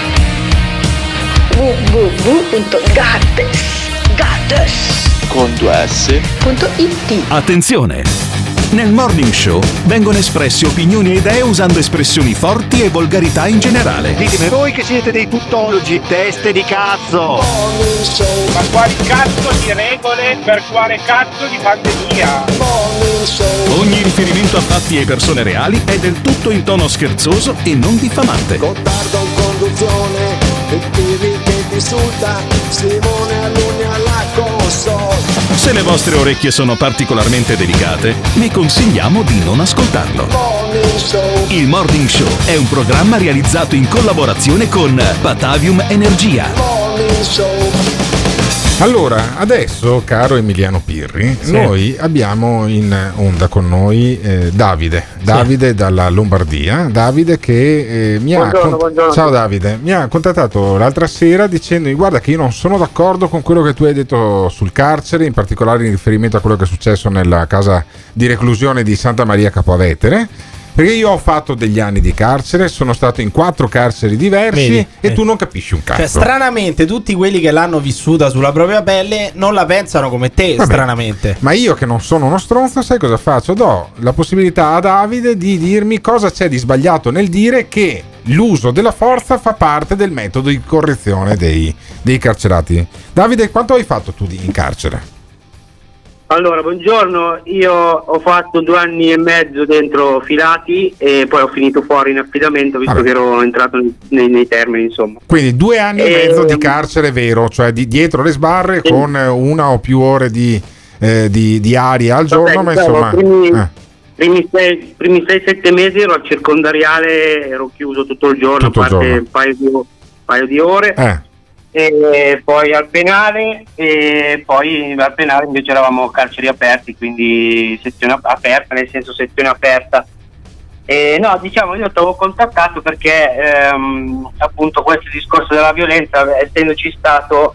S13: www.gattes
S10: con 2s.it.
S9: Attenzione! Nel Morning Show vengono espresse opinioni e idee usando espressioni forti e volgarità in generale.
S14: Ditemi voi che siete dei tuttologi, teste di cazzo!
S4: Ma quali cazzo di regole per quale cazzo di pandemia?
S9: Ogni riferimento a fatti e persone reali è del tutto in tono scherzoso e non diffamante.
S15: Gottardo in conduzione, il Pirri che ti insulta, Simone Alunni alla console.
S9: Se le vostre orecchie sono particolarmente delicate, vi consigliamo di non ascoltarlo. Il Morning Show è un programma realizzato in collaborazione con Patavium Energia.
S6: Allora, adesso, caro Emiliano Pirri, noi abbiamo in onda con noi Davide dalla Lombardia. Davide che mi
S5: buongiorno.
S6: Ciao Davide, mi ha contattato l'altra sera dicendomi: guarda che io non sono d'accordo con quello che tu hai detto sul carcere, in particolare in riferimento a quello che è successo nella casa di reclusione di Santa Maria Capua Vetere. Perché io ho fatto degli anni di carcere, sono stato in 4 carceri diversi e tu non capisci un cazzo.
S8: Cioè, stranamente tutti quelli che l'hanno vissuta sulla propria pelle non la pensano come te. Vabbè, stranamente.
S6: Ma io che non sono uno stronzo, sai cosa faccio? Do la possibilità a Davide di dirmi cosa c'è di sbagliato nel dire che l'uso della forza fa parte del metodo di correzione dei carcerati. Davide, quanto hai fatto tu in carcere?
S5: Allora, buongiorno, io ho fatto 2 anni e mezzo dentro filati e poi ho finito fuori in affidamento visto che ero entrato nei termini, insomma.
S6: Quindi 2 anni e mezzo di carcere vero, cioè dietro le sbarre con 1 o più ore di aria al giorno, ma insomma...
S5: Primi 6-7 mesi ero al circondariale, ero chiuso tutto il giorno, a parte un paio di ore. E poi al penale, invece eravamo carceri aperti, quindi sezione aperta, nel senso sezione aperta. No, diciamo, io ti avevo contattato perché appunto questo discorso della violenza, essendoci stato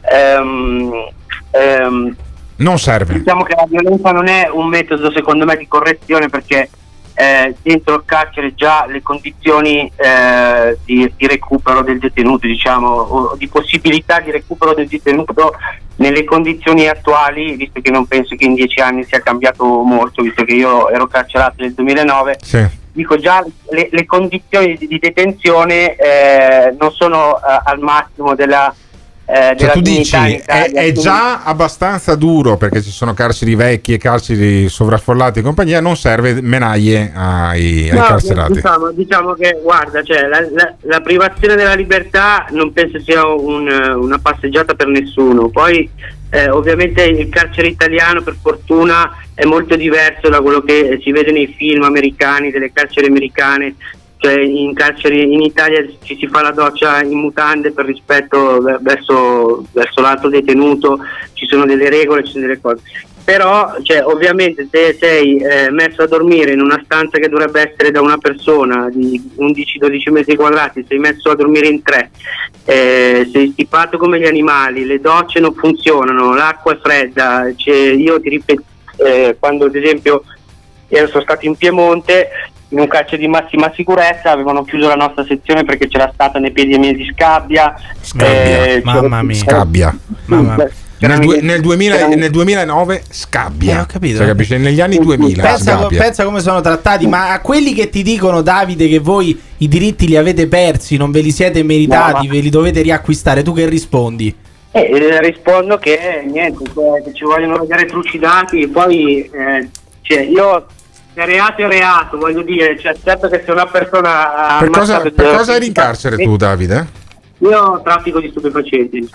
S6: non serve.
S5: Diciamo che la violenza non è un metodo, secondo me, di correzione, perché dentro il carcere già le condizioni di recupero del detenuto, diciamo, o di possibilità di recupero del detenuto nelle condizioni attuali, visto che non penso che in 10 anni sia cambiato molto, visto che io ero carcerato nel 2009, dico già le condizioni di detenzione non sono al massimo della
S6: Cioè tu dici è già abbastanza duro perché ci sono carceri vecchi e carceri sovraffollati e compagnia, non serve menaglie ai carcerati.
S1: Diciamo che guarda, cioè, la privazione della libertà non penso sia una passeggiata per nessuno. Poi ovviamente il carcere italiano per fortuna è molto diverso da quello che si vede nei film americani, delle carceri americane. Cioè in carceri in Italia ci si fa la doccia in mutande per rispetto verso l'altro detenuto, ci sono delle regole, ci sono delle cose. Però cioè, ovviamente se sei messo a dormire in una stanza che dovrebbe essere da una persona di 11-12 metri quadrati, sei messo a dormire in 3, sei stipato come gli animali, le docce non funzionano, l'acqua è fredda, io ti ripeto, quando ad esempio sono stato in Piemonte in un carcere di massima sicurezza, avevano chiuso la nostra sezione perché c'era stata un'epidemia di scabbia.
S8: Mamma mia.
S6: Scabbia. Nel 2009 scabbia.
S8: Ho capito.
S6: Cioè, capisci? Negli anni 2000
S8: pensa come sono trattati. Ma a quelli che ti dicono, Davide, che voi i diritti li avete persi, non ve li siete meritati, ve li dovete riacquistare, tu che rispondi?
S1: Rispondo che niente, che ci vogliono vedere trucidati. Poi cioè, io reato è reato, voglio dire, cioè, certo che se una persona
S6: per cosa eri in carcere tu, Davide?
S1: Io traffico di stupefacenti.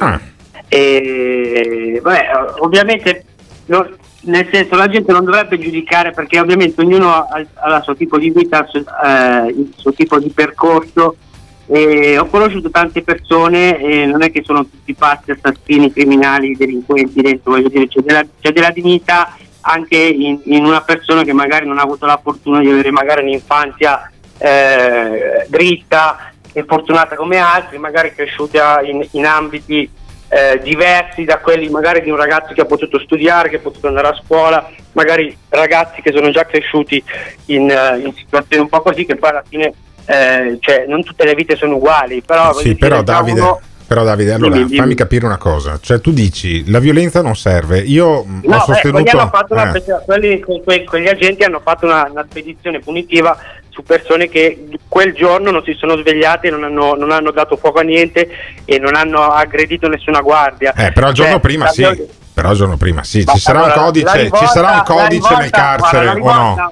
S1: E vabbè, ovviamente nel senso la gente non dovrebbe giudicare, perché ovviamente ognuno ha il suo tipo di vita, il suo tipo di percorso, e ho conosciuto tante persone e non è che sono tutti pazzi, assassini, criminali, delinquenti dentro, voglio dire, c'è della dignità anche in una persona che magari non ha avuto la fortuna di avere magari un'infanzia dritta e fortunata come altri, magari cresciuta in ambiti diversi da quelli magari di un ragazzo che ha potuto studiare, che ha potuto andare a scuola, magari ragazzi che sono già cresciuti in situazioni un po' così, che poi alla fine cioè non tutte le vite sono uguali, però
S6: sì, però Davide, allora fammi capire una cosa, cioè tu dici la violenza non serve, io ho sostenuto
S1: quegli agenti hanno fatto una spedizione punitiva su persone che quel giorno non si sono svegliate, non hanno dato fuoco a niente e non hanno aggredito nessuna guardia.
S6: Però il giorno prima sì. Però il giorno prima sì, ci sarà un codice nel carcere o no?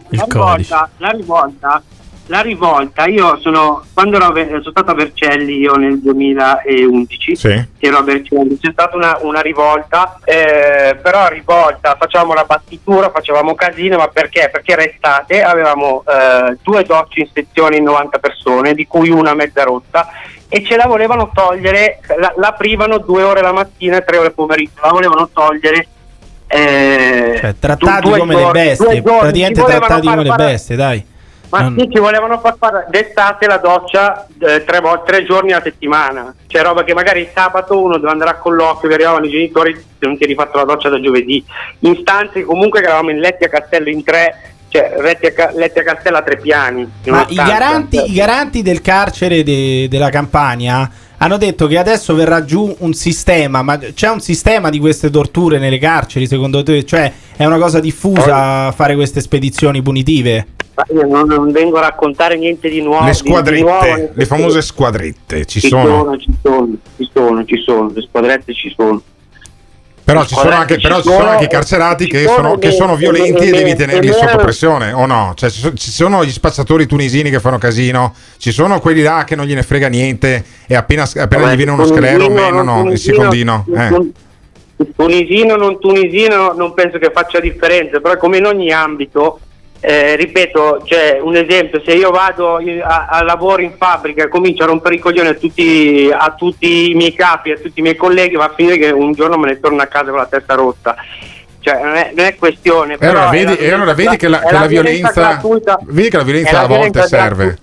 S1: La rivolta, io sono stato a Vercelli io nel 2011, ero a Vercelli, c'è stata una rivolta, però rivolta, facevamo la battitura, facevamo casino, ma perché? Perché era estate, avevamo 2 docce in sezione in 90 persone, di cui una mezza rotta, e ce la volevano togliere, la aprivano 2 ore la mattina e 3 ore pomeriggio, la volevano togliere.
S8: Cioè, trattati come le bestie, praticamente trattati come le bestie, dai.
S1: Ma sì, ci volevano far fare d'estate la doccia 3 giorni a settimana, cioè roba che magari il sabato uno doveva andare a colloquio, arrivavano i genitori, se non ti eri fatto la doccia da giovedì, in stanze comunque che eravamo in letti a castello in 3, cioè letti a castello a 3 piani.
S8: Ma i garanti del carcere della Campania hanno detto che adesso verrà giù un sistema, ma c'è un sistema di queste torture nelle carceri secondo te? Cioè è una cosa diffusa fare queste spedizioni punitive?
S1: Io non vengo a raccontare niente di nuovo.
S6: Le squadrette, le famose squadrette ci sono,
S1: le squadrette ci sono.
S6: Però ci sono anche i carcerati che sono violenti e devi tenerli sotto pressione, o no? Cioè, ci sono gli spacciatori tunisini che fanno casino, ci sono quelli là che non gliene frega niente e appena gli viene uno sclero menano il secondino.
S1: Tunisino, non tunisino, non penso che faccia differenza, però come in ogni ambito. Ripeto, cioè un esempio, se io vado a lavoro in fabbrica e comincio a rompere i coglioni a tutti i miei capi, a tutti i miei colleghi, va a finire che un giorno me ne torno a casa con la testa rotta. Cioè non è questione.
S6: Allora vedi che la violenza a volte serve.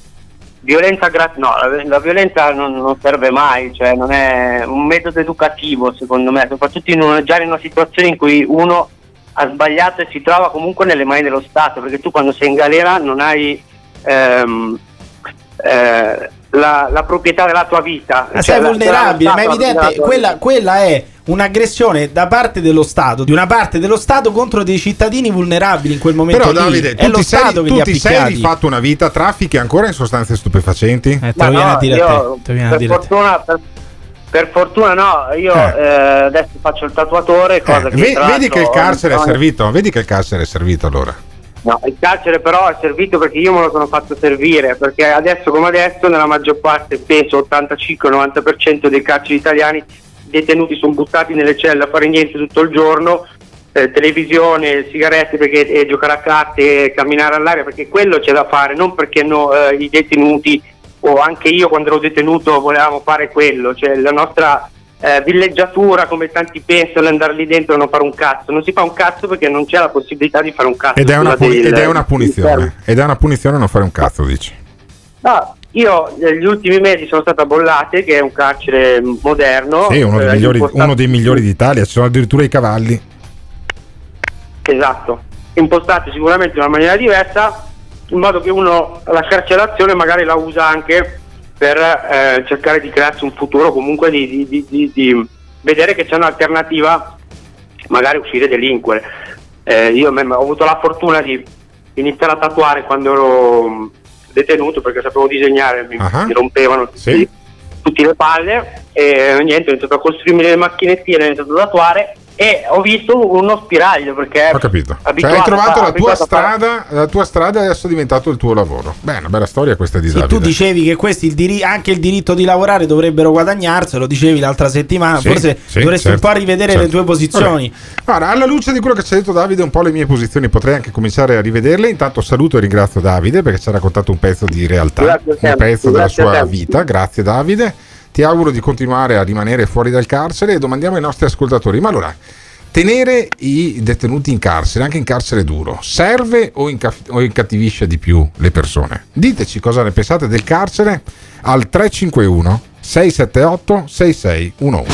S1: La violenza non serve mai, cioè non è un metodo educativo secondo me, soprattutto già in una situazione in cui uno ha sbagliato e si trova comunque nelle mani dello Stato, perché tu quando sei in galera non hai la proprietà della tua vita,
S8: sei vulnerabile, ma è evidente, quella è un'aggressione da parte dello Stato, di una parte dello Stato contro dei cittadini vulnerabili in quel momento.
S6: Però Davide,
S8: è lo Stato che li ha picchiati. Tu ti sei rifatto
S6: una vita, traffichi ancora in sostanze stupefacenti?
S8: Te lo viene a dire a te.
S1: Per fortuna Per fortuna no, io adesso faccio il tatuatore, cosa che
S6: vedi che il carcere è servito, vedi che il carcere è servito allora.
S1: No, il carcere però è servito perché io me lo sono fatto servire, perché adesso come adesso nella maggior parte, penso 85-90% dei carceri italiani detenuti sono buttati nelle celle a fare niente tutto il giorno, televisione, sigarette e giocare a carte, camminare all'aria, perché quello c'è da fare, non perché i detenuti o anche io quando ero detenuto volevamo fare quello, cioè la nostra villeggiatura, come tanti pensano, andare lì dentro e non fare un cazzo. Non si fa un cazzo perché non c'è la possibilità di fare un cazzo.
S6: Ed è una punizione. Ed è una punizione non fare un cazzo, dici?
S1: No, io negli ultimi mesi sono stato a Bollate, che è un carcere moderno.
S6: Sì, uno dei migliori d'Italia, ci sono addirittura i cavalli.
S1: Esatto, impostato sicuramente in una maniera diversa, in modo che uno la carcerazione magari la usa anche per cercare di crearsi un futuro, comunque di vedere che c'è un'alternativa, magari uscire e delinquere. Io ho avuto la fortuna di iniziare a tatuare quando ero detenuto, perché sapevo disegnare, mi rompevano tutte le palle e niente, ho iniziato a costruirmi le macchinettine, ho iniziato a tatuare e ho visto uno spiraglio, perché
S6: ho capito, cioè, hai trovato la tua strada e adesso è diventato il tuo lavoro. Beh, una bella storia questa di Davide.
S8: Tu dicevi che questi anche il diritto di lavorare dovrebbero guadagnarselo, dicevi l'altra settimana, forse dovresti un po' rivedere le tue posizioni.
S6: Guarda, alla luce di quello che ci ha detto Davide, un po' le mie posizioni potrei anche cominciare a rivederle. Intanto saluto e ringrazio Davide perché ci ha raccontato un pezzo di realtà, un pezzo della sua vita. Grazie Davide. Ti auguro di continuare a rimanere fuori dal carcere e domandiamo ai nostri ascoltatori: ma allora, tenere i detenuti in carcere, anche in carcere duro, serve o incattivisce di più le persone? Diteci cosa ne pensate del carcere al 351 678 6611.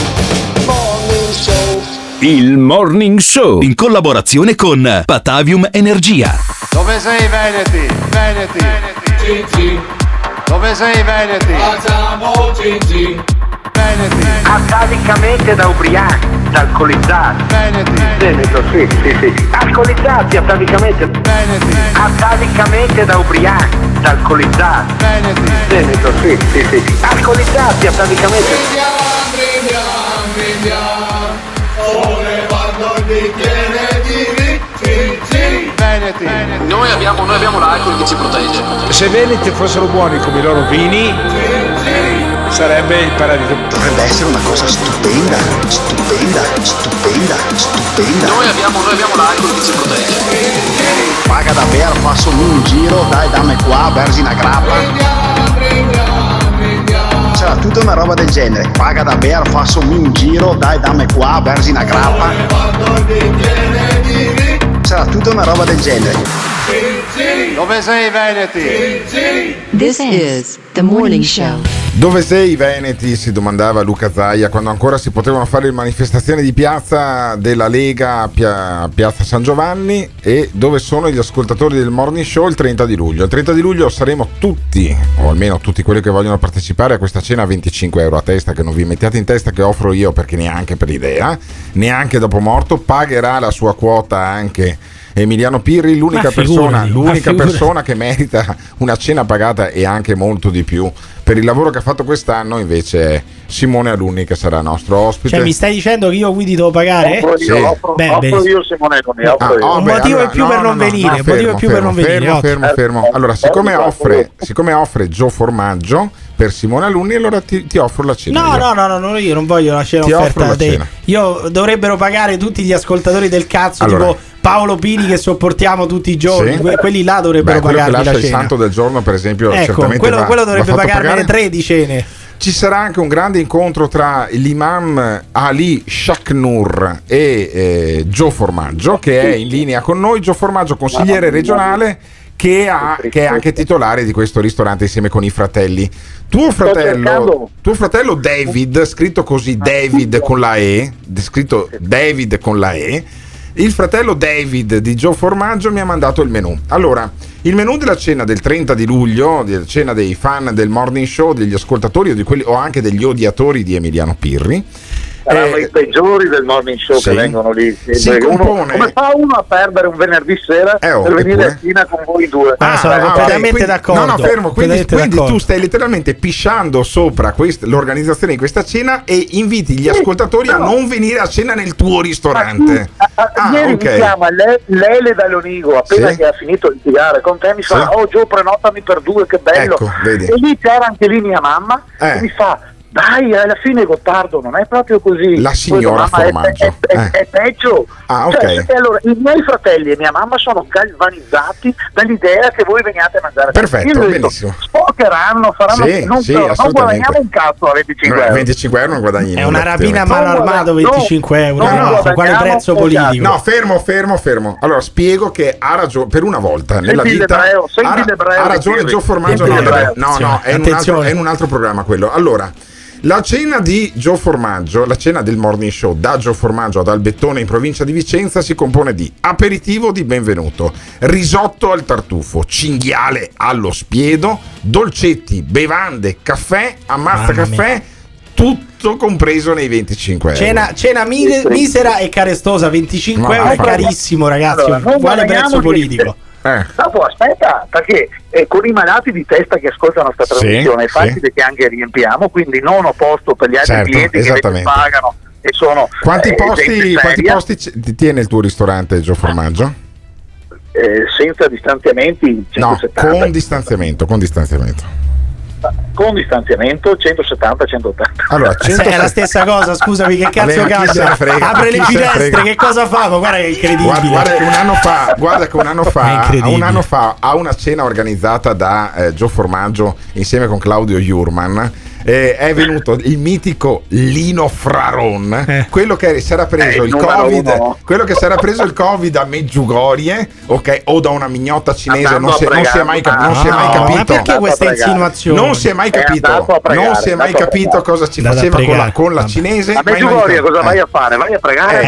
S9: Il Morning Show in collaborazione con Patavium Energia.
S15: Dove sei Veneti? Veneti. Dove sei Veneti? Facciamo Gigi. Veneti.
S14: Atavicamente da ubriachi, da alcolizzati.
S15: Veneti.
S14: Veneto, sì. Alcolizzati atavicamente.
S15: Veneti.
S14: Atavicamente da ubriachi, da alcolizzati.
S15: Veneti.
S14: Veneto, sì. Alcolizzati atavicamente.
S15: Brindiamo. Sollevando il bicchiere di Gigi. Veneti.
S16: Noi abbiamo l'alcol che ci protegge.
S17: Se Veneti fossero buoni come i loro vini, sarebbe il paradiso.
S14: Dovrebbe essere una cosa stupenda.
S16: Noi abbiamo l'alcol che ci protegge.
S14: Paga davvero, faccio un giro, dai dammi qua, versi una grappa. C'era tutta una roba del genere. Paga davvero, faccio un giro, dai dammi qua, versi una grappa. C'era tutta una roba del genere.
S15: Dove sei Veneti?
S24: This is the morning show.
S6: Dove sei Veneti? Si domandava Luca Zaia quando ancora si potevano fare le manifestazioni di piazza della Lega a Piazza San Giovanni. E dove sono gli ascoltatori del Morning Show il 30 di luglio? Il 30 di luglio saremo tutti, o almeno tutti quelli che vogliono partecipare a questa cena a 25 euro a testa, che non vi mettiate in testa che offro io, perché neanche per idea, neanche dopo morto. Pagherà la sua quota anche Emiliano Pirri, l'unica persona che merita una cena pagata e anche molto di più per il lavoro che ha fatto quest'anno invece è Simone Alunni, che sarà nostro ospite.
S8: Cioè mi stai dicendo che io quindi devo pagare?
S5: Offro io Simone Alunni.
S8: Un motivo in più per non venire.
S6: Fermo. Allora, siccome offre Gio Formaggio per Simone Alunni, allora ti offro la cena.
S8: No, io non voglio la cena offerta da te. Io dovrebbero pagare tutti gli ascoltatori del cazzo, allora, tipo Paolo Pini che sopportiamo tutti i giorni, quelli là dovrebbero pagarmi la cena.
S6: Il santo del giorno, per esempio,
S8: certamente quello dovrebbe pagarmene 3 di cene.
S6: Ci sarà anche un grande incontro tra l'imam Ali Shaknur e Gio Formaggio, che è in linea con noi. Gio Formaggio, consigliere regionale, che è anche titolare di questo ristorante insieme con i fratelli. Tuo fratello David, scritto così, David con la E, il fratello David di Gio Formaggio mi ha mandato il menù. Allora, il menù della cena del 30 di luglio, della cena dei fan del Morning Show, degli ascoltatori o anche degli odiatori di Emiliano Pirri,
S2: saranno i peggiori del morning show che vengono lì. Come fa uno a perdere un venerdì sera per venire a cena con voi due?
S8: Sono completamente d'accordo.
S6: No, fermo. Quindi tu stai letteralmente pisciando sopra l'organizzazione di questa cena e inviti gli ascoltatori a non venire a cena nel tuo ristorante.
S2: Ieri mi chiama Lele da Lonigo, appena che ha finito di litigare con te, mi fa: oh Gio, prenotami per due, che bello. E lì c'era anche lì mia mamma e mi fa: dai, alla fine Gottardo non è proprio così.
S6: La signora Formaggio
S2: è peggio.
S6: Ok.
S2: Allora, i miei fratelli e mia mamma sono galvanizzati dall'idea che voi veniate a mangiare.
S6: Perfetto, benissimo.
S2: Spocheranno, faranno non guadagniamo un cazzo a 25 euro.
S6: 25 euro non guadagni.
S8: È una rapina a mano armato, 25 euro. Quale prezzo politico?
S6: No, fermo. Allora spiego che ha ragione per una volta nella vita. Ha ragione Gio Formaggio. No, è in un altro programma quello. Allora, la cena di Gio Formaggio, la cena del morning show da Gio Formaggio ad Albettone in provincia di Vicenza si compone di aperitivo di benvenuto, risotto al tartufo, cinghiale allo spiedo, dolcetti, bevande, caffè, ammazza caffè, tutto compreso nei 25 euro.
S8: Cena misera e carestosa, 25 euro è carissimo, ragazzi. Quale prezzo politico?
S2: Dopo aspetta, perché con i malati di testa che ascoltano questa trasmissione è facile che anche riempiamo, clienti, non ho posto per gli altri clienti che pagano e sono
S6: quanti posti tiene il tuo ristorante, Gio Formaggio?
S2: Senza distanziamenti 170.
S6: No, con distanziamento. Con distanziamento 170-180.
S8: Allora, è la stessa cosa, scusami, che cazzo cambia? Apre le finestre, che cosa fa? Ma guarda che è incredibile.
S6: Guarda che un anno fa a una cena organizzata da Gio Formaggio insieme con Claudio Jurman è venuto il mitico Lino Fraron, quello che si era preso il Covid a Meggiugorie, ok, o da una mignotta cinese, non si è mai capito.
S8: Ma perché questa insinuazione?
S6: Non si è mai capito cosa ci faceva con la cinese.
S2: A Meggiugorie cosa vai a fare? Vai a pregare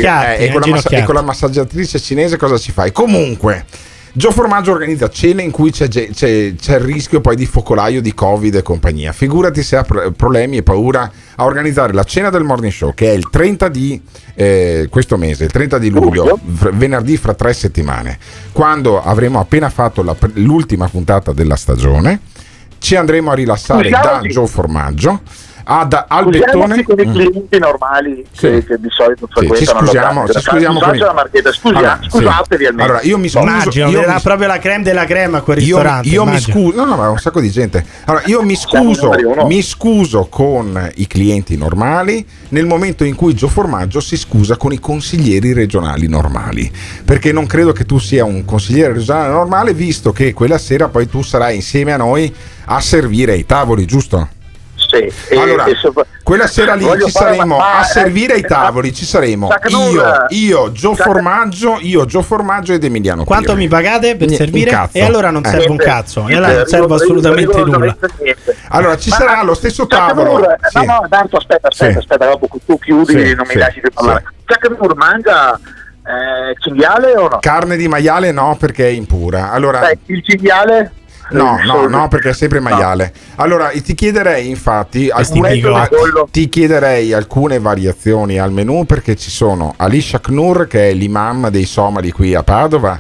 S6: e con la massaggiatrice cinese cosa ci fai? Comunque Gio Formaggio organizza cene in cui c'è il rischio poi di focolaio di Covid e compagnia. Figurati se ha problemi e paura a organizzare la cena del morning show, che è il 30 di questo mese, il 30 di luglio, venerdì fra 3 settimane, quando avremo appena fatto l'ultima puntata della stagione. Ci andremo a rilassare da Gio Formaggio ad Albettone
S2: con i clienti normali che di solito frequentano.
S6: Ci scusiamo con
S2: scusatevi almeno.
S6: Allora io mi scuso,
S8: era proprio la creme della crema quel ristorante.
S6: Io mi scuso, ma un sacco di gente. Allora io mi scuso con i clienti normali nel momento in cui Gio Formaggio si scusa con i consiglieri regionali normali, perché non credo che tu sia un consigliere regionale normale, visto che quella sera poi tu sarai insieme a noi a servire ai tavoli, giusto? Allora, quella sera lì ci saremo a servire ai tavoli, ci saremo io, Gio Formaggio ed Emiliano Pirri.
S8: Quanto mi pagate per servire? E allora non serve un cazzo, e allora non serve assolutamente nulla.
S6: Allora ci sarà lo stesso tavolo.
S2: No, tanto aspetta, dopo tu chiudi, non mi lasci più parlare. Giacomur mangia cinghiale o no?
S6: Carne di maiale no, perché è impura. Allora
S2: il cinghiale?
S6: No, perché è sempre maiale. Allora ti chiederei infatti alcune variazioni al menù, perché ci sono Ali Shaknur, che è l'imam dei somali qui a Padova,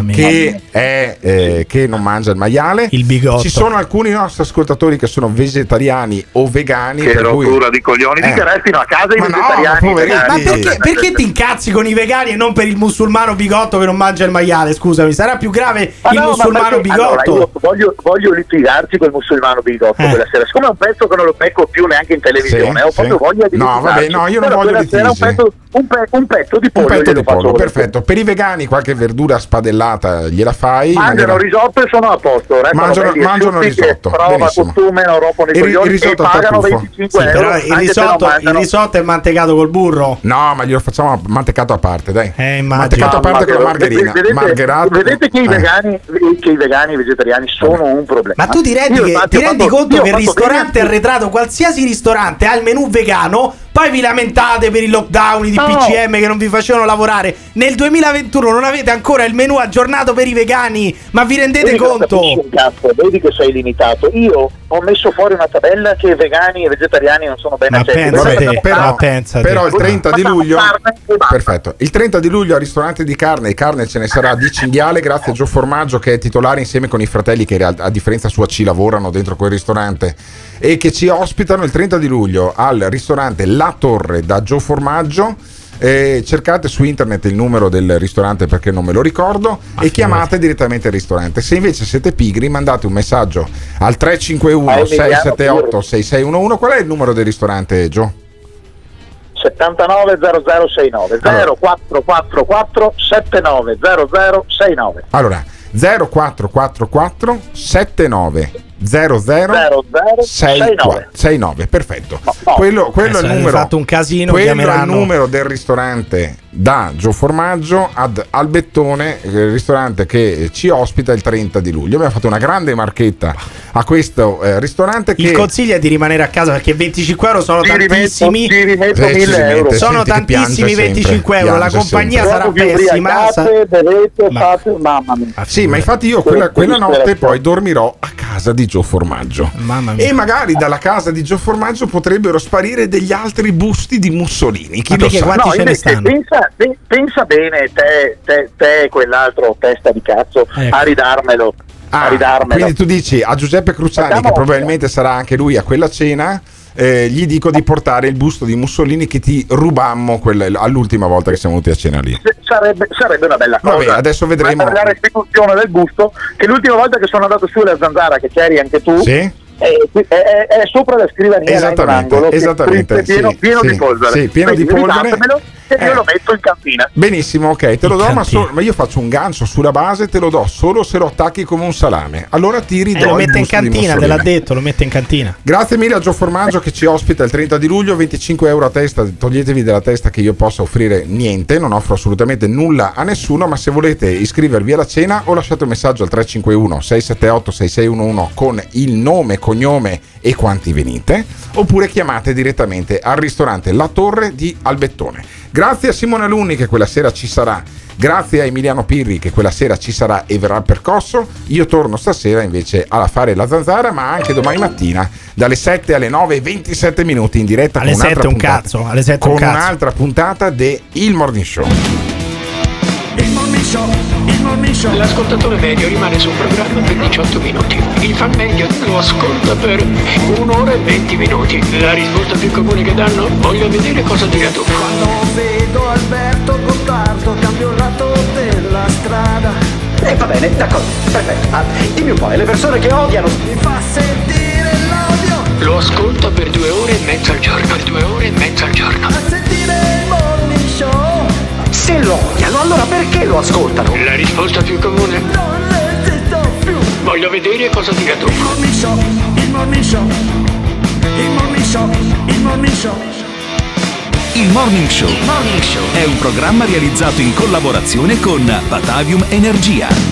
S6: che non mangia il maiale.
S8: Il bigotto.
S6: Ci sono alcuni nostri ascoltatori che sono vegetariani o vegani,
S2: che rottura di coglioni, che restino a casa i vegetariani.
S8: Ma perché ti incazzi con i vegani e non per il musulmano bigotto che non mangia il maiale? Scusami, sarà più grave il musulmano bigotto?
S2: Allora, voglio litigarci col musulmano bigotto quella sera. Siccome è un pezzo che non lo becco più neanche in televisione, ho proprio voglia di litigarci.
S6: Io non voglio litigare.
S2: Un petto di pollo.
S6: Perfetto. Per i vegani qualche verdura spadellata gliela fai.
S2: Mangiano risotto e sono a posto.
S6: Mangiano risotto.
S2: Prova costume, non rompono i coglioni e pagano 25 euro.
S8: Però il risotto è mantecato col burro?
S6: No, ma glielo facciamo mantecato a parte, dai. Mantecato a parte con la margherina.
S2: Vedete che i vegani e i vegetariani sono un problema.
S8: Ma tu ti rendi conto che il ristorante arretrato, qualsiasi ristorante ha il menù vegano, Poi vi lamentate per i lockdown di PCM che non vi facevano lavorare. Nel 2021 non avete ancora il menù aggiornato per i vegani, ma vi rendete conto?
S2: Vedi che sei limitato. Io ho messo fuori una tabella che vegani e vegetariani non sono ben accetti.
S6: Però il 30 di luglio, perfetto, il 30 di luglio al ristorante di carne ce ne sarà di cinghiale, grazie a Gio Formaggio, che è titolare insieme con i fratelli che a differenza sua ci lavorano dentro quel ristorante e che ci ospitano il 30 di luglio al ristorante La Torre da Gio Formaggio. Cercate su internet il numero del ristorante perché non me lo ricordo e chiamate direttamente il ristorante. Se invece siete pigri, mandate un messaggio al 351 678 6611. Qual è il numero del ristorante, Gio?
S2: 790069 0444 790069.
S6: Allora 0444 79 0069, perfetto. Quello è il numero.
S8: Fatto un casino.
S6: Quello è il numero del ristorante da Gio Formaggio ad Albettone, il ristorante che ci ospita il 30 di luglio. Abbiamo fatto una grande marchetta a questo ristorante.
S8: Il consiglio è di rimanere a casa perché 25 euro sono tantissimi.
S2: Ci rimetto 1.000 euro.
S8: Sono tantissimi 25 euro. La compagnia sarà pessima.
S2: Mamma mia.
S6: Sì, ma infatti io quella notte poi dormirò a casa di Gio Formaggio.
S8: Mamma mia.
S6: E magari dalla casa di Gio Formaggio potrebbero sparire degli altri busti di Mussolini. Chi lo sa?
S8: Quanti ce ne stanno?
S2: Pensa bene, te quell'altro testa di cazzo, a ridarmelo.
S6: Quindi tu dici a Giuseppe Cruciani, che probabilmente sarà anche lui a quella cena, gli dico di portare il busto di Mussolini che ti rubammo all'ultima volta che siamo venuti a cena lì.
S2: Sarebbe una bella cosa.
S6: Vabbè, adesso vedremo.
S2: La restituzione del busto, che l'ultima volta che sono andato su alla Zanzara, che c'eri anche tu,
S6: sì?
S2: È sopra la scrivania,
S6: esattamente,
S2: pieno di polvere.
S6: Sì, pieno di polvere.
S2: E io lo metto in cantina.
S6: Benissimo, ok, te lo do, ma io faccio un gancio sulla base, te lo do solo se lo attacchi come un salame. Allora ti ridò
S8: lo mette in cantina, te l'ha detto, lo mette in cantina.
S6: Grazie mille a Gio Formaggio che ci ospita il 30 di luglio, 25 euro a testa. Toglietevi dalla testa che io possa offrire niente, non offro assolutamente nulla a nessuno, ma se volete iscrivervi alla cena o lasciate un messaggio al 351 678 6611 con il nome, cognome e quanti venite, oppure chiamate direttamente al ristorante La Torre di Albettone. Grazie a Simone Alunni che quella sera ci sarà, grazie a Emiliano Pirri che quella sera ci sarà e verrà percosso. Io torno stasera invece a fare la Zanzara, ma anche domani mattina dalle 7 alle 9:27 minuti in diretta
S8: alle
S6: con un'altra
S8: 7
S6: puntata,
S8: alle 7
S6: con un'altra puntata de Il Morning Show.
S12: Il Morning Show. L'ascoltatore medio rimane sul programma per 18 minuti. Il fan medio lo ascolta per 1 ora e 20 minuti. La risposta più comune che danno? Voglio vedere cosa dirà tu.
S15: Quando vedo Alberto Gottardo cambio il lato della strada.
S7: Va bene, d'accordo, perfetto. Dimmi un po', le persone che odiano
S15: mi fa sentire l'odio.
S12: Lo ascolta per 2 ore e mezza al giorno. Per 2 ore e mezza al giorno.
S15: A sentire il Morning Show.
S7: Se lo odiano, allora perché lo ascoltano?
S12: La risposta più comune?
S15: Non esisto più.
S12: Voglio vedere cosa dirà tu.
S15: Il Morning Show, il Morning Show, il Morning Show, il Morning Show.
S9: Il Morning Show è un programma realizzato in collaborazione con Batavium Energia.